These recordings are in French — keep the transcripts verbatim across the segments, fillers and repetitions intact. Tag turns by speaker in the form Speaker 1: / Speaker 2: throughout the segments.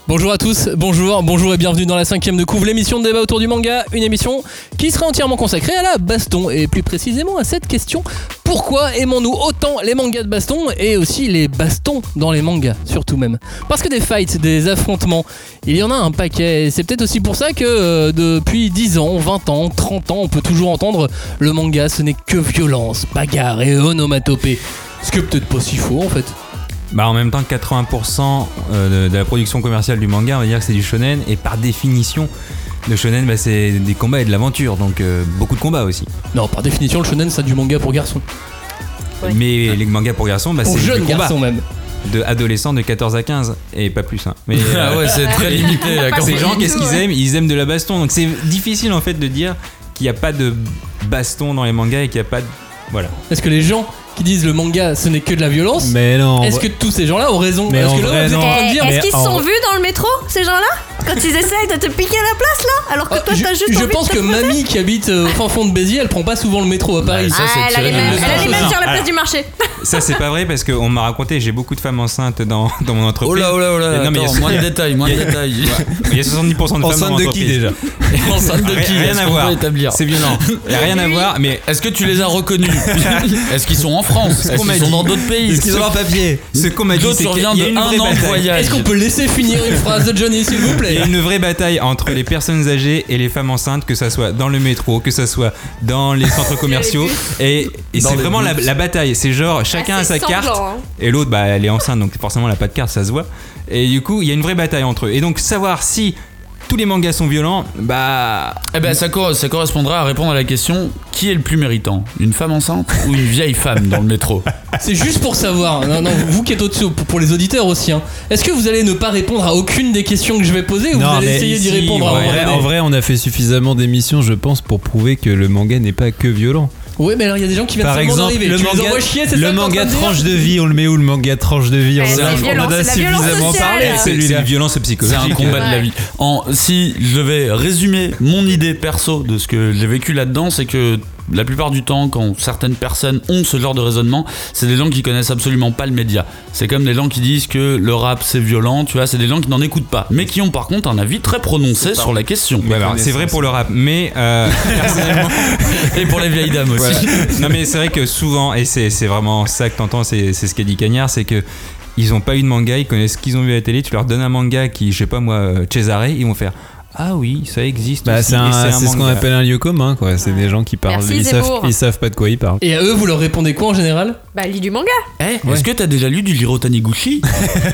Speaker 1: Bonjour à tous, bonjour, bonjour et bienvenue dans la cinquième de couvre, l'émission de débat autour du manga, une émission qui sera entièrement consacrée à la baston et plus précisément à cette question: pourquoi aimons-nous autant les mangas de baston et aussi les bastons dans les mangas, surtout même? Parce que des fights, des affrontements, il y en a un paquet, et c'est peut-être aussi pour ça que euh, depuis dix ans, vingt ans, trente ans, on peut toujours entendre le manga, ce n'est que violence, bagarre et onomatopée. Ce qui est peut-être pas si faux en fait.
Speaker 2: Bah en même temps, quatre-vingts pour cent de, de la production commerciale du manga, on va dire que c'est du shonen, et par définition, le shonen, bah, c'est des combats et de l'aventure, donc euh, beaucoup de combats aussi.
Speaker 1: Non, par définition, le shonen, c'est du manga pour garçons.
Speaker 2: Ouais. Mais les mangas pour garçons, bah,
Speaker 1: pour
Speaker 2: c'est
Speaker 1: jeunes
Speaker 2: du
Speaker 1: garçons même.
Speaker 2: De adolescents de quatorze à quinze, et pas plus. Hein. Mais, euh,
Speaker 3: ah ouais, c'est très limité.
Speaker 2: Ces gens, qu'est-ce qu'ils aiment? Ils aiment de la baston, donc c'est difficile en fait de dire qu'il n'y a pas de baston dans les mangas et qu'il n'y a pas de... Voilà.
Speaker 1: Est-ce que les gens qui disent le manga ce n'est que de la violence,
Speaker 4: mais non,
Speaker 1: est-ce que tous ces gens-là ont raison?
Speaker 4: Mais
Speaker 1: Parce
Speaker 4: en
Speaker 1: que là,
Speaker 4: vrai,
Speaker 1: vous êtes en train de dire,
Speaker 5: est-ce qu'ils
Speaker 4: en...
Speaker 5: sont vus dans le métro, ces gens-là, quand ils essayent de te piquer la place là, alors que toi
Speaker 1: je,
Speaker 5: t'as juste
Speaker 1: je
Speaker 5: envie
Speaker 1: pense
Speaker 5: de te
Speaker 1: que
Speaker 5: protéger.
Speaker 1: mamie qui habite au fin fond de Béziers, elle prend pas souvent le métro à Paris.
Speaker 5: Ah, ça, elle a les mêmes, elle a les mêmes sur la place du marché.
Speaker 2: Ça c'est pas vrai parce qu'on m'a raconté, j'ai beaucoup de femmes enceintes dans, dans mon entreprise.
Speaker 3: Oh là oh là oh là, non, mais attends, moins de détails, moins de détails.
Speaker 2: Il y a soixante-dix pour cent de femmes dans
Speaker 4: l'entreprise.
Speaker 2: Enceinte de qui déjà?
Speaker 3: Enceinte de qui?
Speaker 2: Rien à voir. C'est violent. Il y a rien à voir. Mais
Speaker 3: est-ce que tu les as reconnus? Est-ce qu'ils sont en France? Est-ce qu'ils sont dans d'autres pays?
Speaker 4: Est-ce qu'ils ont leur papier?
Speaker 2: Ce qu'on m'a dit, c'est qu'il y a une vraie bataille.
Speaker 1: Est-ce qu'on peut laisser finir une phrase de Johnny, s'il vous plaît?
Speaker 2: Il y a une vraie bataille entre les personnes âgées et les femmes enceintes, que ça soit dans le métro, que ça soit dans les centres commerciaux. Et, et c'est vraiment la, la bataille. C'est genre chacun
Speaker 5: ah,
Speaker 2: a sa
Speaker 5: semblant,
Speaker 2: carte
Speaker 5: hein.
Speaker 2: et l'autre, bah, elle est enceinte, donc forcément elle n'a pas de carte, ça se voit. Et du coup, il y a une vraie bataille entre eux. Et donc savoir si tous les mangas sont violents, bah...
Speaker 3: Eh ben ça, cor- ça correspondra à répondre à la question: qui est le plus méritant, une femme enceinte ou une vieille femme dans le métro?
Speaker 1: C'est juste pour savoir, non, non, vous qui êtes au-dessus, pour les auditeurs aussi, hein, est-ce que vous allez ne pas répondre à aucune des questions que je vais poser ou
Speaker 4: non,
Speaker 1: vous allez essayer
Speaker 4: ici,
Speaker 1: d'y répondre à
Speaker 4: en vrai, en vrai, on a fait suffisamment d'émissions, je pense, pour prouver que le manga n'est pas que violent.
Speaker 1: Oui, mais alors il y a des gens qui viennent
Speaker 4: par
Speaker 1: seulement
Speaker 4: exemple,
Speaker 1: d'arriver.
Speaker 4: le
Speaker 1: tu
Speaker 4: manga,
Speaker 1: les envoies chier, c'est
Speaker 4: le
Speaker 1: ça
Speaker 4: manga
Speaker 1: de
Speaker 4: tranche de vie, on le met où le manga tranche de vie? On,
Speaker 5: c'est
Speaker 4: en a,
Speaker 5: violence,
Speaker 4: on en a
Speaker 5: c'est la violence
Speaker 4: suffisamment
Speaker 5: sociale.
Speaker 4: parlé.
Speaker 2: C'est une violence psychologique.
Speaker 3: C'est un combat de la vie. En, si je devais résumer mon idée perso de ce que j'ai vécu là-dedans, c'est que la plupart du temps, quand certaines personnes ont ce genre de raisonnement, c'est des gens qui connaissent absolument pas le média. C'est comme des gens qui disent que le rap c'est violent, tu vois, c'est des gens qui n'en écoutent pas, mais qui ont par contre un avis très prononcé sur la question.
Speaker 2: Ouais, alors, c'est vrai pour le rap, mais euh, personnellement...
Speaker 3: et pour les vieilles dames aussi.
Speaker 2: Voilà. Non mais c'est vrai que souvent, et c'est, c'est vraiment ça que t'entends, c'est, c'est ce qu'a dit Cagnard, c'est que ils ont pas eu de manga, ils connaissent ce qu'ils ont vu à la télé, tu leur donnes un manga qui, je sais pas moi, Cesare, ils vont faire... Ah oui, ça existe
Speaker 4: bah,
Speaker 2: aussi.
Speaker 4: C'est, un,
Speaker 2: c'est, un
Speaker 4: c'est ce qu'on appelle un lieu commun, quoi. C'est des gens qui parlent,
Speaker 5: Merci,
Speaker 4: ils, savent, ils savent pas de quoi ils parlent.
Speaker 1: Et à eux, vous leur répondez quoi en général?
Speaker 5: Bah, lis du manga.
Speaker 3: Eh, ouais. Est-ce que t'as déjà lu du Jiro Taniguchi?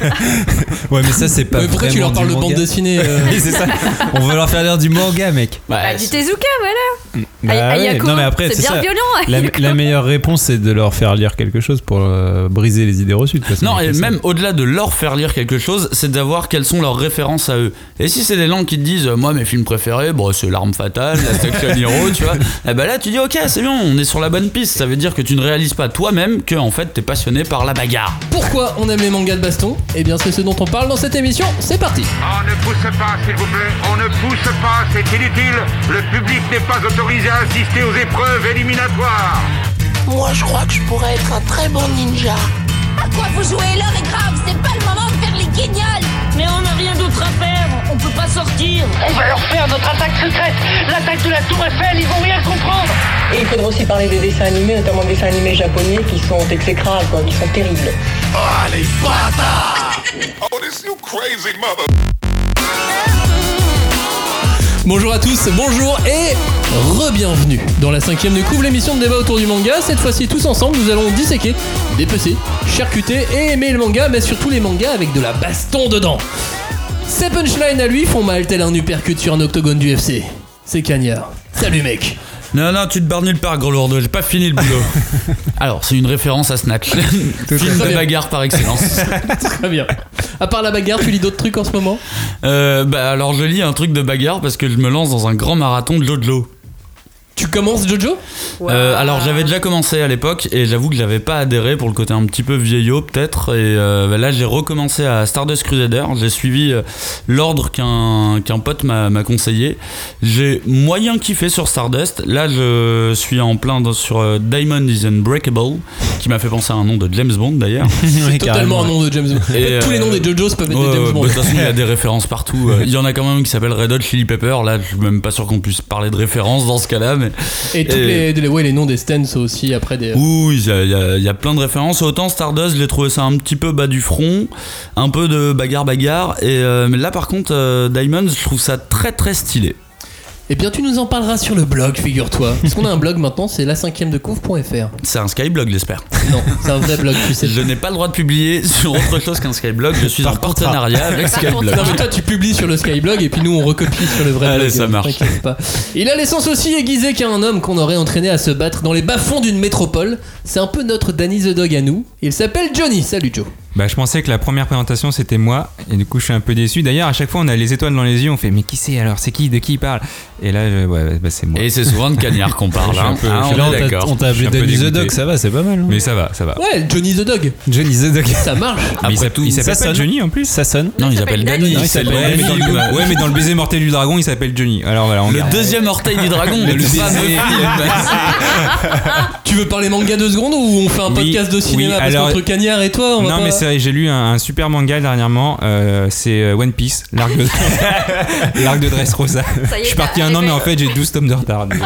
Speaker 4: Ouais, mais ça, c'est pas.
Speaker 1: Mais pourquoi tu leur parles de bande dessinée euh...
Speaker 4: Oui, c'est ça. On veut leur faire lire du manga, mec.
Speaker 5: Bah, bah du Tezuka, voilà.
Speaker 4: Bah,
Speaker 5: Ay-
Speaker 4: ouais.
Speaker 5: Ayako,
Speaker 4: Non, mais après,
Speaker 5: c'est,
Speaker 4: c'est
Speaker 5: bien
Speaker 4: ça.
Speaker 5: violent.
Speaker 4: La, la meilleure réponse, c'est de leur faire lire quelque chose pour euh, briser les idées reçues.
Speaker 3: Non, et même au-delà de leur faire lire quelque chose, c'est de savoir quelles sont leurs références à eux. Et si c'est des gens qui te disent, moi, mes films préférés, bon, c'est L'Arme Fatale, La Section Hero, tu vois, et ben là, tu dis, ok, c'est bien, on est sur la bonne piste. Ça veut dire que tu ne réalises pas toi-même que, en fait, t'es passionné par la bagarre.
Speaker 1: Pourquoi on aime les mangas de baston? Eh bien, c'est ce dont on parle dans cette émission. C'est parti.
Speaker 6: On ne pousse pas, s'il vous plaît. On ne pousse pas, c'est inutile. Le public n'est pas autorisé à assister aux épreuves éliminatoires.
Speaker 7: Moi, je crois que je pourrais être un très bon ninja.
Speaker 8: À quoi vous jouez? L'heure est grave, c'est pas le moment de faire les guignols.
Speaker 9: Mais on n'a rien d'autre à faire, on peut pas sortir.
Speaker 10: On va leur faire notre attaque secrète, l'attaque de la Tour Eiffel, ils vont rien comprendre.
Speaker 11: Et il faudra aussi parler des dessins animés, notamment des dessins animés japonais qui sont exécrables, quoi, qui sont terribles.
Speaker 6: Oh, les bâtards! Oh, this you crazy mother!
Speaker 1: Bonjour à tous, bonjour et re-bienvenue dans la cinquième de couvre, l'émission de débat autour du manga. Cette fois-ci, tous ensemble, nous allons disséquer, dépecer, charcuter et aimer le manga, mais surtout les mangas avec de la baston dedans. Ces punchlines à lui font mal tel un uppercut sur un octogone du F C. C'est Cagnard. Salut mec.
Speaker 3: Non, non, tu te barres nulle part, gros lourdeau, j'ai pas fini le boulot. Alors, c'est une référence à Snatch, film de bagarre par excellence.
Speaker 1: Très bien. À part la bagarre, tu lis d'autres trucs en ce moment?
Speaker 3: euh, Bah alors, je lis un truc de bagarre parce que je me lance dans un grand marathon de l'eau de l'eau.
Speaker 1: Tu commences Jojo ?
Speaker 3: euh, Alors j'avais déjà commencé à l'époque et j'avoue que j'avais pas adhéré pour le côté un petit peu vieillot peut-être. Et euh, là j'ai recommencé à Stardust Crusader. J'ai suivi euh, l'ordre qu'un, qu'un pote m'a, m'a conseillé. J'ai moyen kiffé sur Stardust. Là je suis en plein dans, sur euh, Diamond is Unbreakable, qui m'a fait penser à un nom de James Bond d'ailleurs.
Speaker 1: C'est totalement un nom de James Bond. Et tous euh, les noms des JoJo's peuvent être
Speaker 3: ouais,
Speaker 1: des James Bond.
Speaker 3: De toute façon il y a des références partout. Il y en a quand même qui s'appelle Red Hot Chili Pepper. Là je suis même pas sûr qu'on puisse parler de références dans ce cas-là. Mais...
Speaker 1: Et tous les, les, ouais, les noms des stands aussi après des...
Speaker 3: Oui, il y, y, y a plein de références. Autant Stardust, j'ai trouvé ça un petit peu bas du front, un peu de bagarre-bagarre. Et euh, mais là par contre, euh, Diamond, je trouve ça très très stylé.
Speaker 1: Eh bien, tu nous en parleras sur le blog, figure-toi. Parce qu'on a un blog maintenant, c'est la cinquième de couve point f r.
Speaker 3: C'est un Skyblog, j'espère.
Speaker 1: Non, c'est un vrai blog, tu sais.
Speaker 3: Je n'ai pas le droit de publier sur autre chose qu'un Skyblog. Je suis Par en partenariat avec Skyblog.
Speaker 1: Non, mais toi, tu publies sur le Skyblog et puis nous, on recopie sur le vrai
Speaker 3: Allez,
Speaker 1: blog.
Speaker 3: Allez, ça marche.
Speaker 1: Pas. Il a l'essence aussi aiguisée qu'un homme qu'on aurait entraîné à se battre dans les bas-fonds d'une métropole. C'est un peu notre Danny the Dog à nous. Il s'appelle Johnny. Salut, Joe.
Speaker 2: Bah, je pensais que la première présentation c'était moi et du coup je suis un peu déçu. D'ailleurs à chaque fois on a les étoiles dans les yeux, on fait mais qui c'est alors, c'est qui, de qui il parle? Et là je, ouais bah, c'est moi.
Speaker 3: Et c'est souvent de Cagnard qu'on parle. Hein.
Speaker 4: Peu, ah, on, là, est d'accord. On t'a appelé Danny the Dog, ça va, c'est pas mal. Hein.
Speaker 2: Mais ça va, ça va.
Speaker 1: Ouais, Johnny the Dog.
Speaker 4: Johnny the Dog.
Speaker 1: Ça marche.
Speaker 2: Mais il, tout, il s'appelle pas Johnny en plus.
Speaker 4: Ça sonne.
Speaker 3: Non, il s'appelle Danny.
Speaker 2: Non, il s'appelle ouais, mais dans le, ouais mais dans le baiser mortel du dragon il s'appelle Johnny. Alors voilà, on
Speaker 3: le
Speaker 2: garde.
Speaker 3: deuxième orteil du dragon. Le, le fameux.
Speaker 1: Tu veux parler manga deux secondes ou on fait un podcast oui, de cinéma oui, parce alors, qu'entre Cagnard et toi on va
Speaker 2: non
Speaker 1: pas...
Speaker 2: mais c'est vrai, j'ai lu un, un super manga dernièrement, euh, c'est One Piece, l'arc de, l'arc de Dressrosa. Je suis parti un an mais en fait j'ai douze tomes de retard. Donc...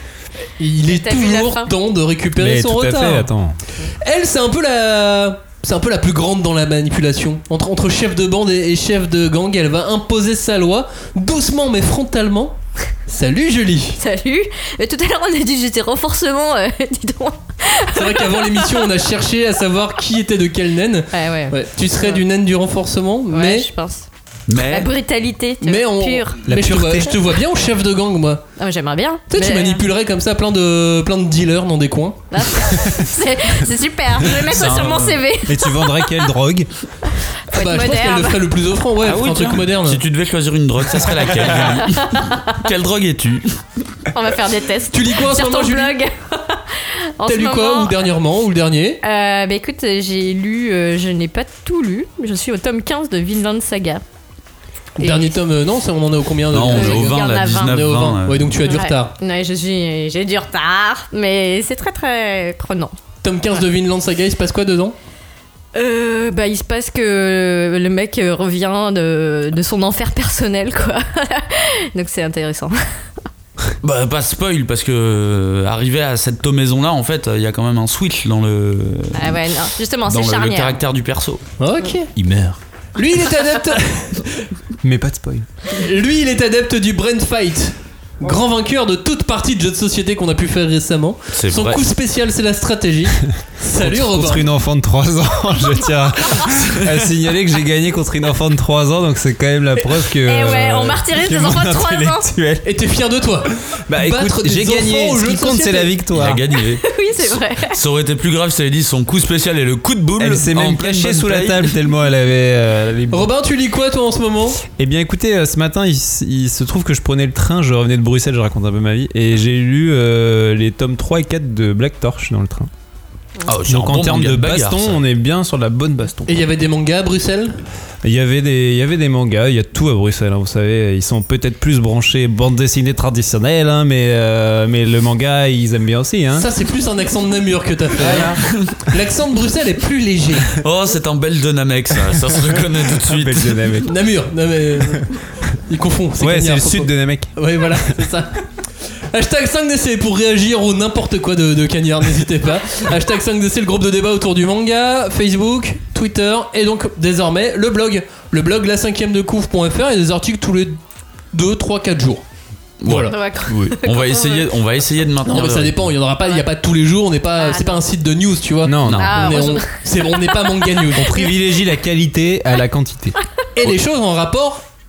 Speaker 1: Il est toujours temps de récupérer
Speaker 4: mais
Speaker 1: son
Speaker 4: tout
Speaker 1: retard.
Speaker 4: À fait, attends.
Speaker 1: Elle c'est un peu la... C'est un peu la plus grande dans la manipulation. Entre, entre chef de bande et, et chef de gang, elle va imposer sa loi, doucement mais frontalement. Salut Julie.
Speaker 5: Salut. Euh, tout à l'heure on a dit que j'étais renforcement, euh, dis donc.
Speaker 1: C'est vrai qu'avant l'émission on a cherché à savoir qui était de quelle naine.
Speaker 5: Ouais, ouais.
Speaker 1: Ouais, tu serais ouais. du naine du renforcement,
Speaker 5: ouais,
Speaker 1: mais...
Speaker 5: je pense.
Speaker 3: Mais...
Speaker 5: La brutalité,
Speaker 1: mais on...
Speaker 5: pure.
Speaker 1: La mais je te, vois, je te vois bien au chef de gang, moi.
Speaker 5: Ah, mais j'aimerais bien.
Speaker 1: Tu sais, mais... tu manipulerais comme ça plein de, plein de dealers dans des coins.
Speaker 5: Ah, c'est, c'est super, je vais mettre ça sur mon C V.
Speaker 4: Et tu vendrais quelle drogue?
Speaker 1: Ah bah, je pense qu'elle le ferait le plus offrant, ouais, ah oui, un truc moderne.
Speaker 3: Si tu devais choisir une drogue, ça serait laquelle? Quelle drogue es-tu?
Speaker 5: On va faire des tests.
Speaker 1: Tu lis quoi en ce
Speaker 5: sur
Speaker 1: moment,
Speaker 5: ton blog?
Speaker 1: T'as lu quoi, ou dernièrement, ou le dernier?
Speaker 5: euh, Bah écoute, j'ai lu, euh, je n'ai pas tout lu. Je suis au tome quinze de Vinland Saga.
Speaker 1: Et dernier tome, euh, non, on en est au combien de...
Speaker 3: Non, on est au vingt, là, dix-neuf, vingt.
Speaker 1: Ouais, donc tu as du
Speaker 5: ouais.
Speaker 1: retard.
Speaker 5: Ouais, je suis, j'ai du retard, mais c'est très très prenant.
Speaker 1: Tome quinze de Vinland Saga, il se passe quoi dedans?
Speaker 5: Euh, bah, il se passe que le mec revient de, de son enfer personnel, quoi. Donc c'est intéressant.
Speaker 3: Bah, pas spoil, parce que euh, arrivé à cette tomaison là, en fait, il y a quand même un switch dans le.
Speaker 5: Ah ouais, non, justement,
Speaker 3: dans
Speaker 5: c'est
Speaker 3: le,
Speaker 5: charnière.
Speaker 3: le caractère du perso.
Speaker 1: Ok.
Speaker 4: Il meurt.
Speaker 1: Lui, il est adepte.
Speaker 4: Mais pas de spoil.
Speaker 1: Lui, il est adepte du brain fight. Grand vainqueur de toute partie de jeux de société qu'on a pu faire récemment.
Speaker 3: C'est
Speaker 1: Son
Speaker 3: vrai.
Speaker 1: coup spécial, c'est la stratégie. Salut
Speaker 4: contre,
Speaker 1: Robin.
Speaker 4: Contre une enfant de trois ans, je tiens à signaler que j'ai gagné contre une enfant de trois ans, donc c'est quand même la preuve que.
Speaker 5: Eh ouais, on martyrise des enfants de trois ans.
Speaker 1: Et t'es fier de toi?
Speaker 4: Bah écoute, j'ai gagné. Ce qui compte, c'est la victoire.
Speaker 3: Il a gagné.
Speaker 5: Oui, c'est vrai.
Speaker 3: Ça aurait été plus grave si elle avait dit son coup spécial et le coup de boule.
Speaker 4: Elle s'est même cachée sous la table tellement elle avait. Euh, les...
Speaker 1: Robin, tu lis quoi toi en ce moment?
Speaker 4: Eh bien écoutez, ce matin, il, il se trouve que je prenais le train, je revenais de Bruxelles, je raconte un peu ma vie, et j'ai lu euh, les tomes trois et quatre de Black Torch dans le train.
Speaker 3: Oh,
Speaker 4: donc en
Speaker 3: bon
Speaker 4: termes de
Speaker 3: bagarre,
Speaker 4: baston,
Speaker 3: ça.
Speaker 4: on est bien sur la bonne baston.
Speaker 1: Et il y avait des mangas à Bruxelles?
Speaker 4: Il y avait des, il y avait des mangas, il y a tout à Bruxelles, hein, vous savez. Ils sont peut-être plus branchés bande dessinée traditionnelle, hein, mais, euh, mais le manga, ils aiment bien aussi. Hein.
Speaker 1: Ça, c'est plus un accent de Namur que t'as fait. Voilà. L'accent de Bruxelles est plus léger.
Speaker 3: Oh, c'est un belge de Namek, ça. Ça se reconnaît tout de suite.
Speaker 4: Belge de Namek.
Speaker 1: Namur. Non, mais... Il confond.
Speaker 4: C'est ouais, Cagnard, c'est le sud de Namek.
Speaker 1: Ouais, voilà, c'est ça. Hashtag cinq D C pour réagir au n'importe quoi de, de Cagnard, n'hésitez pas. Hashtag cinq D C, le groupe de débat autour du manga, Facebook, Twitter et donc désormais le blog. Le blog la cinquième de couve point f r et des articles tous les deux, trois, quatre jours. Voilà.
Speaker 3: Oui. On va essayer, on va essayer de maintenir.
Speaker 1: Non, mais ça dépend. Il y en aura pas. Il y a pas tous les jours. On n'est pas. Ah, c'est non. pas un site de news, tu vois.
Speaker 4: Non, non.
Speaker 5: Ah,
Speaker 1: on est, on, c'est, on n'est pas Manga News.
Speaker 4: On privilégie la qualité à la quantité.
Speaker 1: Et les choses en rapport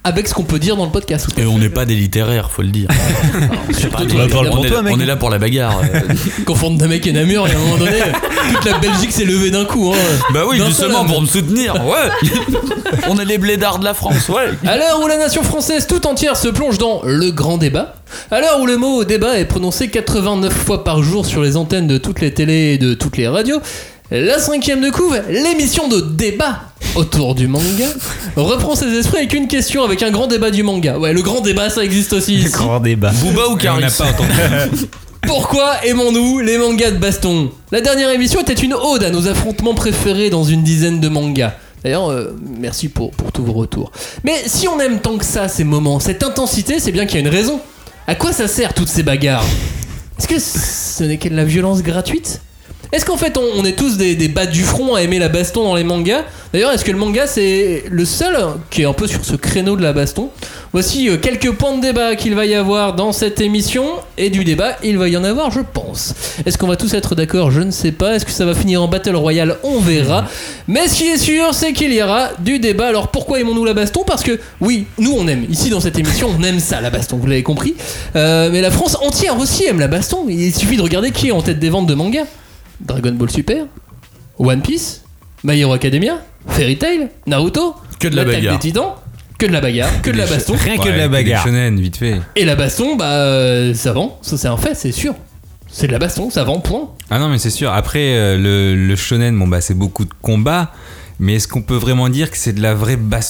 Speaker 1: avec ce qu'on peut dire dans le podcast.
Speaker 3: Et on n'est pas des littéraires, faut le dire.
Speaker 1: Surtout
Speaker 3: Pas
Speaker 1: toi,
Speaker 3: des-
Speaker 1: évidemment.
Speaker 3: on, est,
Speaker 1: Toi, mec.
Speaker 3: on est là pour la bagarre.
Speaker 1: Confondre Namek et Namur, et à un moment donné, toute la Belgique s'est levée d'un coup. Hein.
Speaker 3: Bah oui,
Speaker 1: D'un
Speaker 3: justement,
Speaker 1: seul
Speaker 3: pour me soutenir. Ouais. On est les blédards de la France, ouais.
Speaker 1: À l'heure où la nation française tout entière se plonge dans le grand débat, à l'heure où le mot débat est prononcé quatre-vingt-neuf fois par jour sur les antennes de toutes les télés et de toutes les radios, la cinquième de couve, l'émission de débat autour du manga, reprend ses esprits avec une question, avec un grand débat du manga. Ouais, le grand débat, ça existe aussi ici.
Speaker 4: Grand débat.
Speaker 3: Booba ou
Speaker 2: On
Speaker 3: Caris
Speaker 2: n'a pas entendu.
Speaker 1: Pourquoi aimons-nous les mangas de baston ? La dernière émission était une ode à nos affrontements préférés dans une dizaine de mangas. D'ailleurs, euh, merci pour, pour tous vos retours. Mais si on aime tant que ça ces moments, cette intensité, c'est bien qu'il y a une raison. À quoi ça sert toutes ces bagarres ? Est-ce que ce n'est que de la violence gratuite ? Est-ce qu'en fait on, on est tous des, des bas du front à aimer la baston dans les mangas ? D'ailleurs, est-ce que le manga c'est le seul qui est un peu sur ce créneau de la baston ? Voici euh, quelques points de débat qu'il va y avoir dans cette émission, et du débat il va y en avoir, je pense. Est-ce qu'on va tous être d'accord ? Je ne sais pas. Est-ce que ça va finir en Battle Royale ? On verra. Mais ce qui est sûr, c'est qu'il y aura du débat. Alors pourquoi aimons-nous la baston ? Parce que oui, nous on aime. Ici dans cette émission, on aime ça, la baston, vous l'avez compris. Euh, mais la France entière aussi aime la baston. Il suffit de regarder qui est en tête des ventes de mangas. Dragon Ball Super, One Piece, My Hero Academia, Fairy Tail, Naruto,
Speaker 3: Que de la
Speaker 1: l'Attaque
Speaker 3: bagarre.
Speaker 1: des Titans, que de la bagarre, que de la baston.
Speaker 4: Rien que
Speaker 2: Ouais,
Speaker 4: de la
Speaker 2: des
Speaker 4: bagarre.
Speaker 2: shonen, vite fait.
Speaker 1: Et la baston, bah euh, ça vend, ça c'est un fait, c'est sûr. C'est de la baston, ça vend, point.
Speaker 2: Ah non, mais c'est sûr. Après, euh, le, le shonen, bon bah c'est beaucoup de combats, mais est-ce qu'on peut vraiment dire que c'est de la vraie baston ?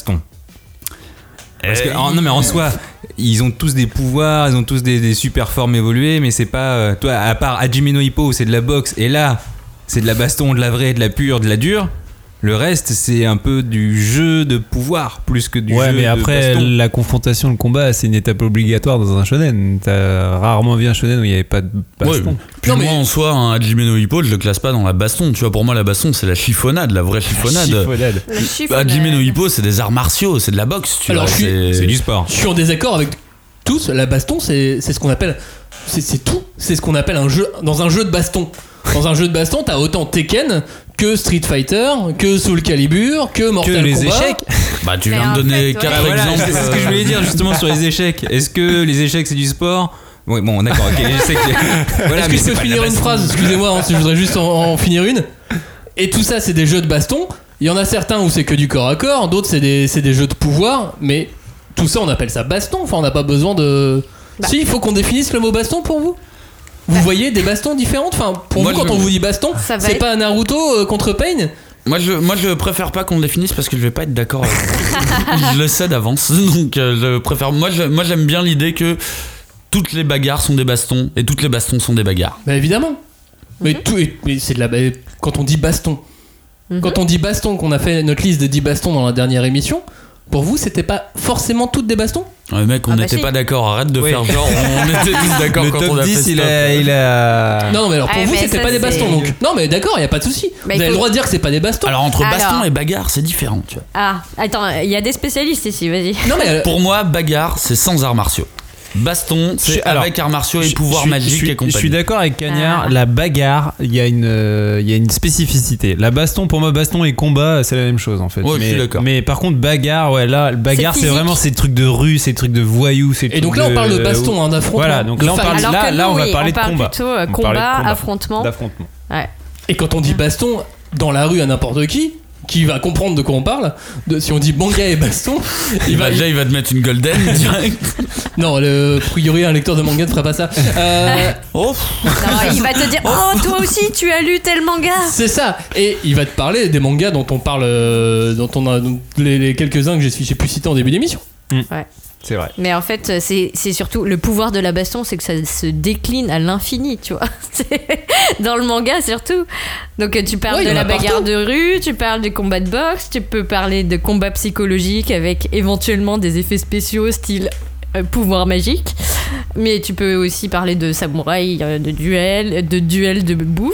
Speaker 2: Parce que, en- non mais en soi, ils ont tous des pouvoirs, ils ont tous des, des super formes évoluées, mais c'est pas, euh, toi, à part Hajime no Ippo, c'est de la boxe, et là, c'est de la baston, de la vraie, de la pure, de la dure. Le reste, c'est un peu du jeu de pouvoir plus que du
Speaker 4: Ouais,
Speaker 2: jeu
Speaker 4: mais
Speaker 2: de
Speaker 4: après,
Speaker 2: baston.
Speaker 4: la confrontation, le combat, c'est une étape obligatoire dans un shonen. T'as rarement vu un shonen où il n'y avait pas de
Speaker 3: Ouais.
Speaker 4: baston.
Speaker 3: Puis
Speaker 1: Non,
Speaker 3: moi
Speaker 1: mais-
Speaker 3: en soi, un Hajime no Ippo, je le classe pas dans la baston. Tu vois, pour moi, la baston, c'est la chiffonnade, la vraie chiffonnade.
Speaker 4: Chiffonnade.
Speaker 5: Le chiffre,
Speaker 3: Hajime no
Speaker 5: euh,
Speaker 3: Ippo, c'est des arts martiaux, c'est de la boxe. Tu
Speaker 1: Alors,
Speaker 3: vois,
Speaker 1: je suis-
Speaker 2: C'est du sport.
Speaker 1: Je suis en désaccord avec tous, la baston c'est c'est ce qu'on appelle, c'est c'est tout, c'est ce qu'on appelle un jeu, dans un jeu de baston. Dans un jeu de baston, t'as autant Tekken que Street Fighter, que Soul Calibur, que Mortal
Speaker 4: Que les
Speaker 1: Kombat.
Speaker 4: échecs.
Speaker 3: Bah, tu
Speaker 5: Mais
Speaker 3: viens
Speaker 5: en
Speaker 3: de donner
Speaker 5: fait, ouais.
Speaker 3: quatre
Speaker 2: Voilà,
Speaker 3: exemples.
Speaker 2: c'est c'est ce que je voulais dire justement sur les échecs. Est-ce que les échecs c'est du sport ? Oui, bon, d'accord, ok, les échecs. Voilà,
Speaker 1: Est-ce
Speaker 2: mais
Speaker 1: que je
Speaker 2: c'est
Speaker 1: peux
Speaker 2: pas de la
Speaker 1: finir une
Speaker 2: baston.
Speaker 1: phrase ? Excusez-moi, hein, si je voudrais juste en, en finir une. Et tout ça, c'est des jeux de baston. Il y en a certains où c'est que du corps à corps, d'autres c'est des, c'est des jeux de pouvoir, mais tout ça on appelle ça baston. Enfin, on n'a pas besoin de.
Speaker 5: Bah.
Speaker 1: Si, il faut qu'on définisse le mot baston pour vous. Vous voyez des bastons différentes. Enfin, pour
Speaker 3: Moi,
Speaker 1: vous, quand
Speaker 3: je-
Speaker 1: on vous dit baston,
Speaker 5: Ça va
Speaker 1: c'est
Speaker 5: être-
Speaker 1: pas un Naruto euh, contre Pain.
Speaker 3: Moi je, moi, je préfère pas qu'on le définisse parce que je vais pas être d'accord avec toi. Je le sais d'avance. Donc, euh, je préfère. Moi, je- moi, j'aime bien l'idée que toutes les bagarres sont des bastons et toutes les bastons sont des bagarres.
Speaker 1: Bah évidemment. Mais tout, est- mais c'est de la. bah, quand on dit baston,
Speaker 5: Mhm.
Speaker 1: quand on dit baston, qu'on a fait notre liste de dix bastons dans la dernière émission, pour vous, c'était pas forcément toutes des bastons ?
Speaker 3: Ouais, mec, on
Speaker 5: Ah bah
Speaker 3: n'était
Speaker 5: si.
Speaker 3: pas d'accord. Arrête de
Speaker 4: Oui.
Speaker 3: faire genre. On était tous d'accord
Speaker 4: Le
Speaker 3: quand on
Speaker 4: top
Speaker 3: a fait
Speaker 4: dix,
Speaker 3: ce
Speaker 4: il
Speaker 3: top.
Speaker 4: a, il a.
Speaker 1: Non, non, mais alors pour
Speaker 5: Ah,
Speaker 1: vous,
Speaker 5: mais
Speaker 1: c'était
Speaker 5: ça,
Speaker 1: pas des
Speaker 5: c'est-
Speaker 1: bastons donc. Non, mais d'accord, y a pas de souci.
Speaker 5: Bah,
Speaker 1: vous
Speaker 5: il
Speaker 1: avez
Speaker 5: faut-
Speaker 1: le droit de dire que c'est pas des bastons.
Speaker 3: Alors, entre
Speaker 5: Alors.
Speaker 3: baston et bagarre, c'est différent, tu vois.
Speaker 5: Ah, attends, il y a des spécialistes ici, vas-y.
Speaker 1: Non, mais euh,
Speaker 3: Pour moi, bagarre, c'est sans arts martiaux. Baston,
Speaker 4: Je-
Speaker 3: c'est
Speaker 4: alors,
Speaker 3: avec arts martiaux et
Speaker 4: Je-
Speaker 3: pouvoirs
Speaker 4: je suis-
Speaker 3: magiques
Speaker 4: je suis,
Speaker 3: et compagnie.
Speaker 4: Je suis d'accord avec Cagnard,
Speaker 5: Ah.
Speaker 4: la bagarre, il y, a une, euh, il y a une spécificité. La baston, pour moi, baston et combat, c'est la même chose en fait.
Speaker 3: Ouais, je
Speaker 4: mais,
Speaker 3: suis d'accord.
Speaker 4: mais par contre, bagarre, ouais, là, le bagarre,
Speaker 5: C'est
Speaker 4: c'est
Speaker 5: physique.
Speaker 4: vraiment ces trucs de rue, ces trucs de voyous. Ces
Speaker 1: Et
Speaker 4: trucs
Speaker 1: donc là, on
Speaker 4: de-
Speaker 1: parle de baston, hein, d'affrontement.
Speaker 4: Voilà, donc
Speaker 1: de
Speaker 4: là, on
Speaker 1: fight.
Speaker 4: parle,
Speaker 5: Alors
Speaker 4: là,
Speaker 5: que
Speaker 4: là,
Speaker 5: nous,
Speaker 4: on va
Speaker 5: oui,
Speaker 4: parler
Speaker 5: on
Speaker 4: de
Speaker 5: parle
Speaker 4: combat.
Speaker 5: plutôt, euh,
Speaker 4: On parle de
Speaker 5: combat,
Speaker 4: combat.
Speaker 5: affrontement.
Speaker 4: D'affrontement.
Speaker 5: Ouais.
Speaker 1: Et quand on dit baston dans la rue à n'importe qui, qui va comprendre de quoi on parle, de, si on dit manga et baston, il
Speaker 3: Il
Speaker 1: va.
Speaker 3: va, déjà, il va te mettre une golden direct.
Speaker 1: Non, le, a priori, un lecteur de manga ne ferait pas ça. Euh,
Speaker 3: Oh,
Speaker 5: Non, il va te dire, oh, toi aussi, tu as lu tel manga.
Speaker 1: c'est ça. Et il va te parler des mangas dont on parle, euh, dont on a dont les, les quelques-uns que j'ai, j'ai pu citer en début d'émission.
Speaker 4: C'est vrai.
Speaker 5: Mais en fait, c'est c'est surtout le pouvoir de la baston, c'est que ça se décline à l'infini, tu vois. C'est- Dans le manga, surtout. Donc, euh, tu parles
Speaker 1: Ouais, il y
Speaker 5: de
Speaker 1: en
Speaker 5: la
Speaker 1: a
Speaker 5: bagarre
Speaker 1: partout.
Speaker 5: de rue, tu parles du combat de boxe, tu peux parler de combat psychologique avec éventuellement des effets spéciaux, style euh, pouvoir magique. Mais tu peux aussi parler de samouraï, euh, de duel, de duel de bouffe.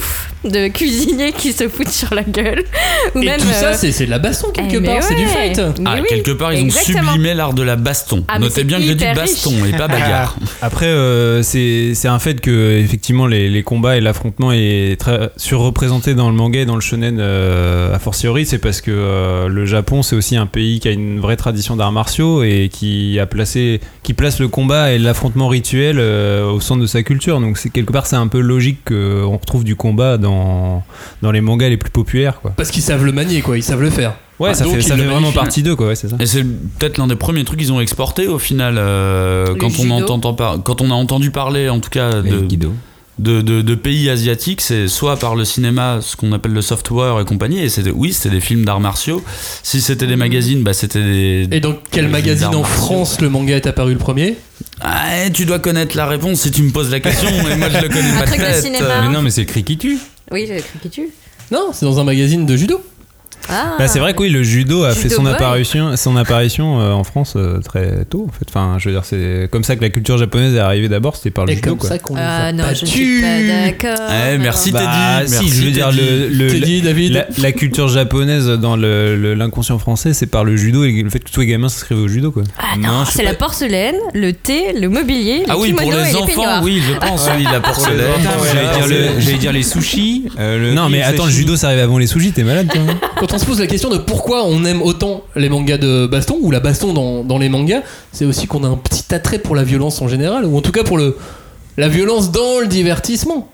Speaker 5: de cuisiniers qui se foutent sur la gueule. Ou
Speaker 1: Et
Speaker 5: même,
Speaker 1: tout ça,
Speaker 5: euh,
Speaker 1: c'est, c'est de la baston quelque
Speaker 5: eh, mais
Speaker 1: part, c'est
Speaker 5: ouais.
Speaker 1: du fight.
Speaker 5: Mais
Speaker 3: Ah,
Speaker 5: oui,
Speaker 3: quelque part, ils
Speaker 5: exactement.
Speaker 3: ont sublimé l'art de la baston.
Speaker 5: Ah, mais
Speaker 3: Notez
Speaker 5: c'est
Speaker 3: bien que j'ai dit
Speaker 5: hyper
Speaker 3: baston
Speaker 5: riche.
Speaker 3: et pas bagarre.
Speaker 4: Après, euh, c'est, c'est un fait que effectivement les, les combats et l'affrontement est très surreprésenté dans le manga et dans le shonen euh, a fortiori. C'est parce que euh, le Japon, c'est aussi un pays qui a une vraie tradition d'arts martiaux et qui a placé, qui place le combat et l'affrontement rituel euh, au centre de sa culture. Donc c'est quelque part, c'est un peu logique qu'on retrouve du combat dans dans les mangas les plus populaires, quoi.
Speaker 1: Parce qu'ils savent le manier, quoi, ils savent le faire.
Speaker 4: Ouais,
Speaker 1: Ah,
Speaker 4: ça
Speaker 1: donc
Speaker 4: fait,
Speaker 1: ils
Speaker 4: ça
Speaker 1: le
Speaker 4: fait vraiment
Speaker 1: magnifient.
Speaker 4: partie d'eux, quoi. Ouais, c'est ça.
Speaker 3: Et c'est peut-être l'un des premiers trucs qu'ils ont exporté au final. euh,
Speaker 5: Le
Speaker 3: quand, on
Speaker 5: judo.
Speaker 3: entend par- quand on a entendu parler, en tout cas, de,
Speaker 2: Aikido.
Speaker 3: de, de, de pays asiatiques, c'est soit par le cinéma, ce qu'on appelle le software et compagnie, et c'était, oui, c'était des films d'arts martiaux. Si c'était des magazines, bah, c'était des.
Speaker 1: Et dans quel
Speaker 3: des
Speaker 1: magazine
Speaker 3: films d'arts
Speaker 1: en
Speaker 3: martiaux.
Speaker 1: France le manga est apparu le premier?
Speaker 3: Ah, tu dois connaître la réponse si tu me poses la question, mais moi je le connais
Speaker 5: Un
Speaker 3: pas de
Speaker 5: truc de
Speaker 3: tête.
Speaker 5: cinéma.
Speaker 2: Mais non, mais c'est le cri qui tue.
Speaker 5: Oui, j'ai cru que tu.
Speaker 1: Non, c'est dans un magazine de judo.
Speaker 5: Ah.
Speaker 4: Bah, c'est vrai que oui, le judo a
Speaker 5: Judo
Speaker 4: fait son
Speaker 5: boy.
Speaker 4: apparition, son apparition euh, en France euh, très tôt en fait. Enfin, je veux dire, c'est comme ça que la culture japonaise est arrivée d'abord, c'était par le
Speaker 1: Et
Speaker 4: judo,
Speaker 1: comme
Speaker 4: quoi.
Speaker 1: ça qu'on
Speaker 5: Ah
Speaker 1: les
Speaker 5: non,
Speaker 1: a
Speaker 5: je ne suis
Speaker 1: battus.
Speaker 5: pas d'accord.
Speaker 3: Eh, merci
Speaker 4: Bah,
Speaker 3: Teddy.
Speaker 4: si,
Speaker 3: merci
Speaker 4: je veux dire,
Speaker 3: Teddy.
Speaker 4: le, le-
Speaker 1: Teddy,
Speaker 4: la,
Speaker 1: David.
Speaker 4: la- la culture japonaise dans le, le- l'inconscient français, c'est par le judo et le fait que tous les gamins s'inscrivent au judo, quoi.
Speaker 5: Ah non,
Speaker 3: Non, je
Speaker 5: c'est
Speaker 3: sais
Speaker 5: la
Speaker 3: pas.
Speaker 5: porcelaine, le thé, le mobilier, les
Speaker 3: Ah oui, pour
Speaker 5: kimonos et
Speaker 3: les
Speaker 5: les
Speaker 3: enfants,
Speaker 5: peignoirs.
Speaker 3: oui, je pense, oui, la porcelaine.
Speaker 2: Putain,
Speaker 4: ouais,
Speaker 2: j'allais,
Speaker 4: là,
Speaker 2: dire
Speaker 4: c'est-
Speaker 2: le, j'allais dire les sushis. euh, le
Speaker 4: Non, mais
Speaker 2: riz
Speaker 4: attends, le
Speaker 2: sashimi.
Speaker 4: judo, ça arrive avant les sushis, t'es malade, toi. hein.
Speaker 1: Quand on se pose la question de pourquoi on aime autant les mangas de baston ou la baston dans, dans les mangas, c'est aussi qu'on a un petit attrait pour la violence en général, ou en tout cas pour le, la violence dans le divertissement.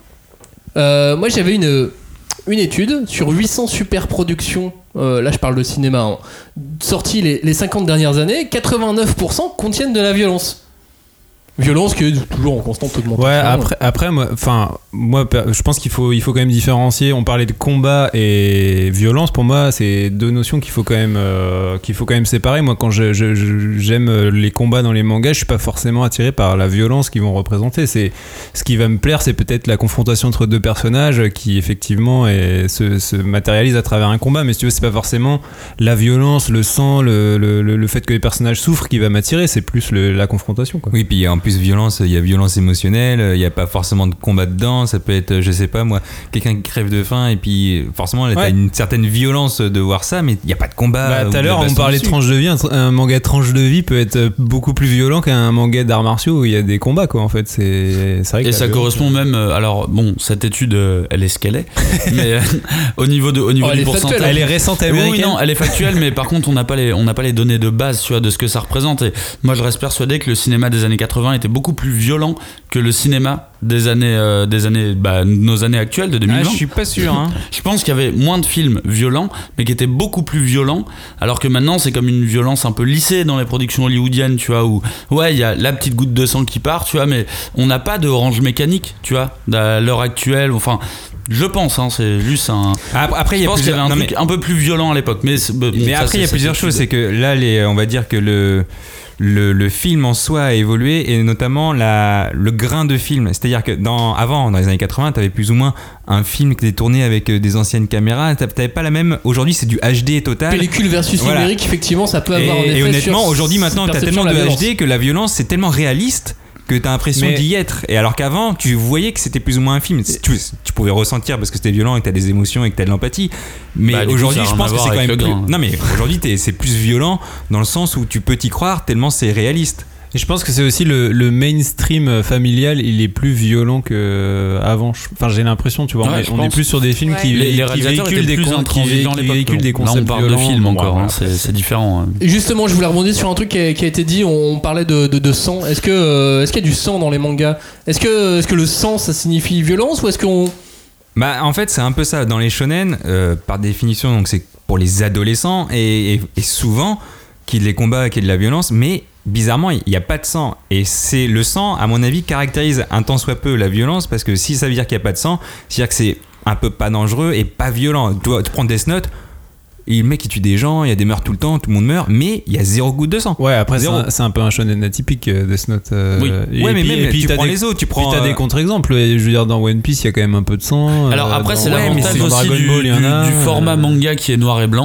Speaker 1: Euh, moi j'avais une, une étude sur huit cents super productions, euh, là je parle de cinéma, hein, sorties les, les cinquante dernières années, quatre-vingt-neuf pour cent contiennent de la violence. Violence qui est toujours en constante augmentation.
Speaker 4: Ouais, après, après moi, enfin, moi, per- je pense qu'il faut, il faut quand même différencier. On parlait de combat et violence. Pour moi, c'est deux notions qu'il faut quand même, euh, qu'il faut quand même séparer. Moi, quand je, je- je- j'aime les combats dans les mangas, je suis pas forcément attiré par la violence qu'ils vont représenter. C'est ce qui va me plaire, c'est peut-être la confrontation entre deux personnages qui effectivement est- se, se matérialise à travers un combat. Mais si tu veux, c'est pas forcément la violence, le sang, le, le, le- le fait que les personnages souffrent qui va m'attirer. C'est plus le- la confrontation, quoi.
Speaker 2: Oui, puis en plus violence, il y a violence émotionnelle, il n'y a pas forcément de combat dedans, ça peut être, je sais pas moi, quelqu'un qui crève de faim et puis forcément t'as
Speaker 4: Ouais.
Speaker 2: une certaine violence de voir ça, mais il n'y a pas de combat.
Speaker 4: Bah,
Speaker 2: ou
Speaker 4: tout à
Speaker 2: de
Speaker 4: l'heure, on
Speaker 2: baston
Speaker 4: parlait de
Speaker 2: dessus.
Speaker 4: tranche de vie. Un, un manga tranche de vie peut être beaucoup plus violent qu'un manga d'arts martiaux où il y a des combats, quoi. En fait, c'est, c'est vrai que
Speaker 3: Et
Speaker 4: la
Speaker 3: ça
Speaker 4: violence-
Speaker 3: correspond même. euh, Alors, bon, cette étude, euh, elle est ce qu'elle est. Mais euh, au niveau, de, au niveau
Speaker 1: Oh, elle
Speaker 3: du
Speaker 1: est factuelle,
Speaker 3: pourcentage.
Speaker 4: Elle est récente
Speaker 3: Oui,
Speaker 4: américaine.
Speaker 3: oui, non, elle est factuelle, mais par contre, on n'a pas les, on n'a pas les données de base, tu vois, de ce que ça représente. Et moi, je reste persuadé que le cinéma des années quatre-vingts était beaucoup plus violent que le cinéma des années, euh, des années, bah, nos années actuelles de deux mille vingt.
Speaker 2: Ah, je suis pas sûr. Hein.
Speaker 3: Je pense qu'il y avait moins de films violents, mais qui étaient beaucoup plus violents, alors que maintenant c'est comme une violence un peu lissée dans les productions hollywoodiennes, tu vois, où ouais, il y a la petite goutte de sang qui part, tu vois, mais on n'a pas de orange mécanique, tu vois, à l'heure actuelle, enfin. Je pense, hein, c'est juste un.
Speaker 2: Après, il y
Speaker 3: je
Speaker 2: a
Speaker 3: pense qu'il y
Speaker 2: plusieurs.
Speaker 3: avait un
Speaker 2: non,
Speaker 3: truc
Speaker 2: mais-
Speaker 3: un peu plus violent à l'époque, mais c'est- bon,
Speaker 2: Mais
Speaker 3: ça,
Speaker 2: après, il y a
Speaker 3: c'est-
Speaker 2: plusieurs
Speaker 3: c'est-
Speaker 2: choses. C'est que là, les, on va dire que le, le, le film en soi a évolué et notamment la, le grain de film. C'est-à-dire que dans, avant, dans les années quatre-vingts, tu avais plus ou moins un film qui était tourné avec des anciennes caméras. Tu n'avais pas la même. Aujourd'hui, c'est du H D total.
Speaker 1: Pellicule versus
Speaker 2: Voilà.
Speaker 1: numérique, effectivement, ça peut avoir
Speaker 2: Et,
Speaker 1: un effet
Speaker 2: et honnêtement,
Speaker 1: sur
Speaker 2: aujourd'hui,
Speaker 1: cette
Speaker 2: maintenant, tu as
Speaker 1: perception
Speaker 2: tellement de
Speaker 1: la violence.
Speaker 2: H D que la violence, c'est tellement réaliste que tu as l'impression
Speaker 4: Mais-
Speaker 2: d'y être. Et alors qu'avant, tu voyais que c'était plus ou moins un film. Tu, tu pouvais ressentir parce que c'était violent et que tu as des émotions et que tu as de l'empathie. Mais
Speaker 3: Bah, du coup,
Speaker 2: aujourd'hui,
Speaker 3: ça a
Speaker 2: je
Speaker 3: rien
Speaker 2: pense
Speaker 3: à
Speaker 2: que
Speaker 3: voir
Speaker 2: c'est quand
Speaker 3: avec
Speaker 2: même
Speaker 3: le
Speaker 2: plus...
Speaker 3: grain.
Speaker 2: Non mais aujourd'hui, t'es- c'est plus violent dans le sens où tu peux t'y croire tellement c'est réaliste.
Speaker 4: Et je pense que c'est aussi le, le mainstream familial, il est plus violent qu'avant. Enfin, j'ai l'impression, tu vois,
Speaker 3: Ouais,
Speaker 4: on, est,
Speaker 3: je
Speaker 4: on est
Speaker 3: pense.
Speaker 4: plus sur des films
Speaker 5: Ouais.
Speaker 4: qui,
Speaker 3: Les, les
Speaker 4: qui
Speaker 3: réalisateurs
Speaker 4: véhiculent
Speaker 3: étaient
Speaker 4: des,
Speaker 3: plus
Speaker 4: con- qui,
Speaker 3: intransigeants à
Speaker 4: qui
Speaker 3: l'époque.
Speaker 4: véhiculent des
Speaker 3: Là,
Speaker 4: concepts
Speaker 3: on parle
Speaker 4: violents.
Speaker 3: de films
Speaker 4: Bon,
Speaker 3: encore,
Speaker 4: voilà.
Speaker 3: hein, c'est c'est différent. hein.
Speaker 1: Et justement, je voulais rebondir sur un truc qui a, qui a été dit. On parlait de, de, de sang. Est-ce que euh, est-ce qu'il y a du sang dans les mangas? Est-ce que est-ce que le sang ça signifie violence ou est-ce qu'on
Speaker 2: Bah en fait, c'est un peu ça. Dans les shonen, euh, par définition, donc c'est pour les adolescents et, et, et souvent qu'il y ait des combats, qu'il y ait de la violence, mais bizarrement, il n'y a pas de sang. Et c'est le sang, à mon avis, caractérise un tant soit peu la violence, parce que si ça veut dire qu'il n'y a pas de sang, c'est-à-dire que c'est un peu pas dangereux et pas violent. Tu vois, tu prends Death Note, et le mec il tue des gens, il y a des meurtres tout le temps, tout le monde meurt, mais il y a zéro goutte de sang.
Speaker 4: Ouais, après, c'est
Speaker 2: Zéro.
Speaker 4: un, c'est un peu un shonen atypique, euh, Death Note. euh,
Speaker 3: Oui.
Speaker 4: et
Speaker 2: Ouais, mais
Speaker 4: puis-
Speaker 2: même,
Speaker 4: et puis
Speaker 2: tu
Speaker 4: t'as
Speaker 2: prends
Speaker 4: des-
Speaker 2: les autres, tu
Speaker 4: Puis
Speaker 2: prends...
Speaker 4: t'as
Speaker 2: euh,
Speaker 4: des contre-exemples. Je veux dire, dans One Piece, il y a quand même un peu de sang.
Speaker 3: Alors
Speaker 4: euh,
Speaker 3: après,
Speaker 4: dans-
Speaker 3: c'est
Speaker 2: ouais, mais
Speaker 3: l'avantage
Speaker 2: c'est
Speaker 4: dans
Speaker 3: aussi
Speaker 4: Dragon
Speaker 3: du,
Speaker 4: Ball, il y en
Speaker 3: du-
Speaker 4: a,
Speaker 3: du
Speaker 4: euh,
Speaker 3: format manga qui est noir et blanc.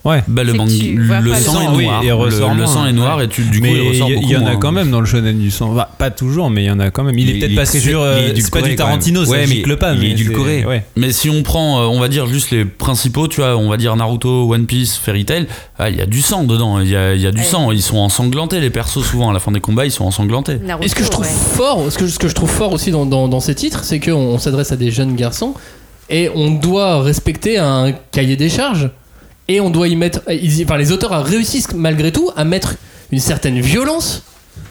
Speaker 4: Ouais.
Speaker 3: Bah, le, manga, le sang est
Speaker 4: oui,
Speaker 3: noir.
Speaker 4: Et
Speaker 3: le, le sang est noir ouais. et tu, du coup,
Speaker 4: mais
Speaker 3: il ressort beaucoup
Speaker 4: il y en a
Speaker 3: moins.
Speaker 4: quand même dans le shonen du sang. Bah, pas toujours, mais il y en a quand même. Il, il est peut-être pas sur. Euh, c'est pas du Tarantino, c'est gicle pas.
Speaker 2: Il est édulcoré.
Speaker 3: Ouais. Mais si on prend, on va dire juste les principaux, tu vois, on va dire Naruto, One Piece, Fairy Tail, il ah, y a du sang dedans. Il y a, y a du ouais. sang. Ils sont ensanglantés. Les persos, souvent à la fin des combats, ils sont ensanglantés.
Speaker 1: Naruto, et ce que je trouve ouais. fort, ce que, ce que je trouve fort aussi dans, dans, dans ces titres, c'est qu'on on s'adresse à des jeunes garçons et on doit respecter un cahier des charges. Et on doit y mettre. Ils, enfin, les auteurs réussissent malgré tout à mettre une certaine violence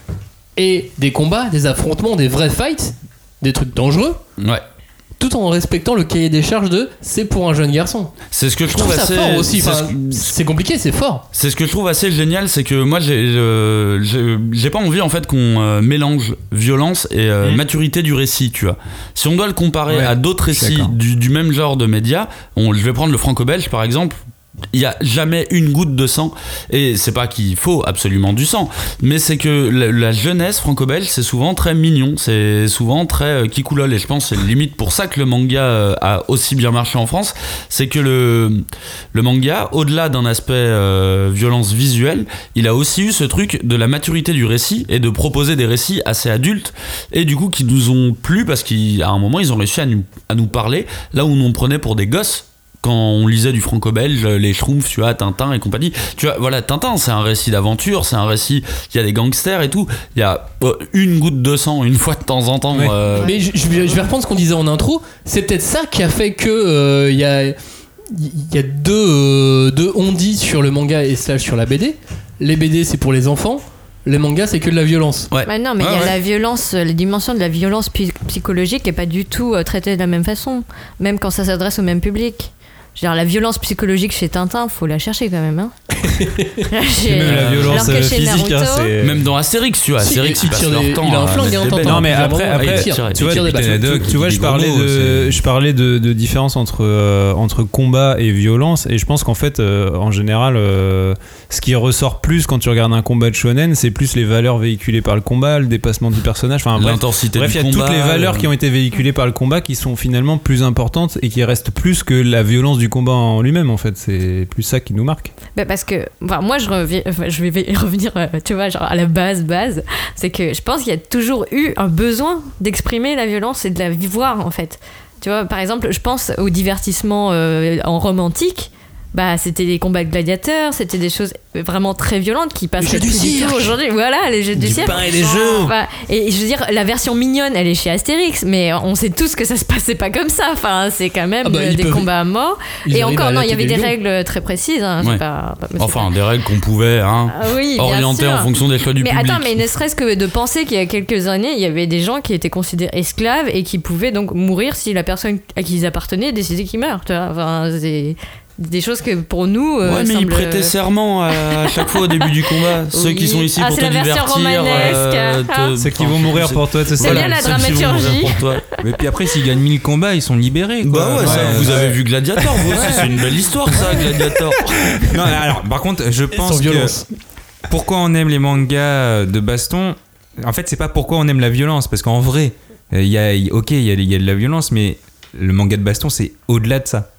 Speaker 1: et des combats, des affrontements, des vrais fights, des trucs dangereux.
Speaker 3: Ouais.
Speaker 1: Tout en respectant le cahier des charges de c'est pour un jeune garçon.
Speaker 3: C'est ce que je,
Speaker 1: je
Speaker 3: trouve,
Speaker 1: trouve
Speaker 3: assez
Speaker 1: ça fort aussi.
Speaker 3: C'est,
Speaker 1: enfin,
Speaker 3: ce...
Speaker 1: c'est compliqué, c'est fort.
Speaker 3: C'est ce que je trouve assez génial, c'est que moi j'ai, euh, j'ai, j'ai pas envie en fait qu'on euh, mélange violence et euh, mmh. maturité du récit, tu vois. Si on doit le comparer ouais, à d'autres récits du, du même genre de médias, on, je vais prendre le franco-belge par exemple. Il n'y a jamais une goutte de sang et c'est pas qu'il faut absolument du sang mais c'est que la, la jeunesse franco-belge c'est souvent très mignon, c'est souvent très euh, kikoulol et je pense que c'est limite pour ça que le manga euh, a aussi bien marché en France, c'est que le, le manga au-delà d'un aspect euh, violence visuelle il a aussi eu ce truc de la maturité du récit et de proposer des récits assez adultes et du coup qui nous ont plu parce qu'à un moment ils ont réussi à nous, à nous parler là où on nous prenait pour des gosses quand on lisait du franco-belge, les Schtroumpfs, tu vois, Tintin et compagnie. Tu vois, voilà, Tintin, c'est un récit d'aventure, c'est un récit, il y a des gangsters et tout. Il y a euh, une goutte de sang, une fois de temps en temps.
Speaker 1: Ouais.
Speaker 3: Euh...
Speaker 1: Mais je, je vais reprendre ce qu'on disait en intro. C'est peut-être ça qui a fait que il euh, y a, y a deux, euh, deux on-dit sur le manga et slash sur la B D. Les B D, c'est pour les enfants. Les mangas, c'est que de la violence.
Speaker 5: Ouais. Bah non, mais il ah, y a ouais. la violence, la dimension de la violence p- psychologique est pas du tout euh, traitée de la même façon, même quand ça s'adresse au même public. Je veux dire, la violence psychologique chez Tintin, faut la chercher quand même. Hein.
Speaker 4: Même la violence physique, hein, c'est...
Speaker 3: Même dans Astérix, tu vois. Astérix,
Speaker 1: il,
Speaker 3: il passe leur
Speaker 1: des,
Speaker 3: temps.
Speaker 1: Il a un flingue, hein, Tintin.
Speaker 4: Non, mais après, après
Speaker 1: tire,
Speaker 4: tu vois,
Speaker 2: tu,
Speaker 4: tu vois je parlais
Speaker 2: mots,
Speaker 4: de, je parlais de, de différence entre euh, entre combat et violence, et je pense qu'en fait, euh, en général, euh, ce qui ressort plus quand tu regardes un combat de shonen, c'est plus les valeurs véhiculées par le combat, le dépassement du personnage, enfin bref,
Speaker 3: l'intensité
Speaker 4: bref,
Speaker 3: du
Speaker 4: il y a
Speaker 3: combat,
Speaker 4: toutes les valeurs euh... qui ont été véhiculées par le combat qui sont finalement plus importantes et qui restent plus que la violence du combat en lui-même. En fait, c'est plus ça qui nous marque.
Speaker 5: Bah parce que, enfin, moi, je, reviens, je vais revenir, tu vois, genre à la base, base, c'est que je pense qu'il y a toujours eu un besoin d'exprimer la violence et de la voir, en fait. Tu vois, par exemple, je pense au divertissement euh, en romantique. Bah, c'était des combats de gladiateurs, c'était des choses vraiment très violentes qui passent plus du tout aujourd'hui. Voilà, les jeux du,
Speaker 1: du
Speaker 5: cirque.
Speaker 1: pain et les jeux.
Speaker 5: Bah, et je veux dire, la version mignonne, elle est chez Astérix, mais on sait tous que ça se passait pas comme ça. Enfin, c'est quand même ah bah, des peuvent... combats à mort. Ils et encore, non, il y avait des lions. Règles très précises. Hein,
Speaker 3: ouais.
Speaker 5: c'est pas, pas, c'est
Speaker 3: enfin,
Speaker 5: pas...
Speaker 3: des règles qu'on pouvait hein,
Speaker 5: ah, oui,
Speaker 3: orienter en fonction des choix du
Speaker 5: mais
Speaker 3: public.
Speaker 5: Mais attends, mais ne serait-ce que de penser qu'il y a quelques années, il y avait des gens qui étaient considérés esclaves et qui pouvaient donc mourir si la personne à qui ils appartenaient décidait qu'ils meurent. Tu vois, enfin, c'est des choses que pour nous euh,
Speaker 3: ouais mais
Speaker 5: semble...
Speaker 3: ils prêtaient serment à, à chaque fois au début du combat. Oui. Ceux qui sont ici
Speaker 5: ah,
Speaker 3: pour te divertir
Speaker 5: euh,
Speaker 3: te...
Speaker 4: ceux qui vont mourir pour toi, c'est,
Speaker 5: c'est
Speaker 4: ça
Speaker 5: bien la dramaturgie.
Speaker 2: Mais puis après s'ils gagnent mille combats ils sont libérés quoi.
Speaker 3: Bah ouais, ça, ouais, vous ouais. avez vu Gladiator vous aussi, c'est une belle histoire ça Gladiator.
Speaker 2: Non alors par contre je pense que pourquoi on aime les mangas de baston, en fait c'est pas pourquoi on aime la violence, parce qu'en vrai il y a ok il y a, y a de la violence, mais le manga de baston c'est au-delà de ça.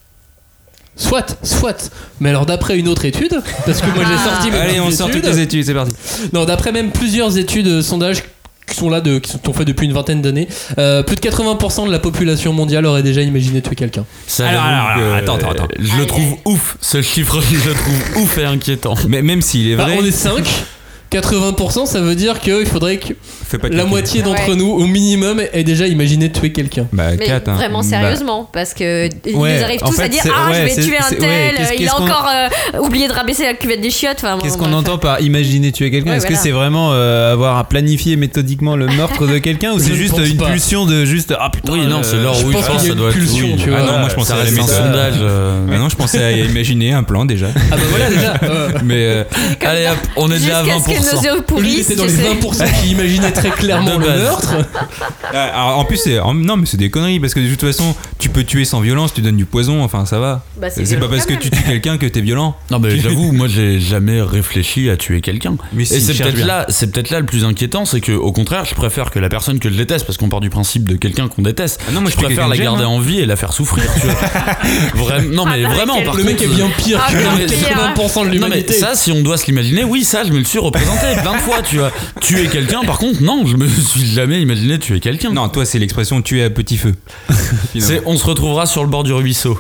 Speaker 1: Soit, soit. Mais alors d'après une autre étude, parce que moi j'ai sorti mes
Speaker 2: Allez, on sort toutes les études, c'est parti.
Speaker 1: Non, d'après même plusieurs études, euh, sondages qui sont là, de, qui sont faits depuis une vingtaine d'années, euh, plus de quatre-vingts pour cent de la population mondiale aurait déjà imaginé tuer quelqu'un.
Speaker 3: Ça, alors, alors, alors, attends, attends, attends. Je le trouve ouf, ce chiffre, je le trouve ouf et inquiétant.
Speaker 2: Mais même s'il est vrai.
Speaker 1: Ah, on est cinq. quatre-vingts pour cent, ça veut dire qu'il faudrait que la moitié d'entre ouais. nous, au minimum, ait déjà imaginé tuer quelqu'un.
Speaker 2: Bah,
Speaker 5: mais
Speaker 2: quatre, hein.
Speaker 5: vraiment sérieusement, bah. Parce que
Speaker 4: ouais,
Speaker 5: ils arrivent tous
Speaker 4: fait,
Speaker 5: à dire ah
Speaker 4: ouais,
Speaker 5: je vais tuer un tel,
Speaker 4: ouais, qu'est-ce,
Speaker 5: il
Speaker 4: qu'est-ce
Speaker 5: a
Speaker 4: qu'on...
Speaker 5: encore euh, oublié de rabaisser la cuvette des chiottes. Enfin,
Speaker 4: qu'est-ce
Speaker 5: bon,
Speaker 4: qu'on
Speaker 5: bref.
Speaker 4: entend par imaginer tuer quelqu'un? Ouais, Est-ce voilà. que c'est vraiment euh, avoir à planifier méthodiquement le meurtre de quelqu'un, ou c'est juste une pas. pulsion de juste ah putain?
Speaker 3: Oui, non, c'est là où
Speaker 1: je pense que ça doit être pulsion, tu vois.
Speaker 2: Ah non, moi je pensais à
Speaker 3: un sondage.
Speaker 2: Ah non, je pensais à imaginer un plan déjà.
Speaker 1: Ah bah voilà déjà.
Speaker 2: Mais
Speaker 3: allez hop, on est déjà à vingt pour
Speaker 5: une nausée pourrie.
Speaker 1: Lui, il était dans les vingt pour cent qui imaginaient très clairement le meurtre.
Speaker 2: Alors, en plus, c'est, en- non, mais c'est des conneries parce que de toute façon, tu peux tuer sans violence, tu donnes du poison, enfin ça va.
Speaker 5: Bah, c'est
Speaker 2: c'est pas
Speaker 5: violent
Speaker 2: parce que
Speaker 5: quand
Speaker 2: tu tues quelqu'un que t'es violent.
Speaker 3: Non mais j'avoue, moi j'ai jamais réfléchi à tuer quelqu'un.
Speaker 2: Mais si,
Speaker 3: Et c'est
Speaker 2: cherche
Speaker 3: peut-être
Speaker 2: bien.
Speaker 3: là, c'est peut-être là le plus inquiétant, c'est que au contraire, je préfère que la personne que je déteste, parce qu'on part du principe de quelqu'un qu'on déteste.
Speaker 2: Ah non, moi,
Speaker 3: je
Speaker 2: je fais
Speaker 3: préfère
Speaker 2: quelqu'un
Speaker 3: la
Speaker 2: que j'aime,
Speaker 3: garder
Speaker 2: hein.
Speaker 3: en vie et la faire souffrir. Tu vois. Vraiment, non mais
Speaker 5: Ah,
Speaker 3: vraiment.
Speaker 5: quel-
Speaker 3: Par
Speaker 1: Le mec
Speaker 3: contre,
Speaker 1: est bien pire
Speaker 5: Ah,
Speaker 1: que
Speaker 5: non, mais-
Speaker 1: quatre-vingts pour cent de
Speaker 3: Non mais
Speaker 1: l'humanité.
Speaker 3: ça, si on doit se l'imaginer, oui, ça, je me le suis représenté plein de fois. Tu vois, tuer quelqu'un. Par contre, non, je me suis jamais imaginé tuer quelqu'un.
Speaker 2: Non, toi, c'est l'expression tuer à petit feu.
Speaker 3: C'est, on se retrouvera sur le bord du ruisseau.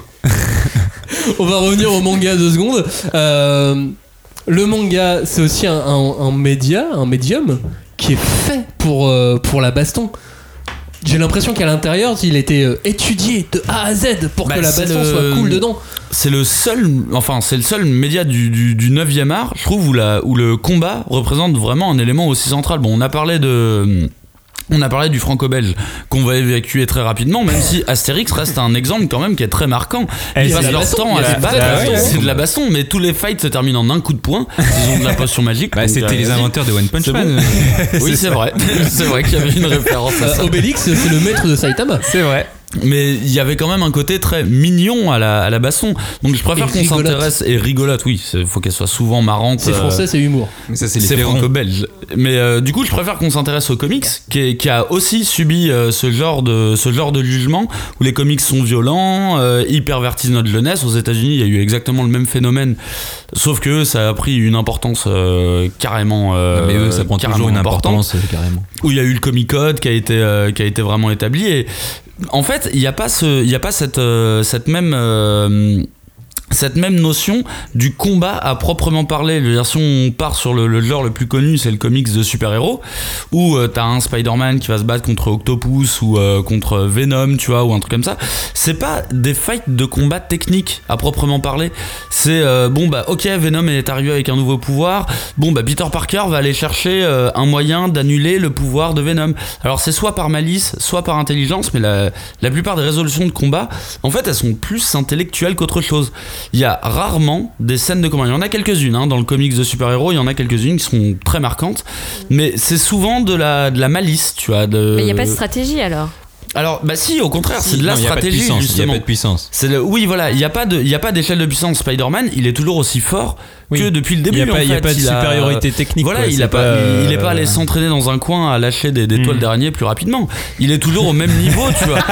Speaker 1: On va revenir au manga deux secondes. Euh, le manga, c'est aussi un, un- un média, un médium qui est fait pour, euh, pour la baston. J'ai l'impression qu'à l'intérieur, il était euh, étudié de A à Z pour
Speaker 3: Bah,
Speaker 1: que la
Speaker 3: c'est
Speaker 1: baston
Speaker 3: le-
Speaker 1: soit cool dedans.
Speaker 3: C'est le seul, enfin c'est le seul média du, du, du neuvième art, je trouve, où, la, où le combat représente vraiment un élément aussi central. Bon, on a parlé de... On a parlé du franco-belge qu'on va évacuer très rapidement, même si Astérix reste un exemple quand même qui est très marquant.
Speaker 4: Eh,
Speaker 3: Ils
Speaker 4: c'est
Speaker 3: passent
Speaker 4: la
Speaker 3: leur
Speaker 1: baston,
Speaker 3: temps à
Speaker 1: il y a
Speaker 3: se
Speaker 1: la
Speaker 3: battre,
Speaker 1: baston, ouais,
Speaker 3: c'est de la baston, mais tous les fights se terminent en un coup de poing. Ils ont de la potion magique.
Speaker 2: Bah,
Speaker 3: donc,
Speaker 2: c'était
Speaker 3: euh,
Speaker 2: les
Speaker 3: vas-y.
Speaker 2: inventeurs de One Punch
Speaker 3: C'est
Speaker 2: Man.
Speaker 3: bon. Oui, c'est vrai. C'est vrai qu'il y avait une référence à
Speaker 1: Euh,
Speaker 3: ça.
Speaker 1: Obélix, c'est le maître de Saitama.
Speaker 4: C'est vrai.
Speaker 3: Mais il y avait quand même un côté très mignon à la, à la baston. Donc je préfère
Speaker 1: Et
Speaker 3: qu'on
Speaker 1: rigolote.
Speaker 3: s'intéresse. Et rigolote, oui. Il faut qu'elle soit souvent marrante.
Speaker 1: C'est
Speaker 3: euh,
Speaker 1: français, c'est humour.
Speaker 2: Mais ça, c'est les
Speaker 3: C'est
Speaker 2: ferrons.
Speaker 3: franco-belge. Mais euh, du coup, je préfère qu'on s'intéresse aux comics, qui, est- qui a aussi subi euh, ce, genre de, ce genre de jugement, où les comics sont violents, euh, ils pervertissent notre jeunesse. Aux États-Unis, il y a eu exactement le même phénomène, sauf que ça a pris une importance euh, carrément. Euh,
Speaker 2: Non, mais eux, ça prend
Speaker 3: carrément
Speaker 2: toujours une
Speaker 3: importante.
Speaker 2: importance, euh, carrément.
Speaker 3: Où il y a eu le Comic Code qui a été, euh, qui a été vraiment établi. Et en fait, il n'y a pas, ce, il y a pas cette, euh, cette même. euh, cette même notion du combat à proprement parler. Je veux dire, si on part sur le, le genre le plus connu, c'est le comics de super-héros, où euh, t'as un Spider-Man qui va se battre contre Octopus ou euh, contre Venom, tu vois, ou un truc comme ça. C'est pas des fights de combat techniques à proprement parler. C'est euh, bon bah ok, Venom est arrivé avec un nouveau pouvoir. Bon bah Peter Parker va aller chercher euh, un moyen d'annuler le pouvoir de Venom. Alors c'est soit par malice, soit par intelligence, mais la, la plupart des résolutions de combat, en fait, elles sont plus intellectuelles qu'autre chose. Il y a rarement des scènes de combat. Il y en a quelques-unes hein, dans le comics de super-héros. Il y en a quelques-unes qui sont très marquantes, mais c'est souvent de la de la malice, tu vois. De...
Speaker 5: Mais il n'y a pas de stratégie alors.
Speaker 3: Alors bah si, au contraire, c'est de la
Speaker 2: Non, il y a pas de
Speaker 3: stratégie
Speaker 2: puissance, il y a
Speaker 3: justement.
Speaker 2: pas de puissance.
Speaker 3: C'est le... Oui, voilà, il n'y a pas de, il y a pas d'échelle de puissance. Spider-Man, il est toujours aussi fort
Speaker 4: Oui.
Speaker 3: que depuis le
Speaker 4: Il
Speaker 3: début.
Speaker 4: y a pas,
Speaker 3: en
Speaker 4: il y a
Speaker 3: fait.
Speaker 4: pas de
Speaker 3: Il a-
Speaker 4: supériorité technique.
Speaker 3: Voilà,
Speaker 4: quoi,
Speaker 3: il
Speaker 4: c'est
Speaker 3: a pas,
Speaker 4: euh,
Speaker 3: il est pas allé s'entraîner dans un coin à lâcher des, des
Speaker 4: Mm.
Speaker 3: toiles d'araignée plus rapidement. Il est toujours au même niveau, tu vois.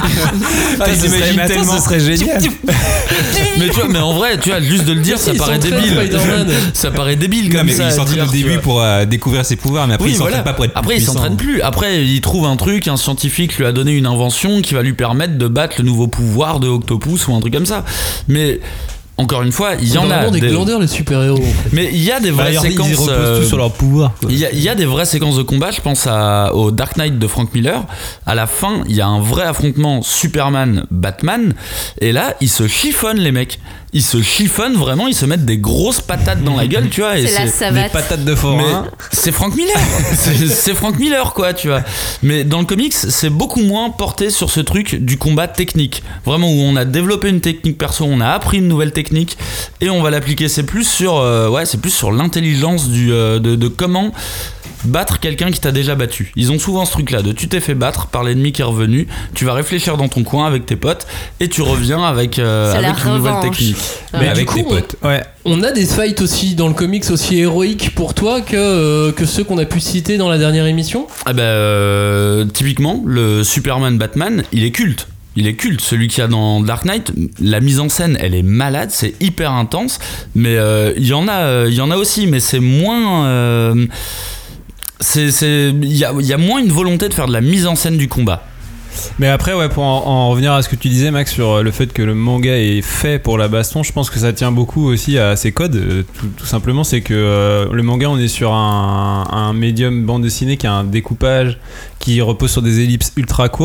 Speaker 4: Ah,
Speaker 2: ils
Speaker 4: ce serait-
Speaker 2: imaginent
Speaker 4: mais attends,
Speaker 2: tellement.
Speaker 4: ce serait génial.
Speaker 3: mais tu vois, mais en vrai, tu vois, juste de le dire,
Speaker 1: Merci,
Speaker 3: ça
Speaker 1: il
Speaker 3: paraît
Speaker 1: s'entraîne,
Speaker 3: débile.
Speaker 1: Spider-Man.
Speaker 3: Ça paraît débile
Speaker 2: Non,
Speaker 3: comme
Speaker 2: mais
Speaker 3: ça.
Speaker 2: il
Speaker 3: à
Speaker 2: s'entraîne
Speaker 3: dire,
Speaker 2: au
Speaker 3: tu
Speaker 2: début
Speaker 3: vois.
Speaker 2: pour euh, découvrir ses pouvoirs, mais après
Speaker 3: Oui,
Speaker 2: il s'entraîne
Speaker 3: voilà.
Speaker 2: pas pour être plus
Speaker 3: Après, il
Speaker 2: puissant.
Speaker 3: s'entraîne plus. Après, il trouve un truc, un scientifique lui a donné une invention qui va lui permettre de battre le nouveau pouvoir de Octopus ou un truc comme ça. Mais encore une fois, il y
Speaker 1: C'est
Speaker 3: en a.
Speaker 1: vraiment des
Speaker 3: des-
Speaker 1: glandeurs, les super-héros. en fait.
Speaker 3: Mais il y a des
Speaker 4: Bah,
Speaker 3: vraies
Speaker 4: ils
Speaker 3: séquences.
Speaker 4: reposent
Speaker 3: euh,
Speaker 4: tout sur leur pouvoir. quoi.
Speaker 3: Il y, a, il y a des vraies séquences de combat, je pense à, au Dark Knight de Frank Miller. À la fin, il y a un vrai affrontement Superman-Batman. Et là, ils se chiffonnent, les mecs. Ils se chiffonnent vraiment, ils se mettent des grosses patates dans la gueule, tu vois. et
Speaker 5: C'est la
Speaker 4: Des
Speaker 5: savate.
Speaker 4: patates de
Speaker 3: mais
Speaker 4: forain.
Speaker 3: c'est Frank Miller, c'est c'est Frank Miller quoi, tu vois. Mais dans le comics, c'est beaucoup moins porté sur ce truc du combat technique. Vraiment où on a développé une technique perso, on a appris une nouvelle technique et on va l'appliquer. C'est plus sur, euh, ouais, c'est plus sur l'intelligence du, euh, de, de comment battre quelqu'un qui t'a déjà battu. Ils ont souvent ce truc là de tu t'es fait battre par l'ennemi qui est revenu, tu vas réfléchir dans ton coin avec tes potes et tu reviens avec, euh,
Speaker 5: C'est la
Speaker 3: avec une nouvelle
Speaker 5: revanche.
Speaker 3: technique.
Speaker 1: Mais
Speaker 2: avec
Speaker 1: du coup,
Speaker 2: tes potes.
Speaker 4: Ouais.
Speaker 1: On a des fights aussi dans le comics aussi héroïques pour toi que, euh, que ceux qu'on a pu citer dans la dernière émission.
Speaker 3: Ah bah, euh, typiquement, le Superman Batman, il est culte. Il est culte, celui qu'il y a dans Dark Knight. La mise en scène, elle est malade, c'est hyper intense. Mais euh, il y en a, euh, il y en a aussi, mais c'est moins. euh, c'est, c'est, il y a, il y a moins une volonté de faire de la mise en scène du combat.
Speaker 4: Mais après, ouais, pour en, en revenir à ce que tu disais, Max, sur le fait que le manga est fait pour la baston, je pense que ça tient beaucoup aussi à ses codes. euh, Tout, tout simplement, c'est que euh, le manga, on est sur un, un médium bande dessinée qui a un découpage qui repose sur des ellipses ultra courtes.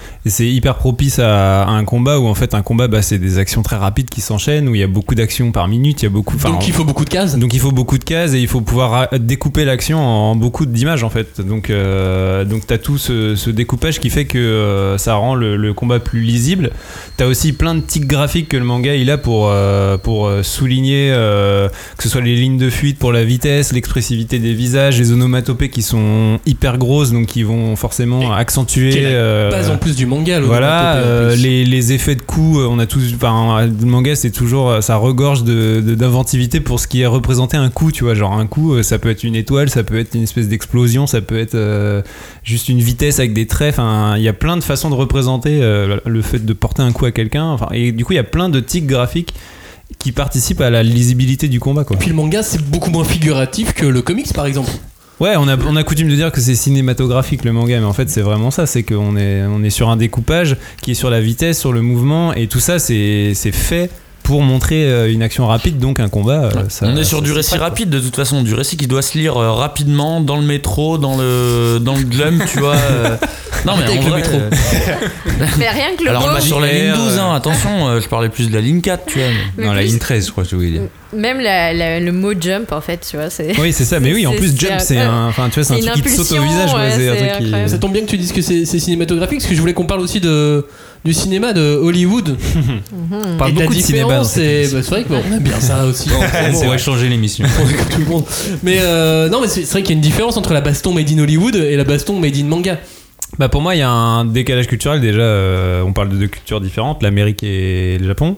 Speaker 4: Et c'est hyper propice à, à un combat où en fait un combat bah, c'est des actions très rapides qui s'enchaînent, où il y a beaucoup d'actions par minute, il y a beaucoup.
Speaker 1: Donc il faut beaucoup de cases.
Speaker 4: Donc il faut beaucoup de cases et il faut pouvoir découper l'action en beaucoup d'images en fait. Donc euh, donc t'as tout ce, ce découpage qui fait que euh, ça rend le, le combat plus lisible. T'as aussi plein de tics graphiques que le manga il a pour euh, pour souligner euh, que ce soit les lignes de fuite pour la vitesse, l'expressivité des visages, les onomatopées qui sont hyper grosses donc qui vont forcément et accentuer.
Speaker 1: C'est la
Speaker 4: euh,
Speaker 1: base en plus du manga.
Speaker 4: Voilà, euh, les, les effets de coups, on a tous. Enfin, le manga c'est toujours, ça regorge de, de, d'inventivité pour ce qui est représenté un coup, tu vois. Genre un coup, ça peut être une étoile, ça peut être une espèce d'explosion, ça peut être euh, juste une vitesse avec des traits. Enfin, il y a plein de façons de représenter euh, le fait de porter un coup à quelqu'un. Enfin, et du coup, il y a plein de tics graphiques qui participent à la lisibilité du combat, quoi.
Speaker 1: Et puis le manga c'est beaucoup moins figuratif que le comics par exemple.
Speaker 4: Ouais, on a, on a coutume de dire que c'est cinématographique le manga, mais en fait c'est vraiment ça, c'est qu'on est, on est sur un découpage qui est sur la vitesse, sur le mouvement, et tout ça c'est, c'est fait pour montrer une action rapide, donc un combat.
Speaker 3: Ouais.
Speaker 4: Ça,
Speaker 3: on est sur
Speaker 4: ça,
Speaker 3: du récit rapide de toute façon, du récit qui doit se lire euh, rapidement dans le métro, dans le dans le glum, tu vois. Euh... Non mais en vrai,
Speaker 1: métro.
Speaker 3: Euh...
Speaker 5: mais rien que le
Speaker 3: alors
Speaker 5: mot.
Speaker 3: on va sur la ligne douze, hein, attention, euh, je parlais plus de la ligne quatre, tu vois.
Speaker 2: Mais non, plus, la ligne treize, je crois que je voulais dire.
Speaker 5: Même la, la, le mot jump, en fait, tu vois, c'est.
Speaker 4: Oui, c'est ça, mais oui, en plus, jump, c'est un, enfin, tu vois, c'est, c'est un truc qui te saute au visage,
Speaker 5: ouais,
Speaker 4: c'est,
Speaker 5: c'est
Speaker 4: un truc qui...
Speaker 1: Ça tombe bien que tu dises que c'est, c'est cinématographique, parce que je voulais qu'on parle aussi de, du cinéma de Hollywood.
Speaker 4: On parle beaucoup de cinéma.
Speaker 1: C'est, bah, c'est vrai qu'on aime bien ça aussi.
Speaker 2: On va changer l'émission.
Speaker 1: Tout le monde. Mais euh, non, mais c'est, c'est vrai qu'il y a une différence entre la baston made in Hollywood et la baston made in manga.
Speaker 4: Bah pour moi il y a un décalage culturel déjà, euh, on parle de deux cultures différentes, l'Amérique et le Japon,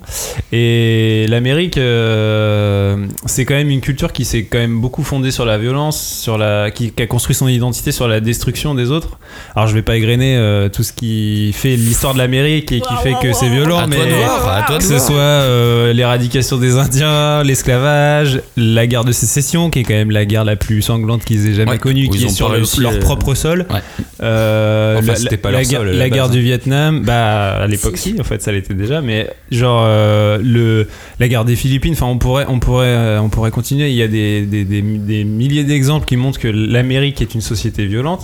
Speaker 4: et l'Amérique euh, c'est quand même une culture qui s'est quand même beaucoup fondée sur la violence, sur la, qui, qui a construit son identité sur la destruction des autres. Alors je vais pas égrener euh, tout ce qui fait l'histoire de l'Amérique et qui fait que c'est violent,
Speaker 3: à
Speaker 4: mais
Speaker 3: toi de voir, à toi de
Speaker 4: que ce
Speaker 3: voir.
Speaker 4: soit euh, l'éradication des Indiens, l'esclavage, la guerre de sécession qui est quand même la guerre la plus sanglante qu'ils aient jamais ouais, connue, qui est sur le, leur euh... propre sol.
Speaker 3: Ouais.
Speaker 4: Euh,
Speaker 2: Enfin,
Speaker 4: la,
Speaker 2: c'était pas
Speaker 4: la,
Speaker 2: leur sol,
Speaker 4: la,
Speaker 2: la
Speaker 4: la guerre
Speaker 2: base,
Speaker 4: du
Speaker 2: hein.
Speaker 4: Vietnam, bah à l'époque si. si, en fait ça l'était déjà, mais genre euh, le la guerre des Philippines, enfin on pourrait on pourrait euh, on pourrait continuer. Il y a des, des des des milliers d'exemples qui montrent que l'Amérique est une société violente,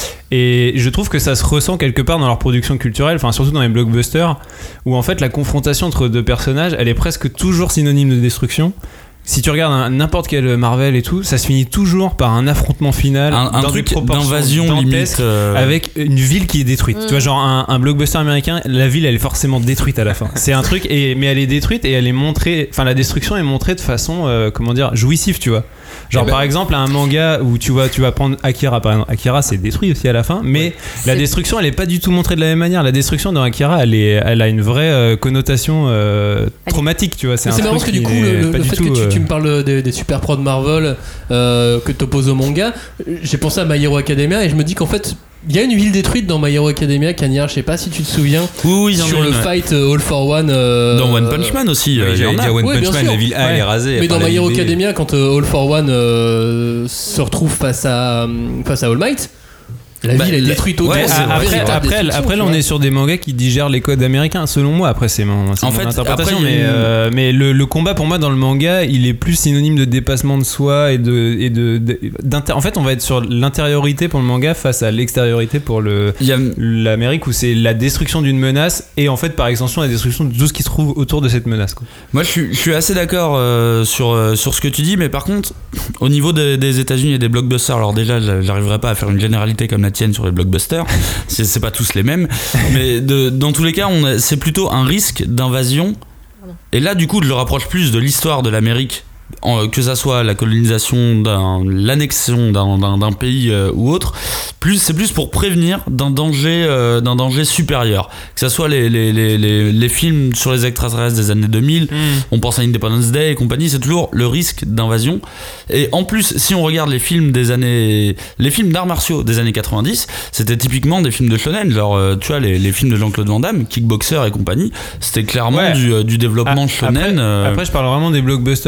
Speaker 4: et je trouve que ça se ressent quelque part dans leur production culturelle, enfin surtout dans les blockbusters où en fait la confrontation entre deux personnages, elle est presque toujours synonyme de destruction. Si tu regardes un, n'importe quel Marvel et tout, ça se finit toujours par un affrontement final,
Speaker 3: un, un
Speaker 4: dans
Speaker 3: truc
Speaker 4: des
Speaker 3: d'invasion limite, euh...
Speaker 4: avec une ville qui est détruite. Mmh. Tu vois, genre un, un blockbuster américain, la ville elle est forcément détruite à la fin. C'est un truc, et, mais elle est détruite et elle est montrée, enfin la destruction est montrée de façon, euh, comment dire, jouissive, tu vois. Genre eh ben, par exemple un manga où tu vois, tu vas prendre Akira par exemple. Akira c'est détruit aussi à la fin, mais ouais, la c'est... destruction elle est pas du tout montrée de la même manière. La destruction dans Akira elle est, elle a une vraie euh, connotation euh, traumatique, tu vois. C'est,
Speaker 1: c'est marrant parce que du coup le, le fait tout, que tu, euh... tu me parles des, des super pros de Marvel euh, que t'opposes au manga, j'ai pensé à My Hero Academia et je me dis qu'en fait il y a une ville détruite dans My Hero Academia, Cagnard, je sais pas si tu te souviens.
Speaker 3: Oui, oui,
Speaker 1: sur le
Speaker 3: une,
Speaker 1: fight euh, All for One. Euh,
Speaker 3: dans One Punch Man aussi.
Speaker 2: Euh, J'allais dire One
Speaker 1: ouais,
Speaker 2: Punch Man, la ville A elle est rasée.
Speaker 1: Mais dans My Hero Academia, quand euh, All for One euh, se retrouve face à, face à All Might, la bah, ville elle est détruite autour.
Speaker 4: Ouais, après, après, après là on est sur des mangas qui digèrent les codes américains, selon moi. Après c'est mon, c'est
Speaker 3: en
Speaker 4: mon
Speaker 3: fait,
Speaker 4: interprétation,
Speaker 3: après,
Speaker 4: mais,
Speaker 3: une...
Speaker 4: euh, mais le, le combat pour moi dans le manga il est plus synonyme de dépassement de soi et de, et de, de d'inter... en fait on va être sur l'intériorité pour le manga face à l'extériorité pour le,
Speaker 3: a...
Speaker 4: l'Amérique, où c'est la destruction d'une menace et en fait par extension la destruction de tout ce qui se trouve autour de cette menace, quoi.
Speaker 3: Moi je suis, je suis assez d'accord euh, sur, euh, sur ce que tu dis, mais par contre au niveau de, des États-Unis et des blockbusters, alors déjà j'arriverai pas à faire une généralité comme la tienne sur les blockbusters. C'est, c'est pas tous les mêmes, mais de, dans tous les cas on a, c'est plutôt un risque d'invasion, et là du coup je le rapproche plus de l'histoire de l'Amérique, en, que ça soit la colonisation, d'un, l'annexion d'un, d'un, d'un pays euh, ou autre, plus, c'est plus pour prévenir d'un danger, euh, d'un danger supérieur, que ça soit les, les, les, les, les films sur les extraterrestres des années deux mille, mm. on pense à Independence Day et compagnie, c'est toujours le risque d'invasion. Et en plus si on regarde les films des années, les films d'arts martiaux des années quatre-vingt-dix, c'était typiquement des films de shonen, genre euh, tu vois les, les films de Jean-Claude Van Damme, Kickboxer et compagnie, c'était clairement ouais. du, du développement
Speaker 4: ah,
Speaker 3: shonen.
Speaker 4: Après,
Speaker 3: euh...
Speaker 4: après je parle vraiment des blockbusters plus récents.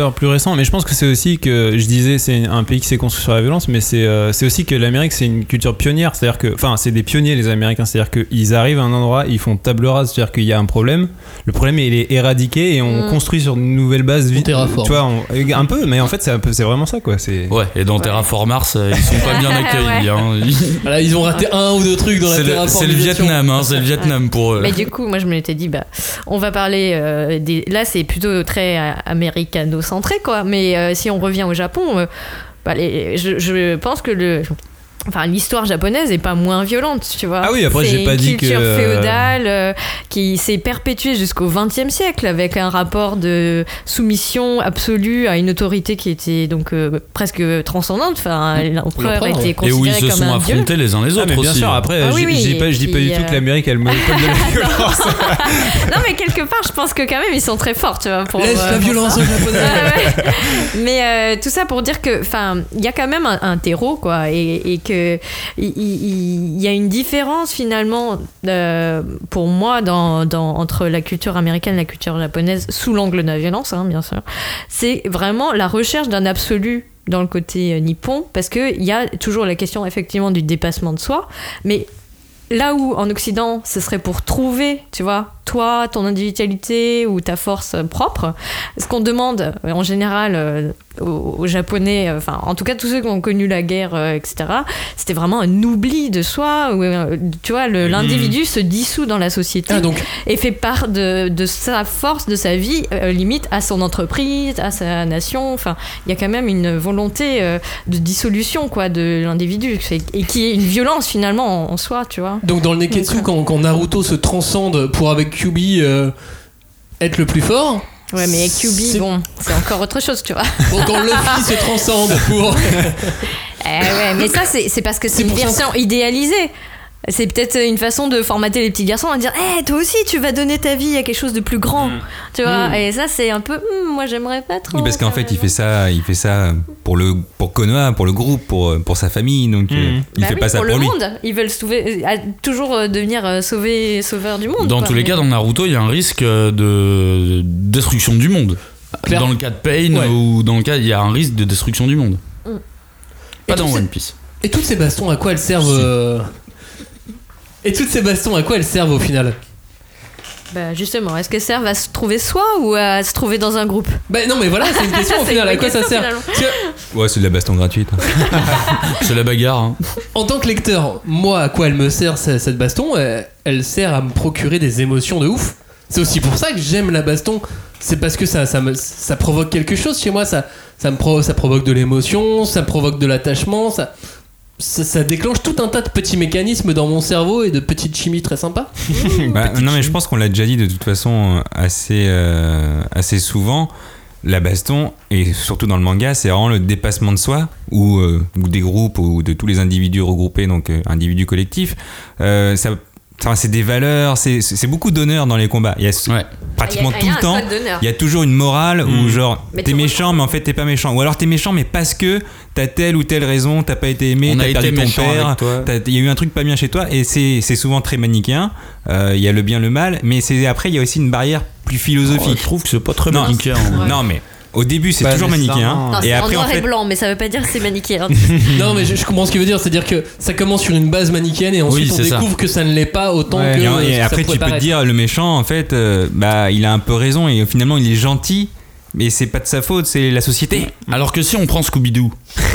Speaker 4: intéressant, mais je pense que c'est aussi que, je disais, c'est un pays qui s'est construit sur la violence, mais c'est, euh, c'est aussi que l'Amérique, c'est une culture pionnière, c'est-à-dire que, enfin, c'est des pionniers les Américains, c'est-à-dire qu'ils arrivent à un endroit, ils font table rase, c'est-à-dire qu'il y a un problème, le problème il est éradiqué et on mmh. construit sur une nouvelle base vite, tu vois, on, un peu, mais en fait c'est, un peu, c'est vraiment ça quoi. C'est...
Speaker 3: Ouais, et dans ouais. Terraform Mars, ils sont pas bien accueillis. ouais. hein.
Speaker 1: Voilà, ils ont raté un ou deux trucs dans
Speaker 3: c'est
Speaker 1: la Terraform.
Speaker 3: C'est le Vietnam, hein, c'est le Vietnam pour eux.
Speaker 5: Mais du coup, moi je me l'étais dit, bah, on va parler euh, des... là c'est plutôt très euh, américano-centré quoi, mais euh, si on revient au Japon, euh, bah, les... je, je pense que le... Enfin, l'histoire japonaise est pas moins violente, tu vois.
Speaker 4: Ah oui, après,
Speaker 5: c'est
Speaker 4: j'ai pas dit que.
Speaker 5: C'est une culture féodale euh, qui s'est perpétuée jusqu'au vingtième siècle avec un rapport de soumission absolue à une autorité qui était donc euh, presque transcendante. Enfin, l'empereur
Speaker 1: ouais.
Speaker 5: était considéré comme un dieu.
Speaker 3: Et où ils se sont affrontés les uns les autres
Speaker 4: ah, mais bien
Speaker 3: aussi.
Speaker 4: sûr, après, ah, oui, oui, je dis pas, je dis pas du tout que l'Amérique, elle monopole de la violence.
Speaker 5: Non, mais quelque part, je pense que quand même, ils sont très forts, tu vois. Pour,
Speaker 1: Laisse
Speaker 5: euh,
Speaker 1: la violence aux Japonais.
Speaker 5: ouais. Mais euh, tout ça pour dire que, enfin, il y a quand même un, un terreau, quoi, et, et que Il, il, il y a une différence finalement euh, pour moi dans, dans, entre la culture américaine et la culture japonaise sous l'angle de la violence, hein, bien sûr. C'est vraiment la recherche d'un absolu dans le côté euh, nippon, parce qu'il y a toujours la question effectivement du dépassement de soi, mais là où en Occident ce serait pour trouver, tu vois, toi, ton individualité ou ta force propre, ce qu'on demande en général euh, aux, aux Japonais, enfin en tout cas tous ceux qui ont connu la guerre, euh, et cetera, c'était vraiment un oubli de soi, où, euh, tu vois, le, l'individu se dissout dans la société
Speaker 1: ah, donc...
Speaker 5: et fait part de, de sa force, de sa vie, euh, limite à son entreprise, à sa nation, enfin il y a quand même une volonté euh, de dissolution quoi, de l'individu, et qui est une violence finalement en, en soi, tu vois.
Speaker 1: Donc dans le Neketsu, donc, quand, quand Naruto se transcende pour avec Kyuubi euh, être le plus fort.
Speaker 5: Ouais, mais Kyuubi, c'est... bon, c'est encore autre chose, tu vois.
Speaker 1: Bon, quand Luffy se transcende pour.
Speaker 5: eh ouais, mais ça, c'est, c'est parce que c'est, c'est une version ça... idéalisée. C'est peut-être une façon de formater les petits garçons à dire hey, toi aussi tu vas donner ta vie à quelque chose de plus grand, mmh. tu vois. Mmh. Et ça c'est un peu mmh, moi j'aimerais pas trop.
Speaker 2: Oui, parce qu'en fait il fait ça il fait ça pour le pour Konoha, pour le groupe, pour pour sa famille, donc mmh. euh, il
Speaker 5: bah
Speaker 2: fait
Speaker 5: oui,
Speaker 2: pas ça
Speaker 5: pour,
Speaker 2: pour
Speaker 5: le
Speaker 2: lui.
Speaker 5: monde. Ils veulent sauver, toujours devenir sauver sauveur du monde.
Speaker 3: Dans
Speaker 5: quoi.
Speaker 3: tous les
Speaker 5: mais...
Speaker 3: cas, dans Naruto il y a un risque de destruction du monde. Claire. Dans le cas de Pain ouais. ou dans le cas il y a un risque de destruction du monde. Mmh. Pas et dans One Piece.
Speaker 1: Et toutes ces bastons à quoi elles servent euh... Et toutes ces bastons, à quoi elles servent au final ?
Speaker 5: Bah justement, est-ce qu'elles servent à se trouver soi ou à se trouver dans un groupe ?
Speaker 1: Bah non mais voilà, c'est une question au final, à quoi ça sert ?
Speaker 2: que... Ouais, c'est de la baston gratuite.
Speaker 3: C'est la bagarre. Hein.
Speaker 1: En tant que lecteur, moi, à quoi elle me sert cette baston ? Elle sert à me procurer des émotions de ouf. C'est aussi pour ça que j'aime la baston. C'est parce que ça, ça, me, ça provoque quelque chose chez moi, ça, ça, me pro, ça provoque de l'émotion, ça provoque de l'attachement, ça... Ça, ça déclenche tout un tas de petits mécanismes dans mon cerveau et de petites chimies très sympas.
Speaker 2: bah, non mais je pense qu'on l'a déjà dit de toute façon assez, euh, assez souvent. La baston, et surtout dans le manga, c'est vraiment le dépassement de soi, ou, euh, ou des groupes, ou de tous les individus regroupés, donc euh, individus collectifs. Euh, ça, Enfin, c'est des valeurs, c'est, c'est beaucoup d'honneur dans les combats. Il y a ouais. pratiquement
Speaker 5: il y a,
Speaker 2: tout le temps, il y a toujours une morale mmh. où genre mais t'es méchant mais en fait t'es pas méchant. Ou alors t'es méchant mais parce que t'as telle ou telle raison, t'as pas été aimé,
Speaker 3: on
Speaker 2: t'as perdu ton père, il y a eu un truc pas bien chez toi. Et c'est, c'est souvent très manichéen. Il euh, y a le bien, le mal, mais c'est, après il y a aussi une barrière plus philosophique.
Speaker 3: Oh, je trouve que c'est pas très
Speaker 2: non,
Speaker 3: manichéen.
Speaker 2: Ouais. Non mais... Au début, c'est
Speaker 4: bah,
Speaker 2: toujours manichéen. Hein.
Speaker 5: Non,
Speaker 2: et
Speaker 5: c'est
Speaker 2: après,
Speaker 5: en noir
Speaker 2: en fait...
Speaker 5: et blanc, mais ça veut pas dire que c'est manichéen.
Speaker 1: Non, mais je, je comprends ce qu'il veut dire. C'est-à-dire que ça commence sur une base manichéenne et ensuite
Speaker 2: oui,
Speaker 1: on découvre
Speaker 2: ça.
Speaker 1: que ça ne l'est pas autant
Speaker 2: ouais,
Speaker 1: que.
Speaker 2: Et, et
Speaker 1: ça
Speaker 2: après, tu peux
Speaker 1: paraître.
Speaker 2: te dire, le méchant, en fait, euh, bah, il a un peu raison et finalement, il est gentil. Mais c'est pas de sa faute, c'est la société.
Speaker 3: Alors que si on prend Scooby-Doo,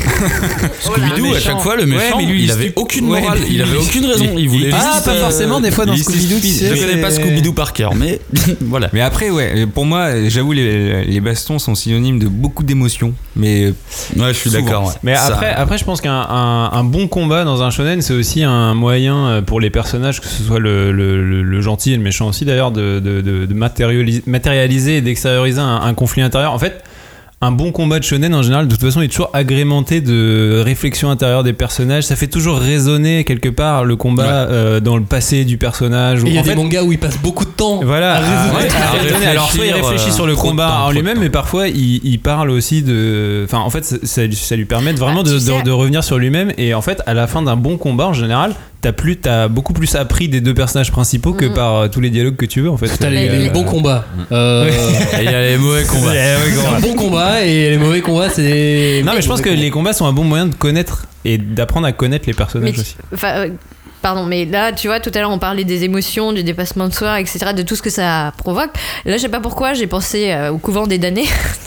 Speaker 3: Scooby-Doo
Speaker 2: oh
Speaker 3: à chaque fois le méchant, ouais, lui, il avait aucune morale, ouais, il avait aucune raison, il voulait
Speaker 4: ah,
Speaker 3: juste.
Speaker 4: pas forcément des fois dans Scooby-Doo. Tu sais,
Speaker 3: je connais pas Scooby-Doo par cœur, mais voilà.
Speaker 2: Mais après, ouais, pour moi, j'avoue, les, les bastons sont synonymes de beaucoup d'émotions. Mais
Speaker 3: ouais, je suis souvent. D'accord. Ouais.
Speaker 4: Mais après, après, je pense qu'un un, un bon combat dans un shonen, c'est aussi un moyen pour les personnages, que ce soit le, le, le, le gentil et le méchant aussi d'ailleurs, de, de, de, de matérialiser, matérialiser et d'extérioriser un, un conflit intérieur. En fait, un bon combat de shonen en général de toute façon est toujours agrémenté de réflexion intérieure des personnages, ça fait toujours résonner quelque part le combat ouais. euh, dans le passé du personnage.
Speaker 1: Il y a des
Speaker 4: fait,
Speaker 1: mangas où il passe beaucoup de temps
Speaker 4: voilà,
Speaker 1: à raisonner,
Speaker 4: à, à raisonner. Alors soit il réfléchit euh, sur le combat temps, en lui-même mais parfois il, il parle aussi de, enfin en fait ça, ça, ça lui permet vraiment ah, de, de, de revenir sur lui-même et en fait à la fin d'un bon combat en général t'as plus, t'as beaucoup plus appris des deux personnages principaux que
Speaker 5: Mm.
Speaker 4: par euh, tous les dialogues que tu veux en fait.
Speaker 1: T'as les,
Speaker 5: Mais-
Speaker 1: les bons combats. Euh,
Speaker 3: Et il y a les mauvais combats.
Speaker 1: c'est un bon combat et les mauvais combats, c'est des.
Speaker 4: Non mais je pense que les combats sont un bon moyen de connaître et d'apprendre à connaître les personnages
Speaker 5: Mais-
Speaker 4: aussi.
Speaker 5: Enfin, euh, pardon, mais là, tu vois, tout à l'heure, on parlait des émotions, du dépassement de soi, et cetera, de tout ce que ça provoque. Là, je sais pas pourquoi, j'ai pensé euh, au couvent des damnés.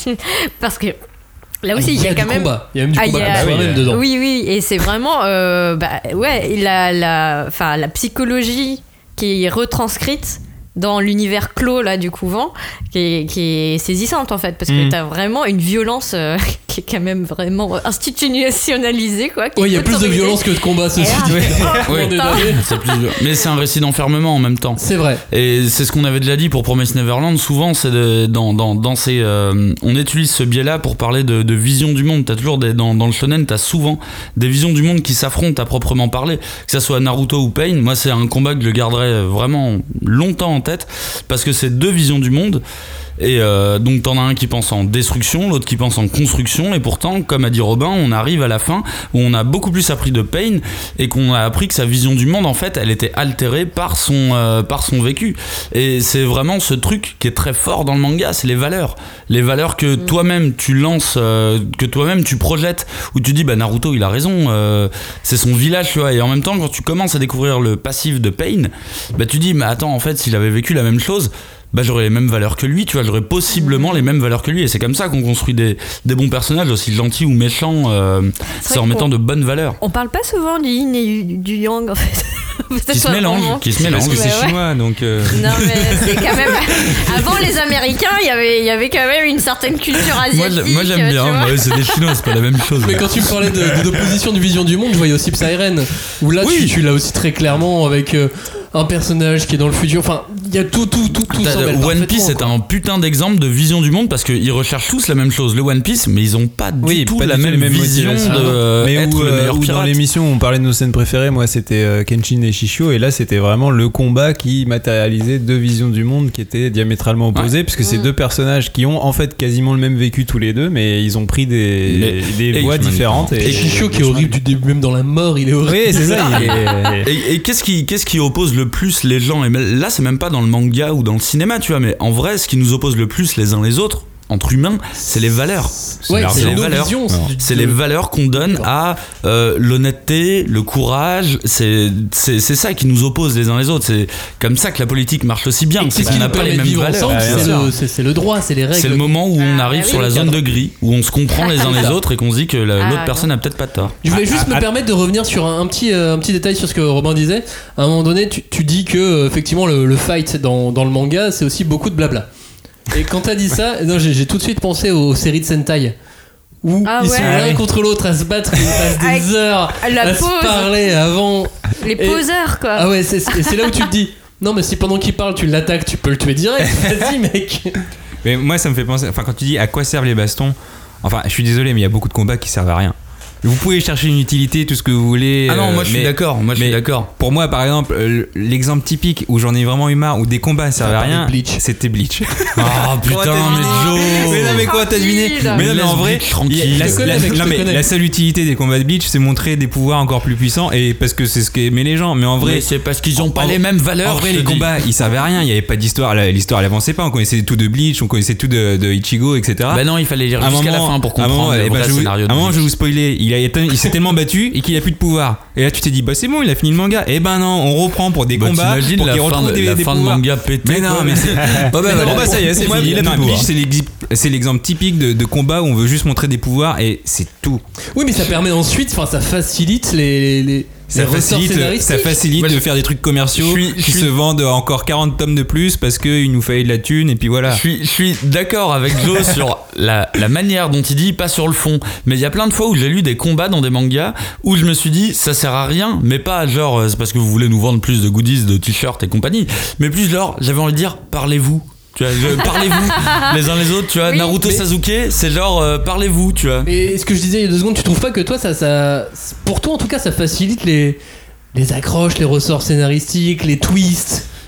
Speaker 5: Parce que là aussi, il y a,
Speaker 1: du
Speaker 5: quand même.
Speaker 1: combat. Il y a même du
Speaker 5: Ah,
Speaker 1: combat
Speaker 5: il y a-
Speaker 1: contre soi-même dedans.
Speaker 5: Oui, oui, et c'est vraiment. euh, bah, ouais, la, la, enfin, la psychologie qui est retranscrite dans l'univers clos là du couvent qui est, qui est saisissante en fait parce que
Speaker 4: Mm.
Speaker 5: t'as vraiment une violence euh, qui est quand même vraiment institutionnalisée quoi. qui
Speaker 1: Ouais, il y a
Speaker 5: est
Speaker 1: plus de
Speaker 5: autorisée.
Speaker 1: violence que de combat, ceci
Speaker 5: Et
Speaker 1: dit.
Speaker 5: là, oh,
Speaker 3: Ouais.
Speaker 5: putain.
Speaker 3: C'est plus dur. Mais c'est un récit d'enfermement en même temps.
Speaker 1: C'est vrai.
Speaker 3: Et c'est ce qu'on avait déjà dit pour Promise Neverland. Souvent, c'est de- dans, dans, dans ces, euh, on utilise ce biais-là pour parler de, de vision du monde. T'as toujours des, dans, dans le shonen, t'as souvent des visions du monde qui s'affrontent à proprement parler. Que ça soit Naruto ou Pain, moi c'est un combat que je garderai vraiment longtemps en tête parce que c'est deux visions du monde. Et euh, donc t'en as un qui pense en destruction, l'autre qui pense en construction, et pourtant, comme a dit Robin, on arrive à la fin où on a beaucoup plus appris de Pain et qu'on a appris que sa vision du monde, en fait, elle était altérée par son, euh, par son vécu. Et c'est vraiment ce truc qui est très fort dans le manga, c'est les valeurs. Les valeurs que toi-même tu lances, euh, que toi-même tu projettes, où tu dis, bah Naruto il a raison, euh, c'est son village, tu vois. Et en même temps, quand tu commences à découvrir le passif de Pain, bah tu dis, mais attends, en fait, s'il avait vécu la même chose, bah j'aurais les mêmes valeurs que lui, tu vois, j'aurais possiblement les mêmes valeurs que lui, et c'est comme ça qu'on construit des, des bons personnages, aussi gentils ou méchants, euh, c'est en
Speaker 5: vrai
Speaker 3: mettant
Speaker 5: qu'on-
Speaker 3: de bonnes valeurs.
Speaker 5: On parle pas souvent du yin et du, du yang en fait. Peut-être
Speaker 3: Qui se
Speaker 5: pas
Speaker 3: mélangent,
Speaker 5: vraiment.
Speaker 3: qui se mélangent.
Speaker 2: Parce que
Speaker 5: Ouais,
Speaker 2: c'est
Speaker 5: ouais.
Speaker 2: chinois, donc. euh,
Speaker 5: Non mais c'est quand même. Avant les Américains, il y avait, il y avait quand même une certaine culture
Speaker 3: Moi,
Speaker 5: asiatique.
Speaker 3: j'ai- moi j'aime
Speaker 5: tu
Speaker 3: bien,
Speaker 5: vois.
Speaker 3: moi, c'est des Chinois, c'est pas la même chose.
Speaker 1: Mais quand tu me parlais de, de- d'opposition du vision du monde, je voyais aussi Psyren, où là
Speaker 3: Oui.
Speaker 1: tu, tu l'as aussi très clairement avec euh, un personnage qui est dans le futur. Enfin, il y a tout, tout, tout, tout
Speaker 3: T'as-
Speaker 1: s'en mêle
Speaker 3: One Piece
Speaker 1: parfaitement,
Speaker 3: est un putain d'exemple de vision du monde parce qu'ils recherchent tous la même chose, le One Piece, mais ils ont pas du
Speaker 4: Oui,
Speaker 3: tout
Speaker 4: pas
Speaker 3: la
Speaker 4: du tout
Speaker 3: même
Speaker 4: les mêmes
Speaker 3: vision de
Speaker 4: motivations.
Speaker 3: euh,
Speaker 4: Mais
Speaker 3: être
Speaker 4: où,
Speaker 3: le
Speaker 4: euh,
Speaker 3: meilleur
Speaker 4: où dans
Speaker 3: pirate.
Speaker 4: l'émission on parlait de nos scènes préférées, moi c'était euh, Kenshin et Shishio, et là c'était vraiment le combat qui matérialisait deux visions du monde qui étaient diamétralement opposées, puisque c'est
Speaker 5: Mm.
Speaker 4: deux personnages qui ont en fait quasiment le même vécu tous les deux, mais ils ont pris des,
Speaker 3: Mais-
Speaker 4: des
Speaker 3: et-
Speaker 4: voies différentes.
Speaker 1: quoi. Et Chicho qui est horrible du début, même dans la mort, il est horrible.
Speaker 4: Oui, c'est ça. il est-
Speaker 3: Et, et qu'est-ce qui, qu'est-ce qui oppose le plus les gens? Et là, c'est même pas dans le manga ou dans le cinéma, tu vois, mais en vrai, ce qui nous oppose le plus les uns les autres, entre humains, c'est les valeurs.
Speaker 1: Ouais,
Speaker 3: l'argent.
Speaker 1: c'est
Speaker 3: les
Speaker 1: nos
Speaker 3: valeurs.
Speaker 1: visions.
Speaker 3: Non.
Speaker 1: du-
Speaker 3: C'est
Speaker 1: de-
Speaker 3: les valeurs qu'on donne à euh, l'honnêteté, le courage. C'est, c'est, c'est ça qui nous oppose les uns les autres. C'est comme ça que la politique marche aussi bien.
Speaker 1: Et
Speaker 3: C'est
Speaker 1: c'est ce
Speaker 3: qu'on
Speaker 1: qui
Speaker 3: n'a
Speaker 1: nous
Speaker 3: pas
Speaker 1: permet
Speaker 3: les
Speaker 1: de
Speaker 3: mêmes
Speaker 1: vivre
Speaker 3: valeurs.
Speaker 1: ensemble,
Speaker 4: Ah,
Speaker 1: c'est
Speaker 4: bien
Speaker 1: le, c'est- c'est le droit, c'est les règles.
Speaker 3: C'est le moment où on
Speaker 5: Ah,
Speaker 3: arrive
Speaker 5: bah
Speaker 3: sur
Speaker 5: oui,
Speaker 3: la
Speaker 1: le
Speaker 3: zone
Speaker 1: cadre.
Speaker 3: de gris, où on se comprend les uns les autres et qu'on se dit que la-
Speaker 5: Ah,
Speaker 3: l'autre
Speaker 5: ouais.
Speaker 3: personne n'a peut-être pas de tort.
Speaker 1: Je voulais juste
Speaker 4: Ah,
Speaker 1: me
Speaker 4: ah,
Speaker 1: permettre de revenir sur un, un petit, euh, un petit détail sur ce que Robin disait. À un moment donné, tu, tu dis que euh, effectivement le, le fight dans, dans le manga, c'est aussi beaucoup de blabla. Et quand t'as dit ça, non, j'ai, j'ai tout de suite pensé aux séries de Sentai. Où
Speaker 5: Ah
Speaker 1: ils
Speaker 5: ouais.
Speaker 1: sont
Speaker 5: Ah
Speaker 1: l'un
Speaker 5: oui.
Speaker 1: contre l'autre à se battre, ils passent des
Speaker 5: Avec
Speaker 1: heures
Speaker 5: la
Speaker 1: à
Speaker 5: pause.
Speaker 1: se parler avant.
Speaker 5: Les
Speaker 1: Et-
Speaker 5: poseurs quoi.
Speaker 1: Ah ouais, c'est, c'est, c'est là où tu te dis non, mais si pendant qu'il parle tu l'attaques, tu peux le tuer direct. Vas-y, mec.
Speaker 2: Mais moi, ça me fait penser. Enfin, quand tu dis à quoi servent les bastons, enfin, je suis désolé, mais il y a beaucoup de combats qui servent à rien. Vous pouvez chercher une utilité, tout ce que vous voulez.
Speaker 3: Ah non, moi
Speaker 2: euh,
Speaker 3: je suis
Speaker 2: mais-
Speaker 3: d'accord. Moi je suis
Speaker 2: mais
Speaker 3: d'accord.
Speaker 2: Pour moi, par exemple, euh, l'exemple typique où j'en ai vraiment eu marre, où des combats servaient à
Speaker 1: parler de
Speaker 2: rien,
Speaker 1: Bleach.
Speaker 2: c'était Bleach.
Speaker 3: Ah putain, mais Joe.
Speaker 2: Mais non, mais quoi, t'as deviné?
Speaker 5: Tranquille.
Speaker 2: Mais non, mais en
Speaker 3: Laisse
Speaker 2: vrai,
Speaker 3: Bleach tranquille.
Speaker 2: il y a- la,
Speaker 1: Je te connais,
Speaker 2: la-
Speaker 1: mec, je
Speaker 2: non,
Speaker 1: te
Speaker 2: mais
Speaker 1: connais.
Speaker 2: la seule utilité des combats de Bleach, c'est montrer des pouvoirs encore plus puissants, et parce que c'est ce qu'aimaient les gens. Mais en vrai,
Speaker 3: Mais c'est parce qu'ils ont pas
Speaker 2: en-
Speaker 3: les mêmes valeurs.
Speaker 2: en vrai,
Speaker 3: je
Speaker 2: les
Speaker 3: te dis.
Speaker 2: combats, ils servaient à rien. Il y avait pas d'histoire. La- L'histoire, elle avançait pas. On connaissait tout de Bleach, on connaissait tout de, de Ichigo, et cetera.
Speaker 3: Bah non, il fallait lire
Speaker 2: À un
Speaker 3: jusqu'à la
Speaker 2: moment-
Speaker 3: fin pour
Speaker 2: à un moment,
Speaker 3: comprendre
Speaker 2: eh
Speaker 3: le
Speaker 2: ben,
Speaker 3: vrai
Speaker 2: je vous-
Speaker 3: scénario
Speaker 2: à
Speaker 3: de
Speaker 2: un moment, je vais
Speaker 3: Bleach.
Speaker 2: vous spoiler. Il, a été- il s'est tellement battu et qu'il a plus de pouvoir. Et là, tu t'es dit, bah c'est bon, il a fini le manga. Eh ben non, on reprend pour des
Speaker 3: Bah,
Speaker 2: combats.
Speaker 3: t'imagines
Speaker 2: Pour
Speaker 3: la
Speaker 2: qu'il
Speaker 3: fin
Speaker 2: retrouve
Speaker 3: de,
Speaker 2: des,
Speaker 3: la
Speaker 2: des
Speaker 3: fin de
Speaker 2: pouvoirs.
Speaker 3: manga pété.
Speaker 2: Mais non,
Speaker 3: quoi.
Speaker 2: mais c'est.
Speaker 3: Bah, bah,
Speaker 2: Mais
Speaker 3: voilà,
Speaker 2: non, bah, ça y est,
Speaker 3: pour
Speaker 2: c'est
Speaker 3: moi,
Speaker 2: fini.
Speaker 3: il a
Speaker 2: Non,
Speaker 3: plus de
Speaker 2: Bleach,
Speaker 3: pouvoir.
Speaker 2: c'est l'exi- c'est l'exemple typique de, de combat où on veut juste montrer des pouvoirs et c'est tout.
Speaker 1: Oui, mais ça permet ensuite, enfin, ça facilite les, les,
Speaker 2: Ça
Speaker 1: les ressorts
Speaker 2: facilite,
Speaker 1: scénaristiques.
Speaker 2: ça facilite
Speaker 3: Moi,
Speaker 2: de
Speaker 3: je-
Speaker 2: faire des trucs commerciaux
Speaker 3: je suis- je
Speaker 2: qui
Speaker 3: suis-
Speaker 2: se vendent encore quarante tomes de plus parce qu'il nous fallait de la thune et puis voilà.
Speaker 3: Je suis, je suis d'accord avec Joe sur la, la manière dont il dit, pas sur le fond. Mais il y a plein de fois où j'ai lu des combats dans des mangas où je me suis dit, ça sert à rien, mais pas genre, euh, c'est parce que vous voulez nous vendre plus de goodies, de t-shirts et compagnie, mais plus genre, j'avais envie de dire, parlez-vous. Tu vois, je- parlez-vous les uns les autres, tu vois.
Speaker 5: Oui,
Speaker 3: Naruto
Speaker 1: mais-
Speaker 3: Sasuke, c'est genre, euh, parlez-vous, tu vois.
Speaker 1: Mais ce que je disais il y a deux secondes, tu trouves pas que toi, ça, ça, pour toi en tout cas, ça facilite les, les accroches, les ressorts scénaristiques, les twists.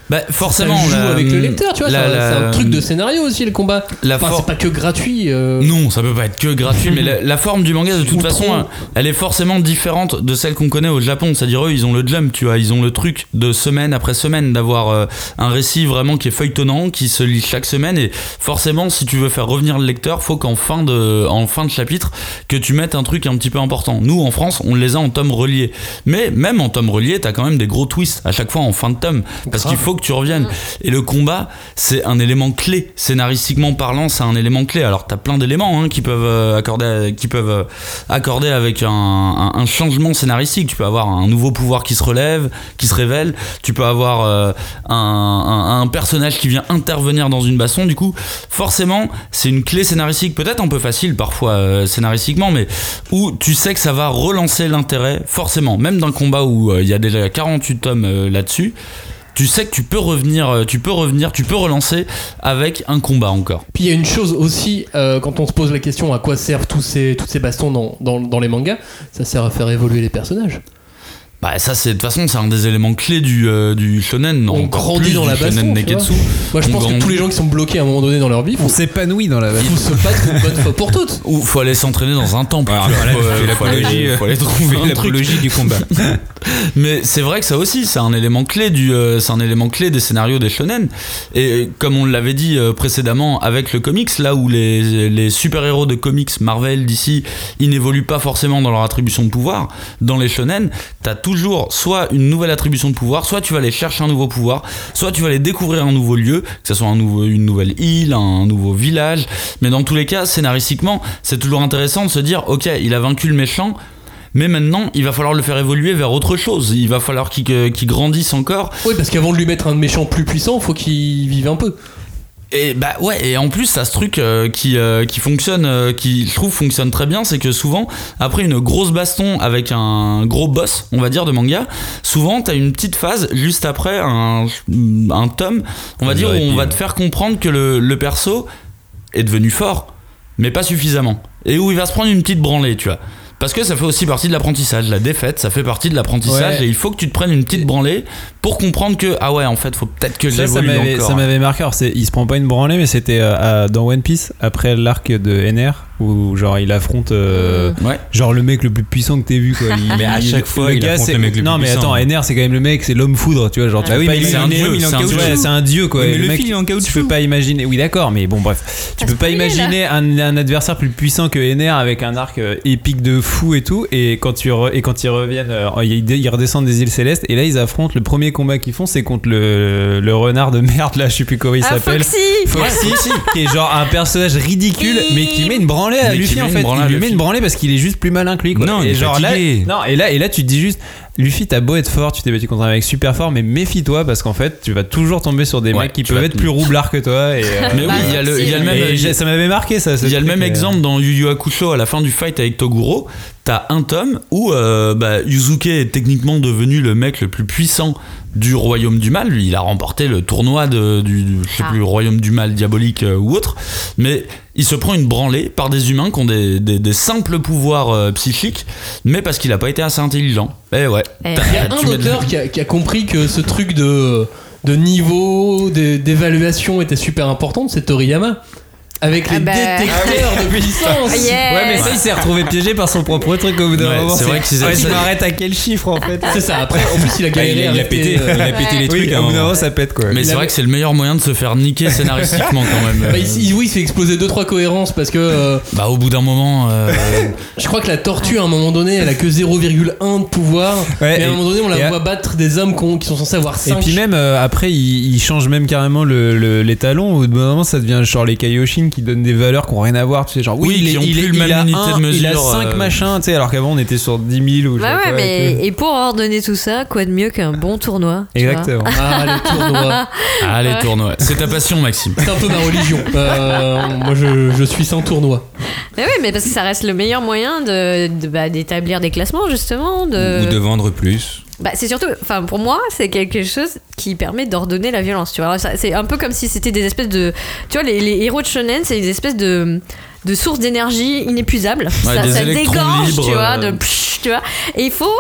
Speaker 3: Bah forcément,
Speaker 1: ça joue
Speaker 3: la,
Speaker 1: avec le lecteur, tu vois.
Speaker 3: la,
Speaker 1: c'est, un,
Speaker 3: la,
Speaker 1: c'est un truc de scénario aussi le combat.
Speaker 3: La
Speaker 1: enfin,
Speaker 3: for...
Speaker 1: c'est pas que gratuit. Euh...
Speaker 3: Non, ça peut pas être que gratuit, mais la, la forme du manga de toute façon, trop. elle est forcément différente de celle qu'on connaît au Japon. C'est-à-dire eux, ils ont le jump, tu vois, ils ont le truc de semaine après semaine d'avoir euh, un récit vraiment qui est feuilletonnant, qui se lit chaque semaine. Et forcément, si tu veux faire revenir le lecteur, faut qu'en fin de, en fin de chapitre, que tu mettes un truc un petit peu important. Nous, en France, on les a en tomes reliés. Mais même en tomes reliés, t'as quand même des gros twists à chaque fois en fin de tome, parce Grave. qu'il faut que tu reviennes. Et le combat, c'est un élément clé. Scénaristiquement parlant, c'est un élément clé. Alors, t'as plein d'éléments hein, qui peuvent accorder, qui peuvent accorder avec un, un, un changement scénaristique. Tu peux avoir un nouveau pouvoir qui se relève, qui se révèle. Tu peux avoir euh, un, un, un personnage qui vient intervenir dans une baston. Du coup, forcément, c'est une clé scénaristique. Peut-être un peu facile parfois euh, scénaristiquement, mais où tu sais que ça va relancer l'intérêt. Forcément, même d'un combat où il euh, y a déjà quarante-huit tomes euh, là-dessus. Tu sais que tu peux revenir, tu peux revenir, tu peux relancer avec un combat encore.
Speaker 1: Puis il y a une chose aussi, euh, quand on se pose la question à quoi servent tous ces, tous ces bastons dans, dans, dans les mangas, ça sert à faire évoluer les personnages.
Speaker 3: Bah ça c'est de toute façon c'est un des éléments clés du euh, du shonen.
Speaker 1: On grandit dans la baston.
Speaker 3: Neketsu.
Speaker 1: Moi je pense
Speaker 3: grandit.
Speaker 1: que tous les gens qui sont bloqués à un moment donné dans leur vie,
Speaker 4: on s'épanouit dans la baston.
Speaker 1: Faut se battre une bonne fois pour toutes.
Speaker 3: Ou faut aller s'entraîner dans un temple.
Speaker 2: Alors, voilà, faut, euh, faut, l'apologie, faut aller trouver l'apologie du combat.
Speaker 3: Mais c'est vrai que ça aussi c'est un élément clé du euh, c'est un élément clé des scénarios des shonen. Et comme on l'avait dit euh, précédemment avec le comics, là où les les super-héros de comics Marvel, D C, ils n'évoluent pas forcément dans leur attribution de pouvoir, dans les shonen, t'as toujours soit une nouvelle attribution de pouvoir, soit tu vas aller chercher un nouveau pouvoir, soit tu vas aller découvrir un nouveau lieu, que ce soit un nouveau, une nouvelle île, un nouveau village. Mais dans tous les cas, scénaristiquement, c'est toujours intéressant de se dire ok, il a vaincu le méchant, mais maintenant il va falloir le faire évoluer vers autre chose, il va falloir qu'il, qu'il grandisse encore.
Speaker 1: Oui, parce qu'avant de lui mettre un méchant plus puissant, il faut qu'il vive un peu.
Speaker 3: Et bah ouais, et en plus ça ce truc euh, qui euh, qui fonctionne, euh, qui je trouve fonctionne très bien, c'est que souvent après une grosse baston avec un gros boss, on va dire de manga, souvent t'as une petite phase juste après un un tome, on va dire où on va te faire comprendre que le le perso est devenu fort, mais pas suffisamment, et où il va se prendre une petite branlée, tu vois. Parce que ça fait aussi partie de l'apprentissage. La défaite, ça fait partie de l'apprentissage. Ouais. Et il faut que tu te prennes une petite branlée pour comprendre que, ah ouais, en fait, faut peut-être que
Speaker 4: ça,
Speaker 3: j'évolue
Speaker 4: ça m'avait,
Speaker 3: encore.
Speaker 4: Ça m'avait marqué. Alors, c'est, il se prend pas une branlée, mais c'était euh, dans One Piece, après l'arc de N R, où genre il affronte euh,
Speaker 3: ouais.
Speaker 4: genre le mec le plus puissant que t'aies vu, quoi. Il,
Speaker 2: mais à
Speaker 4: il,
Speaker 2: chaque fois,
Speaker 4: le
Speaker 2: il
Speaker 4: gars,
Speaker 2: affronte
Speaker 4: c'est...
Speaker 2: le mec le plus
Speaker 4: non, mais
Speaker 2: puissant.
Speaker 4: attends, N R, c'est quand même le mec, c'est l'homme foudre, tu vois. Genre, tu
Speaker 3: ah
Speaker 4: peux
Speaker 3: oui,
Speaker 4: pas
Speaker 3: mais
Speaker 4: imaginer.
Speaker 3: C'est un dieu,
Speaker 4: c'est, un,
Speaker 3: dieu.
Speaker 4: ouais, c'est un dieu, quoi.
Speaker 2: Oui, mais
Speaker 4: le
Speaker 2: le
Speaker 4: mec,
Speaker 2: fil est en caoutchouc.
Speaker 4: tu peux pas imaginer. Oui, d'accord, mais bon, bref. Tu
Speaker 5: ça
Speaker 4: peux pas imaginer un, un adversaire plus puissant que N R avec un arc euh, épique de fou et tout. Et quand, tu re, et quand ils reviennent, euh, ils, ils redescendent des îles célestes. Et là, ils affrontent. Le premier combat qu'ils font, c'est contre le, le renard de merde, là, je sais plus comment il
Speaker 5: ah,
Speaker 4: s'appelle.
Speaker 5: Foxy
Speaker 4: Foxy, qui est genre un personnage ridicule, mais qui met une branlée à Luffy, en fait. Il lui met une branlée parce qu'il est juste plus malin que lui, quoi.
Speaker 2: Non,
Speaker 4: et
Speaker 2: il est
Speaker 4: genre là,
Speaker 2: fatigué.
Speaker 4: non, et là, et là, tu te dis juste. Luffy, t'as beau être fort, tu t'es battu contre un mec super fort, mais méfie-toi parce qu'en fait, tu vas toujours tomber sur des
Speaker 3: ouais,
Speaker 4: mecs qui peuvent être plus roublards que toi. Et, euh,
Speaker 3: mais oui, il y a le, il y a le même.
Speaker 4: Et ça m'avait marqué ça.
Speaker 3: Il y a le même
Speaker 4: euh...
Speaker 3: exemple dans Yu Yu Hakusho à la fin du fight avec Toguro. T'as un tome où euh, bah, Yuzuke est techniquement devenu le mec le plus puissant du royaume du mal. Lui, il a remporté le tournoi de, du, du je sais
Speaker 5: ah.
Speaker 3: plus, royaume du mal diabolique euh, ou autre. Mais il se prend une branlée par des humains qui ont des, des, des simples pouvoirs euh, psychiques, mais parce qu'il a pas été assez intelligent. Eh ouais.
Speaker 5: Eh.
Speaker 1: Il y a un auteur qui a, qui a compris que ce truc de, de niveau, de, d'évaluation était super important, c'est Toriyama. Avec les ah bah... détecteurs ah oui. de puissance.
Speaker 5: Yeah.
Speaker 4: Ouais, mais ça, il s'est retrouvé piégé par son propre truc au bout d'un
Speaker 3: ouais,
Speaker 4: moment.
Speaker 3: C'est, c'est vrai que c'est
Speaker 4: ouais,
Speaker 3: ça.
Speaker 4: Il m'arrête à quel chiffre en fait.
Speaker 1: C'est ça. Après, en plus, il a galéré.
Speaker 2: Ah, il, il, a pété, euh, il a pété les trucs.
Speaker 4: Oui, au bout d'un moment, ça pète quoi.
Speaker 3: Mais il c'est a... vrai que c'est le meilleur moyen de se faire niquer scénaristiquement quand même.
Speaker 1: Bah, il, oui, il se fait exploser deux trois cohérences parce que. Euh,
Speaker 3: bah, au bout d'un moment. Euh...
Speaker 1: je crois que la tortue, à un moment donné, elle a que zéro virgule un de pouvoir. Ouais, mais à un moment donné, on la voit à... battre des hommes qui sont censés avoir cinq.
Speaker 4: Et puis même euh, après, il, il change même carrément le, le, les talons. Au bout d'un moment, ça devient genre les Kaioshin qui donnent des valeurs qui n'ont rien à voir, tu sais, genre oui,
Speaker 3: oui
Speaker 4: il,
Speaker 3: qui ont
Speaker 4: il,
Speaker 3: plus
Speaker 4: il,
Speaker 3: le même
Speaker 4: il a
Speaker 3: unité
Speaker 4: un,
Speaker 3: de mesure,
Speaker 4: il a cinq
Speaker 3: euh...
Speaker 4: machins, tu sais, alors qu'avant on était sur dix mille ou je
Speaker 5: bah
Speaker 4: sais
Speaker 5: ouais,
Speaker 4: pas,
Speaker 5: mais
Speaker 4: et,
Speaker 5: et pour ordonner tout ça, quoi de mieux qu'un bon tournoi.
Speaker 4: Exactement.
Speaker 1: Ah, les tournois.
Speaker 3: Ah, les tournois. C'est ta passion, Maxime.
Speaker 1: C'est un peu ma religion. Euh, moi, je, je suis sans tournoi.
Speaker 5: Mais oui, mais parce que ça reste le meilleur moyen de, de bah, d'établir des classements, justement. De...
Speaker 2: Ou de vendre plus.
Speaker 5: Bah, c'est surtout, enfin pour moi, c'est quelque chose qui permet d'ordonner la violence. Tu vois, alors, ça, c'est un peu comme si c'était des espèces de, tu vois, les, les héros de shonen, c'est des espèces de de sources d'énergie inépuisables.
Speaker 3: Ouais,
Speaker 5: ça,
Speaker 3: des
Speaker 5: ça
Speaker 3: électrons
Speaker 5: dégorge,
Speaker 3: libres,
Speaker 5: tu vois,
Speaker 3: euh...
Speaker 5: de psh, tu vois. Et il faut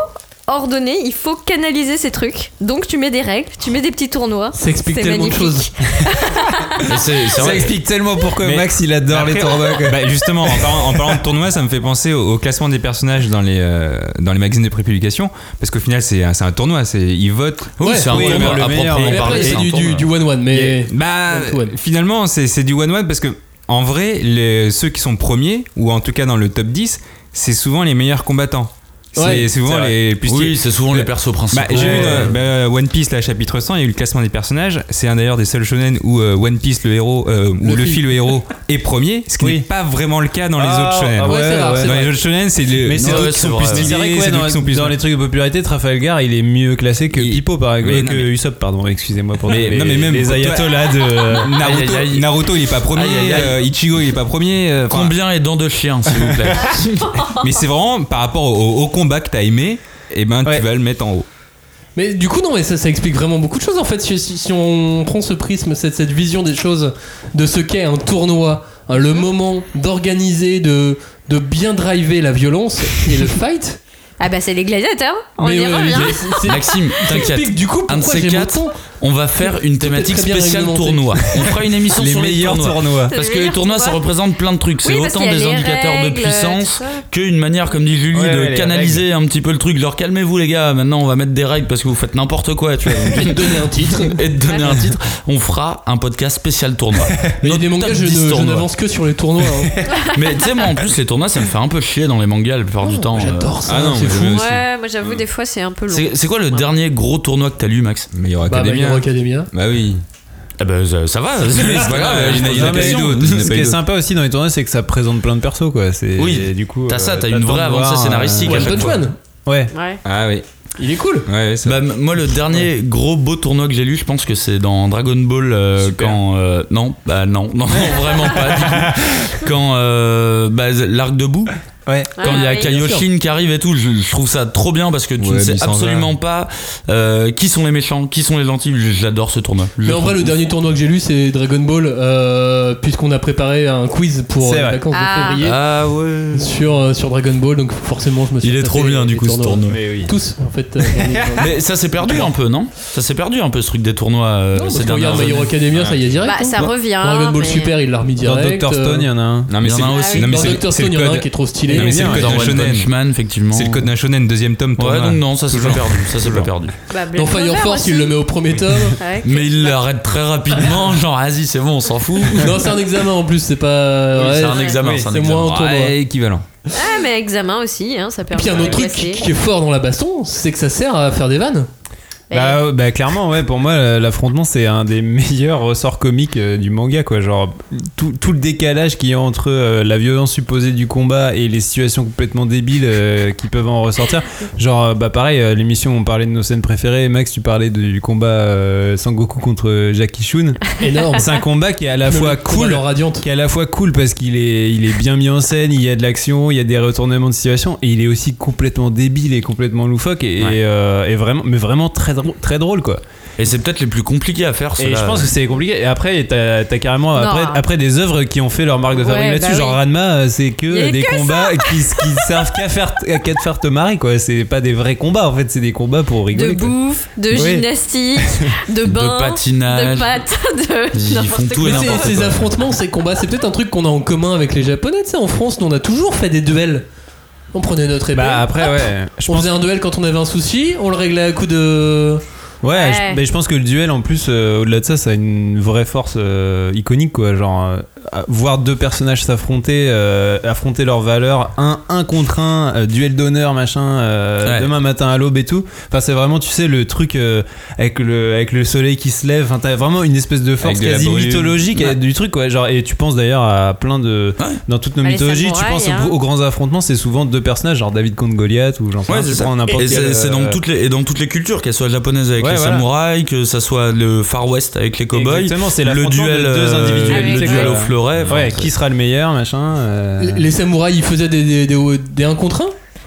Speaker 5: ordonné, il faut canaliser ces trucs. Donc tu mets des règles, tu mets des petits tournois.
Speaker 1: Ça explique
Speaker 5: c'est
Speaker 1: tellement
Speaker 5: magnifique.
Speaker 1: de choses.
Speaker 3: c'est, c'est
Speaker 4: Ça
Speaker 3: vrai.
Speaker 4: explique tellement pourquoi
Speaker 2: Mais
Speaker 4: Max il adore
Speaker 2: après,
Speaker 4: les tournois. quoi.
Speaker 2: Bah, justement, en parlant, en parlant de tournois, ça me fait penser au, au classement des personnages dans les, euh, dans les magazines de prépublication. Parce qu'au final, c'est un, c'est un tournoi. C'est, ils votent.
Speaker 3: Oui,
Speaker 1: Ouais,
Speaker 3: c'est un
Speaker 1: oui,
Speaker 3: tournoi
Speaker 4: le
Speaker 3: à
Speaker 4: meilleur.
Speaker 3: proprement
Speaker 1: Mais après,
Speaker 3: parler,
Speaker 1: c'est
Speaker 3: un
Speaker 1: du,
Speaker 3: tournoi.
Speaker 1: du, du one-one. Mais
Speaker 2: Bah,
Speaker 1: one-to-one.
Speaker 2: finalement, c'est, c'est du one-one parce que, en vrai, les, ceux qui sont premiers, ou en tout cas dans le top dix, c'est souvent les meilleurs combattants. C'est
Speaker 1: Ouais,
Speaker 2: souvent
Speaker 4: c'est
Speaker 2: les plus
Speaker 3: Oui, c'est souvent les persos principaux.
Speaker 2: Bah, j'ai vu dans, bah, One Piece, là, chapitre cent, il y a eu le classement des personnages. C'est un d'ailleurs des seuls shonen où euh, One Piece, le héros, euh, où
Speaker 1: Luffy.
Speaker 2: Luffy, le héros, est premier, ce qui
Speaker 4: Oui.
Speaker 2: n'est pas vraiment le cas dans les
Speaker 4: Ah,
Speaker 2: autres shonen.
Speaker 4: ah
Speaker 1: ouais, c'est rare, c'est
Speaker 2: dans
Speaker 1: vrai.
Speaker 2: les autres shonen, c'est les,
Speaker 4: Mais c'est
Speaker 2: ceux
Speaker 3: vrai,
Speaker 2: qui
Speaker 3: c'est
Speaker 2: sont
Speaker 3: vrai.
Speaker 2: plus
Speaker 4: Mais c'est vrai
Speaker 2: stylés,
Speaker 4: que ouais,
Speaker 2: c'est ceux
Speaker 4: dans,
Speaker 2: qui sont plus.
Speaker 4: dans les trucs de popularité, Trafalgar il est mieux classé que
Speaker 2: Il-
Speaker 4: Hippo par exemple.
Speaker 2: Oui,
Speaker 4: Euh,
Speaker 2: non,
Speaker 4: que
Speaker 2: mais-
Speaker 4: Usopp, pardon, excusez-moi pour
Speaker 2: Mais-
Speaker 4: les,
Speaker 2: non, mais même
Speaker 4: les
Speaker 2: pour toi-
Speaker 4: ayatollahs de.
Speaker 2: Naruto,
Speaker 3: Aïe, aïe, aïe.
Speaker 2: Naruto, il est pas premier,
Speaker 3: Aïe, aïe, aïe.
Speaker 2: euh, Ichigo, il est pas premier. euh, enfin,
Speaker 3: Combien est dents de chien, s'il vous plaît?
Speaker 2: mais c'est vraiment par rapport au, au combat que t'as aimé, et ben
Speaker 4: Ouais.
Speaker 2: tu vas le mettre en haut.
Speaker 1: Mais du coup, non, mais ça, ça explique vraiment beaucoup de choses en fait. Si, si- si on prend ce prisme, cette, cette vision des choses, de ce qu'est un tournoi, hein, le moment d'organiser, de, de bien driver la violence et le fight.
Speaker 5: Ah bah c'est les gladiateurs, on
Speaker 1: Mais
Speaker 5: y
Speaker 1: ouais,
Speaker 5: revient.
Speaker 1: mais c'est- c'est-
Speaker 3: Maxime,
Speaker 1: ça
Speaker 3: t'inquiète.
Speaker 1: explique du coup
Speaker 3: Un de
Speaker 1: pourquoi
Speaker 3: ces
Speaker 1: j'aime
Speaker 3: quatre,
Speaker 1: autant.
Speaker 3: on va faire une
Speaker 1: Tout est
Speaker 3: thématique
Speaker 1: très bien
Speaker 3: spéciale
Speaker 1: réglementé.
Speaker 3: tournoi. On fera une émission
Speaker 4: Les
Speaker 3: sur
Speaker 4: meilleurs
Speaker 3: les tournois.
Speaker 4: tournois.
Speaker 3: Parce
Speaker 5: Les
Speaker 3: que les
Speaker 5: meilleurs
Speaker 3: tournois, ça
Speaker 5: tournois.
Speaker 3: représente plein de trucs. C'est
Speaker 5: Oui, parce
Speaker 3: autant
Speaker 5: qu'il y a
Speaker 3: des
Speaker 5: les
Speaker 3: indicateurs
Speaker 5: règles,
Speaker 3: de puissance
Speaker 5: tout ça.
Speaker 3: qu'une manière, comme dit Julie,
Speaker 4: Ouais,
Speaker 3: de
Speaker 4: ouais, les
Speaker 3: canaliser un petit peu le truc. Genre, calmez-vous les gars, maintenant on va mettre des règles parce que vous faites n'importe quoi, tu vois.
Speaker 1: Et de donner un titre.
Speaker 3: Et de donner un titre, on fera un podcast spécial tournoi.
Speaker 1: Mais il y a
Speaker 3: Notre
Speaker 1: des mangas,
Speaker 3: top
Speaker 1: je,
Speaker 3: dix
Speaker 1: ne- je
Speaker 3: tournois.
Speaker 1: n'avance que sur les tournois. hein.
Speaker 3: Mais tu sais, moi en plus, les tournois, ça me fait un peu chier dans les mangas la plupart du temps.
Speaker 1: J'adore ça,
Speaker 2: Ah non,
Speaker 1: c'est
Speaker 2: mais
Speaker 1: fou.
Speaker 2: je- aussi.
Speaker 5: Ouais, moi j'avoue, des fois c'est un peu long.
Speaker 3: C'est c'est quoi le dernier gros tournoi que t'as lu, Max?
Speaker 2: Mais il y aura
Speaker 1: Bah, My
Speaker 2: Academia.
Speaker 1: Hero Academia.
Speaker 2: Bah oui.
Speaker 3: Eh ben, ça, ça va, c'est pas grave.
Speaker 2: il y en a- il y en a
Speaker 4: Non,
Speaker 2: pas
Speaker 4: mais
Speaker 2: eu d'autres. il y en a
Speaker 4: Ce
Speaker 2: pas
Speaker 4: qui
Speaker 2: eu
Speaker 4: est
Speaker 2: d'autres.
Speaker 4: sympa aussi dans les tournois, c'est que ça présente plein de persos quoi. C'est,
Speaker 3: Oui.
Speaker 4: et du coup,
Speaker 3: T'as ça,
Speaker 4: euh,
Speaker 3: t'as
Speaker 4: le
Speaker 3: une
Speaker 4: temps
Speaker 3: vraie
Speaker 4: de
Speaker 3: avancée
Speaker 4: voir,
Speaker 3: scénaristique.
Speaker 4: euh,
Speaker 3: à
Speaker 1: One
Speaker 3: chaque
Speaker 1: Punch
Speaker 3: fois.
Speaker 1: Man.
Speaker 4: Ouais.
Speaker 5: Ouais.
Speaker 2: Ah oui.
Speaker 1: Il est cool.
Speaker 2: Ouais, c'est
Speaker 3: Bah, m- moi, le dernier gros beau tournoi que j'ai lu, je pense que c'est dans Dragon Ball. euh,
Speaker 4: Super.
Speaker 3: quand. euh, non, bah non, non, vraiment pas. Du coup. Quand. euh, bah, l'arc de boue.
Speaker 4: Ouais.
Speaker 3: Quand il y a
Speaker 5: Ah, oui.
Speaker 3: Kaioshin qui arrive et tout, je, je trouve ça trop bien parce que tu
Speaker 2: Ouais,
Speaker 3: ne sais
Speaker 2: mais sans
Speaker 3: absolument pas euh, qui sont les méchants, qui sont les gentils. J'adore ce tournoi. Je
Speaker 1: Mais en
Speaker 3: trouve
Speaker 1: vrai, le
Speaker 3: ouf.
Speaker 1: dernier tournoi que j'ai lu, c'est Dragon Ball, euh, puisqu'on a préparé un quiz pour
Speaker 4: C'est
Speaker 1: les
Speaker 4: vrai.
Speaker 1: vacances
Speaker 5: Ah.
Speaker 1: de février
Speaker 3: Ah ouais.
Speaker 1: sur, euh, sur Dragon Ball, donc forcément, je me suis
Speaker 3: Il est trop
Speaker 1: tapé
Speaker 3: bien
Speaker 1: les
Speaker 3: du coup ce
Speaker 1: tournois.
Speaker 3: tournoi.
Speaker 4: Mais oui.
Speaker 1: Tous, en fait. euh, dans les-
Speaker 3: Mais ça s'est perdu un peu, non? Ça s'est perdu un peu ce truc des tournois euh,
Speaker 1: Non, parce
Speaker 3: ces
Speaker 1: que
Speaker 3: dernières
Speaker 1: regarde My Hero
Speaker 3: années.
Speaker 1: Academia, ça y est direct.
Speaker 5: Bah
Speaker 1: hein.
Speaker 5: ça revient.
Speaker 1: Dragon Ball
Speaker 5: mais-
Speaker 1: Super, il l'a remis
Speaker 4: Dans
Speaker 1: direct.
Speaker 4: Doctor Stone, il y en a un.
Speaker 2: Non mais
Speaker 3: Il y en
Speaker 2: c'est
Speaker 3: a un aussi.
Speaker 2: non, mais
Speaker 1: Dans
Speaker 2: c'est-
Speaker 1: Doctor
Speaker 2: c'est
Speaker 1: Stone, il
Speaker 2: le
Speaker 1: y en a un
Speaker 2: code.
Speaker 1: qui est trop stylé.
Speaker 2: Non, mais c'est le
Speaker 3: Dans
Speaker 2: code d'un
Speaker 3: One
Speaker 2: shonen.
Speaker 3: Punch Man, effectivement.
Speaker 2: C'est le code d'un shonen, deuxième tome.
Speaker 3: Ouais,
Speaker 2: tournoi.
Speaker 3: donc non, ça s'est pas perdu. Ça s'est pas perdu.
Speaker 5: Bah, Black
Speaker 1: Dans
Speaker 5: Clover
Speaker 1: Fire Force,
Speaker 5: aussi.
Speaker 1: il le met au premier tome.
Speaker 5: Ouais,
Speaker 3: Mais il l'arrête très rapidement, genre vas-y c'est bon on s'en fout.
Speaker 1: Non, c'est un examen en plus, c'est pas.
Speaker 3: Oui,
Speaker 1: ouais,
Speaker 3: c'est un examen,
Speaker 1: oui,
Speaker 3: c'est un
Speaker 1: c'est
Speaker 3: examen.
Speaker 1: moins un tournoi.
Speaker 2: Ouais, équivalent.
Speaker 5: Ah mais examen aussi, hein, ça
Speaker 1: Et
Speaker 5: permet
Speaker 1: puis un
Speaker 5: de
Speaker 1: autre truc
Speaker 5: classer.
Speaker 1: qui qui est fort dans la baston, c'est que ça sert à faire des vannes.
Speaker 4: Bah, ouais, bah clairement ouais, pour moi l'affrontement c'est un des meilleurs ressorts comiques euh, du manga quoi, genre tout, tout le décalage qu'il y a entre euh, la violence supposée du combat et les situations complètement débiles euh, qui peuvent en ressortir, genre euh, bah pareil euh, l'émission où on parlait de nos scènes préférées, Max tu parlais de- du combat euh, Sangoku contre Jackie Chun.
Speaker 1: Énorme.
Speaker 4: C'est un combat qui est à la
Speaker 1: Le
Speaker 4: fois
Speaker 1: combat
Speaker 4: cool
Speaker 1: dans Radiante.
Speaker 4: qui est à la fois cool parce qu'il est, il est bien mis en scène, il y a de l'action, il y a des retournements de situation et il est aussi complètement débile et complètement loufoque et,
Speaker 3: Ouais.
Speaker 4: et, euh, et vraiment, mais vraiment très drôle, très drôle quoi.
Speaker 3: Et c'est peut-être les plus compliqués à faire
Speaker 4: Et
Speaker 3: ceux-là.
Speaker 4: je pense que c'est compliqué. Et après, t'as, t'as carrément
Speaker 5: Non.
Speaker 4: après, après des œuvres qui ont fait leur marque de fabrique
Speaker 5: Ouais,
Speaker 4: là-dessus.
Speaker 5: bah
Speaker 4: genre
Speaker 5: oui.
Speaker 4: Ranma, euh, c'est que
Speaker 5: Il y a
Speaker 4: des
Speaker 5: que
Speaker 4: combats qui, qui servent qu'à faire, qu'à te faire te marrer quoi. C'est pas des vrais combats en fait, c'est des combats pour
Speaker 5: De
Speaker 4: rigoler. quoi.
Speaker 5: bouffe, de
Speaker 4: Oui.
Speaker 5: gymnastique, de bain,
Speaker 3: patinage.
Speaker 5: de pattes, de
Speaker 3: Ils
Speaker 5: n'importe
Speaker 3: font tout
Speaker 5: quoi.
Speaker 3: et
Speaker 1: Mais
Speaker 3: n'importe
Speaker 1: ces, ces
Speaker 3: quoi.
Speaker 1: affrontements, ces combats, c'est peut-être un truc qu'on a en commun avec les Japonais. Tu sais, en France, nous on a toujours fait des duels. On prenait notre épée.
Speaker 4: Bah après ouais. Je
Speaker 1: on
Speaker 4: pense,
Speaker 1: faisait un duel quand on avait un souci, on le réglait à coup de.
Speaker 4: ouais,
Speaker 5: Ouais.
Speaker 4: Je, mais je pense que le duel en plus, euh, au-delà de ça, ça a une vraie force euh, iconique quoi. Genre euh, voir deux personnages s'affronter, euh, affronter leurs valeurs, un un contre un, euh, duel d'honneur machin, euh,
Speaker 3: Ouais.
Speaker 4: demain matin à l'aube et tout. Enfin c'est vraiment tu sais le truc euh, avec le avec le soleil qui se lève. Enfin t'as vraiment une espèce de force
Speaker 2: Avec de la
Speaker 4: quasi
Speaker 2: brume.
Speaker 4: mythologique
Speaker 3: Ouais.
Speaker 4: du truc quoi. Genre et tu penses d'ailleurs à plein de
Speaker 3: Ouais.
Speaker 4: dans toutes nos
Speaker 5: Ah, les
Speaker 4: mythologies, tu
Speaker 5: samouraïs,
Speaker 4: penses aux,
Speaker 5: hein.
Speaker 4: aux grands affrontements, c'est souvent deux personnages genre David contre Goliath ou j'en sais
Speaker 3: Ouais,
Speaker 4: rien,
Speaker 3: c'est
Speaker 4: tu
Speaker 3: ça.
Speaker 4: prends n'importe
Speaker 3: Et
Speaker 4: quel,
Speaker 3: c'est, c'est dans
Speaker 4: euh,
Speaker 3: toutes les et dans toutes les cultures, qu'elles soient japonaises avec
Speaker 4: Ouais,
Speaker 3: les
Speaker 4: voilà.
Speaker 3: samouraïs, que ça soit le Far West avec les cowboys,
Speaker 4: Exactement, c'est
Speaker 3: le
Speaker 4: l'affrontement
Speaker 3: duel
Speaker 4: de deux
Speaker 3: euh,
Speaker 4: individualités,
Speaker 3: le duel
Speaker 4: quoi.
Speaker 3: au fleuret. enfin,
Speaker 4: Ouais,
Speaker 3: c'est-
Speaker 4: qui sera le meilleur machin. euh,
Speaker 1: Les, les samouraïs, ils faisaient des, des, des, des un contre un.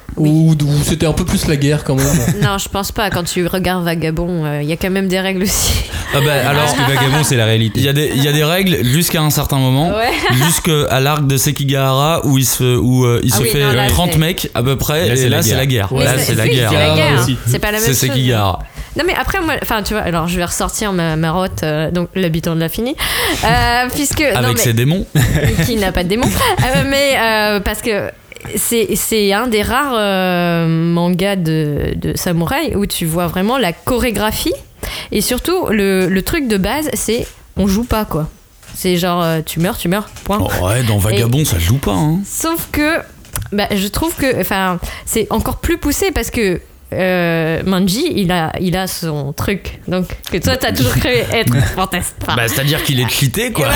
Speaker 1: Ou, ou c'était un peu plus la guerre quand même?
Speaker 5: Non, je pense pas. Quand tu regardes Vagabond, il euh, y a quand même des règles aussi.
Speaker 2: Ah bah, alors
Speaker 3: Parce
Speaker 2: que Vagabond, c'est la réalité.
Speaker 3: Il y a des, il y a des règles jusqu'à un certain moment,
Speaker 5: ouais.
Speaker 3: jusqu'à l'arc de Sekigahara où il se, où, euh, il
Speaker 5: ah
Speaker 3: se
Speaker 5: oui,
Speaker 3: fait
Speaker 5: non, là,
Speaker 3: mecs
Speaker 5: c'est...
Speaker 3: mecs à peu près,
Speaker 2: là,
Speaker 3: et là
Speaker 2: la
Speaker 3: c'est la guerre.
Speaker 5: Ouais,
Speaker 3: Là
Speaker 5: c'est,
Speaker 3: c'est la
Speaker 5: oui,
Speaker 3: guerre.
Speaker 5: C'est la guerre.
Speaker 1: aussi.
Speaker 5: C'est pas la même
Speaker 3: C'est
Speaker 5: chose.
Speaker 3: Sekigahara.
Speaker 5: Non mais après moi, enfin tu vois, alors je vais ressortir ma marotte, euh, donc l'habitant de l'infini, euh, puisque
Speaker 3: avec
Speaker 5: non, mais,
Speaker 3: ses démons,
Speaker 5: qui n'a pas de démons, euh, mais euh, parce que c'est c'est un des rares euh, mangas de, de samouraï où tu vois vraiment la chorégraphie et surtout le, le truc de base, c'est on joue pas quoi. C'est genre euh, tu meurs, tu meurs, point.
Speaker 3: Oh ouais, dans Vagabond
Speaker 5: et,
Speaker 3: ça joue pas. Hein.
Speaker 5: Sauf que bah, je trouve que enfin c'est encore plus poussé parce que Euh, Manji, il a, il a son truc. Donc, que toi, t'as toujours cru être fantastique. Enfin,
Speaker 3: bah, c'est-à-dire qu'il est cheaté, quoi.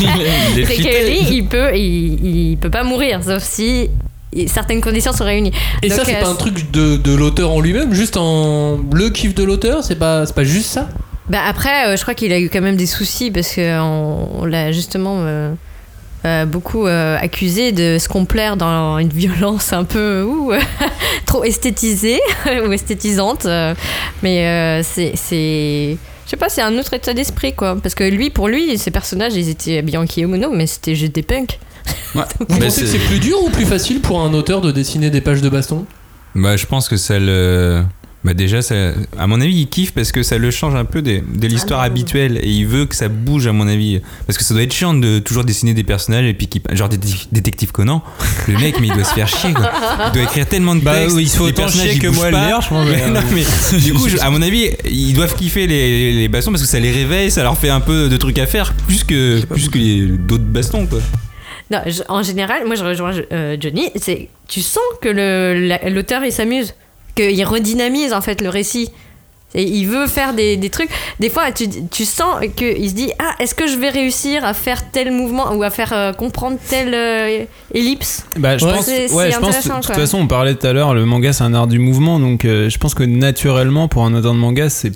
Speaker 3: il est
Speaker 5: c'est
Speaker 3: cheaté.
Speaker 5: que lui, il peut, il, il peut pas mourir, sauf si certaines conditions sont réunies.
Speaker 1: Et
Speaker 5: donc,
Speaker 1: ça, c'est
Speaker 5: euh,
Speaker 1: pas un truc de, de l'auteur en lui-même, juste en le kiff de l'auteur, c'est pas, c'est pas juste ça?
Speaker 5: Bah après, euh, je crois qu'il a eu quand même des soucis parce qu'on on l'a justement. Euh, Euh, beaucoup euh, accusé de se complaire dans une violence un peu ouh, trop esthétisée ou esthétisante, euh, mais euh, c'est, c'est je sais pas, c'est un autre état d'esprit quoi, parce que lui, pour lui, ses personnages ils étaient habillés en kimono mais c'était juste des punks.
Speaker 3: Ouais.
Speaker 1: Vous
Speaker 3: Mais
Speaker 1: pensez
Speaker 3: c'est...
Speaker 1: que c'est plus dur ou plus facile pour un auteur de dessiner des pages de baston?
Speaker 2: Bah, je pense que ça le. Bah déjà, ça, à mon avis, il kiffe parce que ça le change un peu de, de l'histoire
Speaker 5: ah
Speaker 2: habituelle et il veut que ça bouge, à mon avis. Parce que ça doit être chiant de toujours dessiner des personnages et puis qui, genre détective Conan, le mec, mais il doit se faire chier quoi. Il doit écrire tellement de textes.
Speaker 4: Bah, il faut
Speaker 2: les
Speaker 4: autant
Speaker 2: personnages,
Speaker 4: chier
Speaker 2: ils
Speaker 4: que
Speaker 2: bougent
Speaker 4: moi
Speaker 2: pas.
Speaker 4: le lire, je pense.
Speaker 2: Mais, non, mais du coup, je, à mon avis, ils doivent kiffer les, les bastons parce que ça les réveille, ça leur fait un peu de trucs à faire plus que, plus que les, d'autres bastons quoi.
Speaker 5: Non, je, en général, moi je rejoins euh, Johnny, c'est tu sens que le, la, l'auteur il s'amuse, qu'il redynamise en fait le récit. Et il veut faire des, des trucs. Des fois, tu, tu sens qu'il se dit ah, est-ce que je vais réussir à faire tel mouvement ou à faire euh, comprendre telle euh, ellipse.
Speaker 4: Bah, je
Speaker 5: ouais,
Speaker 4: pense,
Speaker 5: c'est,
Speaker 4: ouais,
Speaker 5: c'est
Speaker 4: je pense. De
Speaker 5: quoi.
Speaker 4: toute façon, on parlait tout à l'heure, le manga c'est un art du mouvement, donc euh, je pense que naturellement, pour un auteur de manga, c'est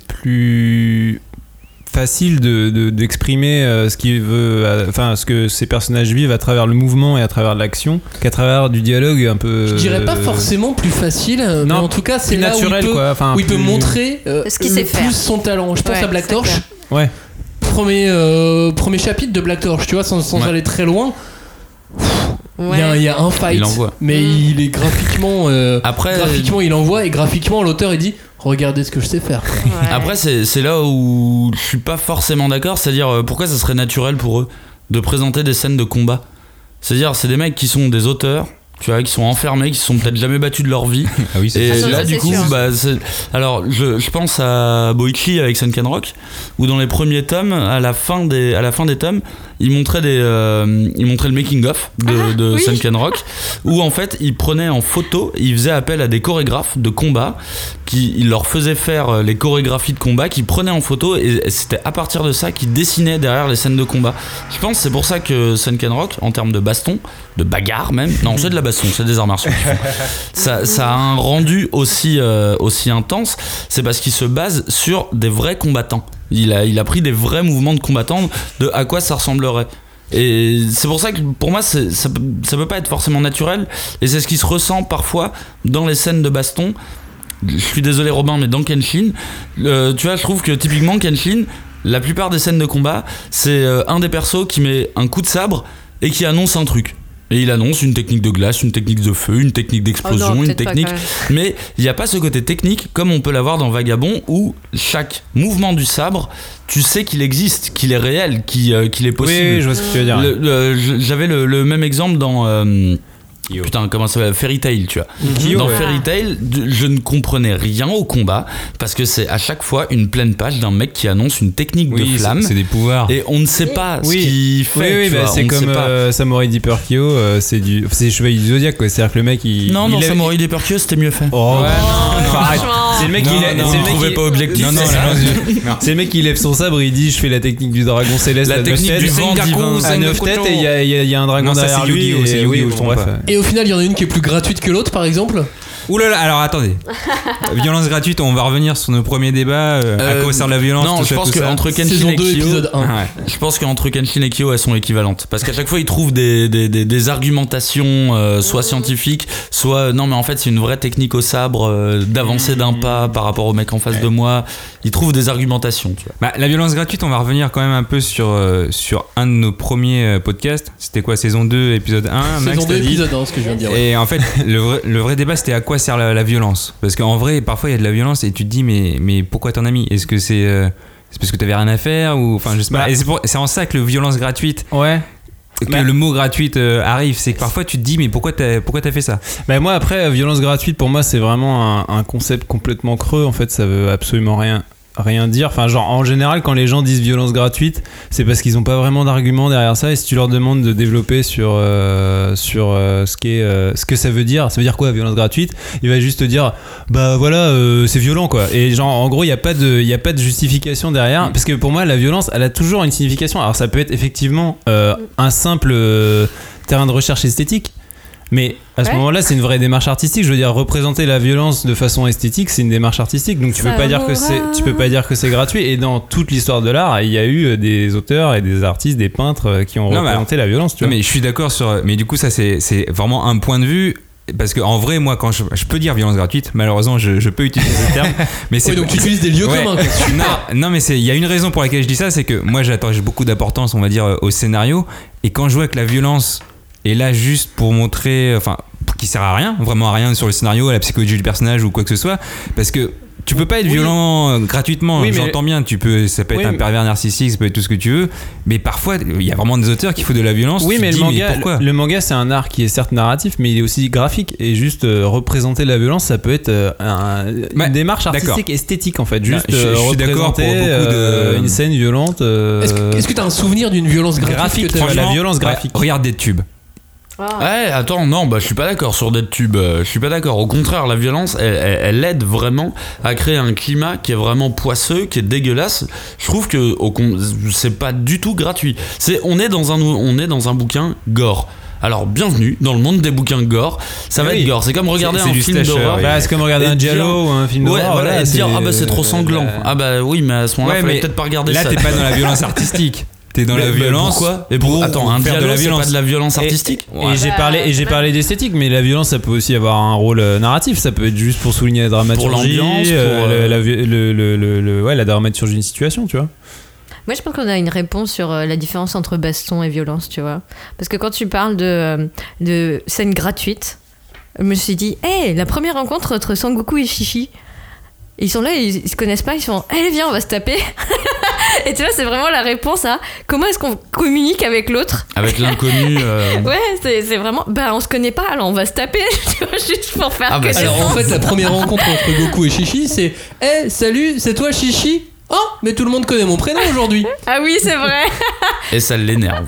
Speaker 4: plus facile de, de, d'exprimer euh, ce qu'il veut, enfin euh, ce que ces personnages vivent à travers le mouvement et à travers l'action qu'à travers du dialogue un peu.
Speaker 1: Je dirais pas
Speaker 4: euh,
Speaker 1: forcément plus facile, non, mais en tout cas c'est là
Speaker 4: naturel,
Speaker 1: où il peut,
Speaker 4: quoi. Enfin,
Speaker 1: où il peut
Speaker 4: plus...
Speaker 1: montrer euh,
Speaker 5: ce qu'il
Speaker 1: le
Speaker 5: sait
Speaker 1: plus
Speaker 5: faire.
Speaker 1: son talent. Je pense
Speaker 5: ouais,
Speaker 1: à Black Torch.
Speaker 5: Clair.
Speaker 4: Ouais.
Speaker 1: Premier, euh, premier chapitre de Black Torch, tu vois, sans, sans
Speaker 3: ouais.
Speaker 1: aller très loin. Il
Speaker 5: Ouais.
Speaker 1: y, y a un fight,
Speaker 3: il
Speaker 1: mais
Speaker 5: mmh.
Speaker 1: il est graphiquement. Euh,
Speaker 3: Après,
Speaker 1: graphiquement, il envoie et graphiquement, l'auteur il dit regardez ce que je sais faire.
Speaker 5: Ouais.
Speaker 3: Après, c'est, c'est là où je suis pas forcément d'accord. C'est-à-dire, euh, pourquoi ça serait naturel pour eux de présenter des scènes de combat? C'est-à-dire, c'est des mecs qui sont des auteurs, tu vois, qui sont enfermés, qui se sont peut-être jamais battus de leur vie.
Speaker 2: Ah oui, c'est
Speaker 3: et
Speaker 5: ça,
Speaker 3: là,
Speaker 5: ça,
Speaker 3: du
Speaker 5: c'est
Speaker 3: coup,
Speaker 5: sûr.
Speaker 3: bah, c'est... alors, je, je pense à Boichi avec Sunken Rock, où dans les premiers tomes, à la fin des, à la fin des tomes, il montrait des, euh, il montrait le making of de,
Speaker 5: Ah,
Speaker 3: de
Speaker 5: oui.
Speaker 3: Sunken Rock, où en fait, il prenait en photo, il faisait appel à des chorégraphes de combat, qui, il leur faisait faire les chorégraphies de combat, qu'ils prenaient en photo, et c'était à partir de ça qu'ils dessinaient derrière les scènes de combat. Je pense que c'est pour ça que Sunken Rock, en termes de baston, de bagarre même, non, c'est de la baston, c'est des arts martiaux. ça, ça a un rendu aussi, euh, aussi intense, c'est parce qu'il se base sur des vrais combattants. Il a, il a pris des vrais mouvements de combattants, de à quoi ça ressemblerait. Et c'est pour ça que pour moi c'est, ça, ça peut pas être forcément naturel, et c'est ce qui se ressent parfois dans les scènes de baston. Je suis désolé Robin, mais dans Kenshin, euh, tu vois, je trouve que typiquement Kenshin, la plupart des scènes de combat, c'est euh, un des persos qui met un coup de sabre et qui annonce un truc. Et il annonce une technique de glace, une technique de feu, une technique d'explosion,
Speaker 5: Oh non,
Speaker 3: une
Speaker 5: peut-être pas,
Speaker 3: technique...
Speaker 5: quand même.
Speaker 3: Mais il n'y a pas ce côté technique comme on peut l'avoir dans Vagabond, où chaque mouvement du sabre, tu sais qu'il existe, qu'il est réel, qu'il, euh, qu'il est possible.
Speaker 4: Oui, oui, je vois ce que tu veux dire.
Speaker 3: Le- le- j'avais le, le même exemple dans... euh, Putain, comment ça s'appelle? Fairy Tail, tu vois.
Speaker 4: Kyo,
Speaker 3: Dans
Speaker 4: ouais.
Speaker 3: Fairy Tail, je ne comprenais rien au combat parce que c'est à chaque fois une pleine page d'un mec qui annonce une technique
Speaker 2: Oui,
Speaker 3: de flamme
Speaker 2: c'est, c'est des pouvoirs.
Speaker 3: et on ne sait pas
Speaker 4: Oui.
Speaker 3: ce qu'il fait.
Speaker 4: Oui, oui,
Speaker 3: tu
Speaker 4: bah,
Speaker 3: vois,
Speaker 4: c'est
Speaker 3: on ne
Speaker 4: comme
Speaker 3: sait pas.
Speaker 4: euh, Samurai Deeper Kyo, euh, c'est du, c'est Chevalier du Zodiac, quoi. C'est-à-dire que le mec, il.
Speaker 3: Non,
Speaker 4: il
Speaker 3: non,
Speaker 4: lève-
Speaker 3: Samurai Deeper Kyo, c'était mieux fait.
Speaker 4: Oh,
Speaker 2: Ouais,
Speaker 4: Enfin, arrête. C'est le mec qui
Speaker 2: Non,
Speaker 4: lève-
Speaker 2: non,
Speaker 4: c'est le
Speaker 3: Vous
Speaker 4: mec
Speaker 3: trouvez
Speaker 4: qui-
Speaker 3: pas objectif?
Speaker 2: Non, non,
Speaker 3: c'est ça
Speaker 2: non, non,
Speaker 4: C'est le mec qui lève son sabre et il dit je fais la technique du dragon céleste
Speaker 3: La
Speaker 4: à neuf
Speaker 3: technique
Speaker 4: têtes,
Speaker 3: du vent divin.
Speaker 4: à neuf têtes et il y, a- il y a- il y a un dragon
Speaker 2: Non, ça,
Speaker 4: derrière
Speaker 2: c'est
Speaker 4: lui.
Speaker 2: Yu-Gi-Oh,
Speaker 4: et
Speaker 2: c'est
Speaker 4: oui,
Speaker 2: Yu-Gi-Oh,
Speaker 4: bon,
Speaker 2: je trompe
Speaker 4: bref.
Speaker 2: pas.
Speaker 1: Et au final, il y en a une qui est plus gratuite que l'autre, par exemple.
Speaker 2: Ouh là là, alors attendez. Violence gratuite, on va revenir sur nos premiers débats. Euh, euh, à quoi sert la violence?
Speaker 3: Non,
Speaker 2: tout
Speaker 3: je
Speaker 2: ça,
Speaker 3: pense
Speaker 2: tout
Speaker 3: qu'entre Kenshin et Kyo,
Speaker 1: un.
Speaker 2: Ouais.
Speaker 3: je pense qu'entre Kenshin et Kyo, elles sont équivalentes. Parce qu'à chaque fois, ils trouvent des, des, des, des argumentations, euh, soit scientifiques, soit non, mais en fait, c'est une vraie technique au sabre euh, d'avancer d'un pas par rapport au mec en face ouais. de moi. Ils trouvent des argumentations. Tu vois.
Speaker 2: Bah, la violence gratuite, on va revenir quand même un peu sur, euh, sur un de nos premiers euh, podcasts. C'était quoi, saison deux, épisode un, Max,
Speaker 1: saison deux, épisode un, ce que je viens de dire.
Speaker 2: Et en fait, le vrai, le vrai débat, c'était à quoi sert la, la violence. Parce qu'en vrai, parfois, il y a de la violence et tu te dis, mais, mais pourquoi t'en as mis? Est-ce que c'est, euh, c'est parce que t'avais rien à faire ou, enfin, je sais pas.
Speaker 4: Bah,
Speaker 2: et c'est, pour, c'est en ça que le violence gratuite.
Speaker 4: Ouais.
Speaker 2: Que
Speaker 4: bah,
Speaker 2: le mot gratuite euh, arrive, c'est que parfois tu te dis mais pourquoi t'as, pourquoi t'as fait ça?
Speaker 4: Bah moi après violence gratuite pour moi c'est vraiment un, un concept complètement creux en fait, ça veut absolument rien rien dire. Enfin genre en général quand les gens disent violence gratuite c'est parce qu'ils ont pas vraiment d'argument derrière ça, et si tu leur demandes de développer sur euh, sur euh, ce qu'est euh, ce que ça veut dire, ça veut dire quoi violence gratuite, il va juste te dire bah voilà euh, c'est violent quoi, et genre en gros il y a pas de il y a pas de justification derrière, parce que pour moi la violence elle a toujours une signification. Alors ça peut être effectivement euh, un simple euh, terrain de recherche esthétique, mais à ce ouais. moment-là, c'est une vraie démarche artistique. Je veux dire, représenter la violence de façon esthétique, c'est une démarche artistique. Donc tu peux pas dire que c'est, tu peux pas dire que c'est gratuit. Et dans toute l'histoire de l'art, il y a eu des auteurs et des artistes, des peintres qui ont non, représenté alors, la violence. Tu
Speaker 2: non,
Speaker 4: vois.
Speaker 2: mais je suis d'accord sur. Mais du coup, ça c'est, c'est vraiment un point de vue. Parce qu'en vrai, moi, quand je, je peux dire violence gratuite, malheureusement, je, je peux utiliser ce terme. Mais c'est
Speaker 1: oui, donc tu utilises des lieux ouais. communs.
Speaker 2: non, non, mais il y a une raison pour laquelle je dis ça, c'est que moi, j'attache beaucoup d'importance, on va dire, au scénario. Et quand je vois que la violence est là juste pour montrer, enfin, qui sert à rien, vraiment à rien sur le scénario, à la psychologie du personnage ou quoi que ce soit, parce que tu peux pas être oui. violent gratuitement, oui, j'entends bien, tu peux, ça peut être oui, un pervers narcissique, ça peut être tout ce que tu veux, mais parfois il y a vraiment des auteurs qui font de la violence.
Speaker 4: Oui, mais,
Speaker 2: dis,
Speaker 4: le, manga,
Speaker 2: mais pourquoi
Speaker 4: le, le manga c'est un art qui est certes narratif, mais il est aussi graphique, et juste euh, représenter la violence, ça peut être euh, un, bah, une démarche artistique d'accord. esthétique en fait, juste
Speaker 2: bah, je, je suis d'accord pour beaucoup de
Speaker 4: euh, une scène violente. Euh,
Speaker 1: est-ce que, est-ce que t'as un souvenir d'une violence graphique?
Speaker 2: Franchement,
Speaker 4: la violence graphique.
Speaker 2: Ouais, regarde DeadTube.
Speaker 3: Ah. Ouais, attends, non, bah je suis pas d'accord sur DeadTube. Euh, je suis pas d'accord. Au contraire, la violence, elle, elle, elle aide vraiment à créer un climat qui est vraiment poisseux, qui est dégueulasse. Je trouve que au, c'est pas du tout gratuit. C'est, on est dans un, on est dans un bouquin gore. Alors bienvenue dans le monde des bouquins gore. Ça va oui. être gore. C'est comme regarder c'est, un c'est film slasher, d'horreur.
Speaker 4: Oui. Bah, c'est comme regarder un giallo ou un film d'horreur.
Speaker 3: Ouais, voilà,
Speaker 4: voilà,
Speaker 3: et
Speaker 4: c'est...
Speaker 3: dire ah bah c'est trop sanglant. Euh, ah bah oui, mais à ce moment-là, ouais, fallait peut-être pas regarder
Speaker 2: là,
Speaker 3: ça.
Speaker 2: Là, t'es pas dans la violence artistique. T'es dans mais, la violence.
Speaker 3: Pourquoi et pour, Attends, un dialogue, c'est pas de la violence artistique.
Speaker 4: Et, et ouais. j'ai parlé, et j'ai parlé d'esthétique, mais la violence, ça peut aussi avoir un rôle narratif. Ça peut être juste pour souligner la dramaturgie,
Speaker 3: pour l'ambiance,
Speaker 4: euh,
Speaker 3: pour
Speaker 4: euh... la, le, le, le, le, ouais, la dramaturgie d'une situation, tu vois.
Speaker 5: Moi, je pense qu'on a une réponse sur la différence entre baston et violence, tu vois. Parce que quand tu parles de, de scène gratuite, je me suis dit, hé, hey, la première rencontre entre Sangoku et Shishi. Ils sont là, ils, ils se connaissent pas, ils sont allez viens on va se taper. Et tu vois c'est vraiment la réponse à comment est-ce qu'on communique avec l'autre.
Speaker 3: Avec l'inconnu. Euh...
Speaker 5: Ouais c'est, c'est vraiment bah on se connaît pas alors on va se taper. Tu vois juste pour faire ah, bah, connaissance.
Speaker 1: Alors en fait la première rencontre entre Goku et Shishi c'est hé hey, salut c'est toi Shishi. Oh mais tout le monde connaît mon prénom aujourd'hui.
Speaker 5: Ah oui c'est vrai.
Speaker 3: Et ça l'énerve.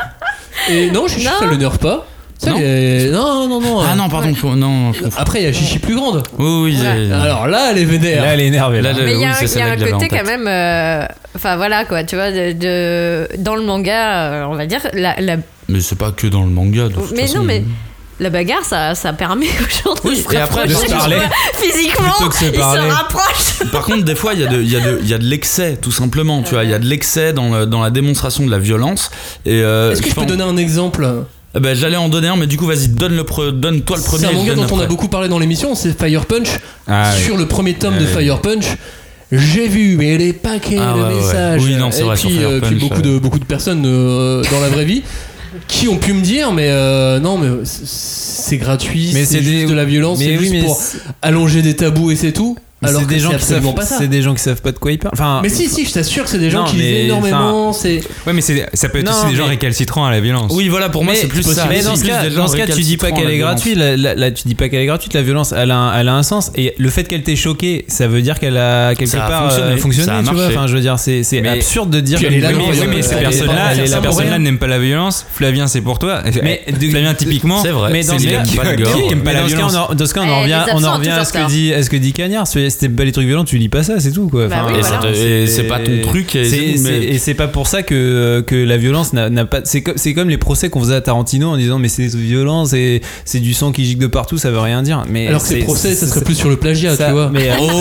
Speaker 1: Et non Shishi non. ça l'énerve pas. Ça, non. Est... non, non, non.
Speaker 3: Ah non, pardon. Ouais. Non, je
Speaker 1: après, il y a Chichi plus grande.
Speaker 3: Oui, oui.
Speaker 1: Ouais. Alors là, elle est vénère.
Speaker 4: Là, elle est énervée. Là.
Speaker 5: Là, mais il y a, oui, y a un côté quand même. Enfin, euh, voilà, quoi. Tu vois, de, de, dans le manga, euh, on va dire. La, la...
Speaker 3: Mais c'est pas que dans le manga. De
Speaker 5: mais
Speaker 3: façon,
Speaker 5: non, mais. La bagarre, ça, ça permet aux gens de
Speaker 3: oui,
Speaker 5: se
Speaker 3: et après,
Speaker 5: de se
Speaker 3: parler.
Speaker 5: Physiquement, se ils se rapprochent.
Speaker 3: Par contre, des fois, il y, y, y a de l'excès, tout simplement. Tu vois, il y a de l'excès dans, le, dans la démonstration de la violence. Et, euh,
Speaker 1: Est-ce que je, je peux donner un exemple?
Speaker 3: Ben, j'allais en donner un, mais du coup, vas-y, donne le pre... donne-toi le premier.
Speaker 1: C'est un manga dont
Speaker 3: après.
Speaker 1: on a beaucoup parlé dans l'émission, c'est Fire Punch.
Speaker 2: Ah,
Speaker 1: Sur
Speaker 2: oui.
Speaker 1: le premier tome
Speaker 2: ah,
Speaker 1: de
Speaker 2: oui.
Speaker 1: Fire Punch, j'ai vu, mais les paquets
Speaker 3: ah,
Speaker 1: de
Speaker 3: ouais,
Speaker 1: messages.
Speaker 3: Ouais. Oui, non, c'est
Speaker 1: et
Speaker 3: vrai,
Speaker 1: puis,
Speaker 3: sur Fire
Speaker 1: euh,
Speaker 3: Punch,
Speaker 1: puis beaucoup,
Speaker 3: ouais.
Speaker 1: de, beaucoup de personnes euh, dans la vraie vie qui ont pu me dire, mais euh, non, mais c'est gratuit, mais c'est, c'est juste des... de la violence, mais c'est oui, juste pour c'est... allonger des tabous et c'est tout. Alors
Speaker 4: c'est des gens qui savent
Speaker 1: pas ça.
Speaker 4: C'est des gens qui savent pas de quoi ils parlent. Enfin,
Speaker 1: mais si si, je t'assure que c'est des gens
Speaker 4: non,
Speaker 1: qui lisent énormément. C'est...
Speaker 2: Ouais, mais c'est, ça peut être non, aussi des mais... gens récalcitrants à la violence.
Speaker 3: Oui, voilà, pour moi
Speaker 4: mais
Speaker 3: c'est plus ça.
Speaker 4: Mais dans ce cas, dans ce cas, tu dis pas qu'elle est gratuite. Là, là, là, tu dis pas qu'elle est gratuite. La violence, elle a, un, elle a un sens. Et le fait qu'elle t'ait choqué, ça veut dire qu'elle a quelque
Speaker 3: ça
Speaker 4: part
Speaker 3: a fonctionné.
Speaker 4: fonctionné.
Speaker 3: Ça a
Speaker 4: tu vois, enfin, je veux dire, c'est, c'est
Speaker 2: mais...
Speaker 4: absurde de dire.
Speaker 2: Que les mais ces personnes-là, les personnes-là n'aiment pas la violence. Flavien, c'est pour toi. Mais Flavien, typiquement,
Speaker 3: c'est vrai.
Speaker 4: Mais dans ce cas,
Speaker 3: pas le gore.
Speaker 4: Dans ce cas, on en revient, on en revient à ce que dit, à ce que dit Cagnard. dire, si t'aimes pas les trucs violents, tu lis pas ça, c'est tout quoi.
Speaker 5: Bah
Speaker 4: Enfin,
Speaker 5: oui,
Speaker 3: et,
Speaker 5: voilà.
Speaker 3: ça te- et c'est pas ton truc. Et
Speaker 4: C'est,
Speaker 3: c'est-
Speaker 4: c'est-
Speaker 3: mais-
Speaker 4: et c'est pas pour ça que, que la violence n'a, n'a pas. C'est comme, c'est comme les procès qu'on faisait à Tarantino en disant mais c'est violent, c'est, c'est du sang qui gicle de partout, ça veut rien dire. Mais
Speaker 1: Alors que
Speaker 4: c'est,
Speaker 1: ces procès, ça
Speaker 4: c'est-
Speaker 1: serait plus sur le plagiat,
Speaker 4: ça-
Speaker 1: tu vois.
Speaker 4: Mais,
Speaker 3: Oh, oh,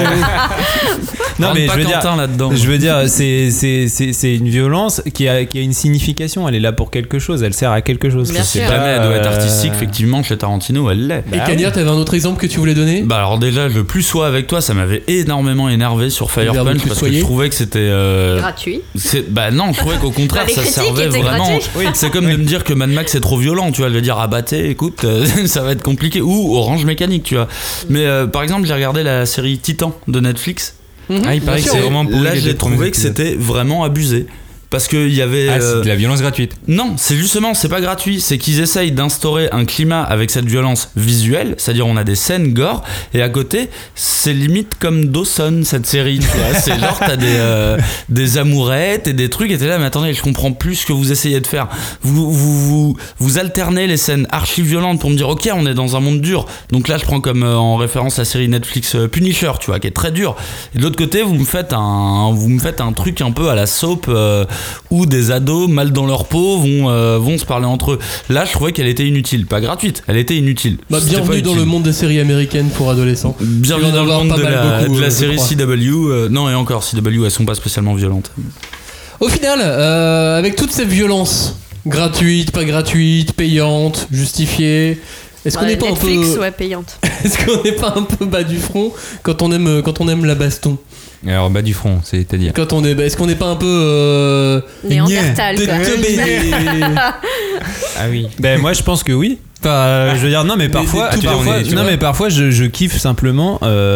Speaker 4: non
Speaker 3: Rentre
Speaker 4: mais
Speaker 3: pas
Speaker 4: je veux dire,
Speaker 3: Quentin là-dedans.
Speaker 4: je veux dire, c'est, c'est, c'est, c'est une violence qui a, qui a une signification. Elle est là pour quelque chose. Elle sert à quelque chose.
Speaker 5: Bien
Speaker 4: C'est
Speaker 5: sûr.
Speaker 4: pas,
Speaker 3: Jamais elle doit être
Speaker 4: euh,
Speaker 3: artistique, effectivement, chez Tarantino, elle l'est.
Speaker 1: Et Cagnard, t'avais un autre exemple que tu voulais donner?
Speaker 3: Bah alors déjà, le plus soit avec toi, ça m'avait énormément énervé sur Fire
Speaker 1: verbe
Speaker 3: Punch
Speaker 1: plus
Speaker 3: parce
Speaker 1: soyez.
Speaker 3: que je trouvais que c'était... euh,
Speaker 5: Gratuit.
Speaker 3: c'est- bah non, je trouvais qu'au contraire,
Speaker 5: Bah, les
Speaker 3: ça
Speaker 5: critiques
Speaker 3: servait
Speaker 5: étaient
Speaker 3: vraiment...
Speaker 5: gratuites.
Speaker 3: Oui, c'est comme de me dire que Mad Max c'est trop violent, tu vois, je vais dire abattez, écoute, euh, ça va être compliqué. Ou Orange Mécanique, tu vois. Mais euh, par exemple, j'ai regardé la série Titan de Netflix.
Speaker 1: Mhm,
Speaker 2: Ah, il paraît
Speaker 1: bien
Speaker 2: que
Speaker 1: sûr.
Speaker 2: c'est vraiment pourri,
Speaker 3: Là,
Speaker 2: les
Speaker 3: j'ai
Speaker 2: deux premiers
Speaker 3: trouvé que
Speaker 2: épisodes.
Speaker 3: c'était vraiment abusé. Parce qu'il y avait...
Speaker 2: Ah,
Speaker 3: euh,
Speaker 2: c'est de la violence gratuite.
Speaker 3: Non, c'est justement, c'est pas gratuit, c'est qu'ils essayent d'instaurer un climat avec cette violence visuelle, c'est-à-dire on a des scènes gore, et à côté, c'est limite comme Dawson, cette série, tu vois, c'est genre t'as des, euh, des amourettes et des trucs, et t'es là, mais attendez, je comprends plus ce que vous essayez de faire. Vous, vous, vous, vous alternez les scènes archi-violentes pour me dire, ok, on est dans un monde dur, donc là je prends comme euh, en référence la série Netflix euh, Punisher, tu vois, qui est très dur, et de l'autre côté, vous me faites un, vous me faites un truc un peu à la soap, euh, où des ados mal dans leur peau vont, euh, vont se parler entre eux. Là, je trouvais qu'elle était inutile. Pas gratuite, elle était inutile.
Speaker 1: Bah,
Speaker 3: C'était
Speaker 1: bienvenue
Speaker 3: pas
Speaker 1: dans
Speaker 3: utile.
Speaker 1: le monde des séries américaines pour adolescents.
Speaker 3: Bienvenue
Speaker 1: Tu vas en
Speaker 3: dans le
Speaker 1: avoir
Speaker 3: monde
Speaker 1: pas
Speaker 3: de
Speaker 1: mal
Speaker 3: la,
Speaker 1: beaucoup,
Speaker 3: de la
Speaker 1: euh, je
Speaker 3: série
Speaker 1: crois.
Speaker 3: C W. euh, non, et encore, C W, elles sont pas spécialement violentes.
Speaker 1: Au final, euh, avec toutes ces violences, gratuites, pas gratuites, payantes, justifiées, est-ce qu'on
Speaker 5: Ouais,
Speaker 1: n'est pas un
Speaker 5: Netflix,
Speaker 1: peu,
Speaker 5: ouais, payante.
Speaker 1: est-ce qu'on n'est pas un peu bas du front quand on aime, quand on aime la baston?
Speaker 2: Alors, bas du front, c'est-à-dire.
Speaker 1: Quand on est, est-ce qu'on n'est pas un peu euh,
Speaker 5: Néandertal,
Speaker 1: des
Speaker 5: quoi.
Speaker 1: teubés, des-
Speaker 2: Ah oui.
Speaker 4: Ben moi je pense que oui. Enfin, euh, je veux dire non mais parfois,
Speaker 1: des- tout
Speaker 4: parfois-
Speaker 2: parfois, tu
Speaker 4: non
Speaker 2: vois.
Speaker 4: mais parfois je, je kiffe simplement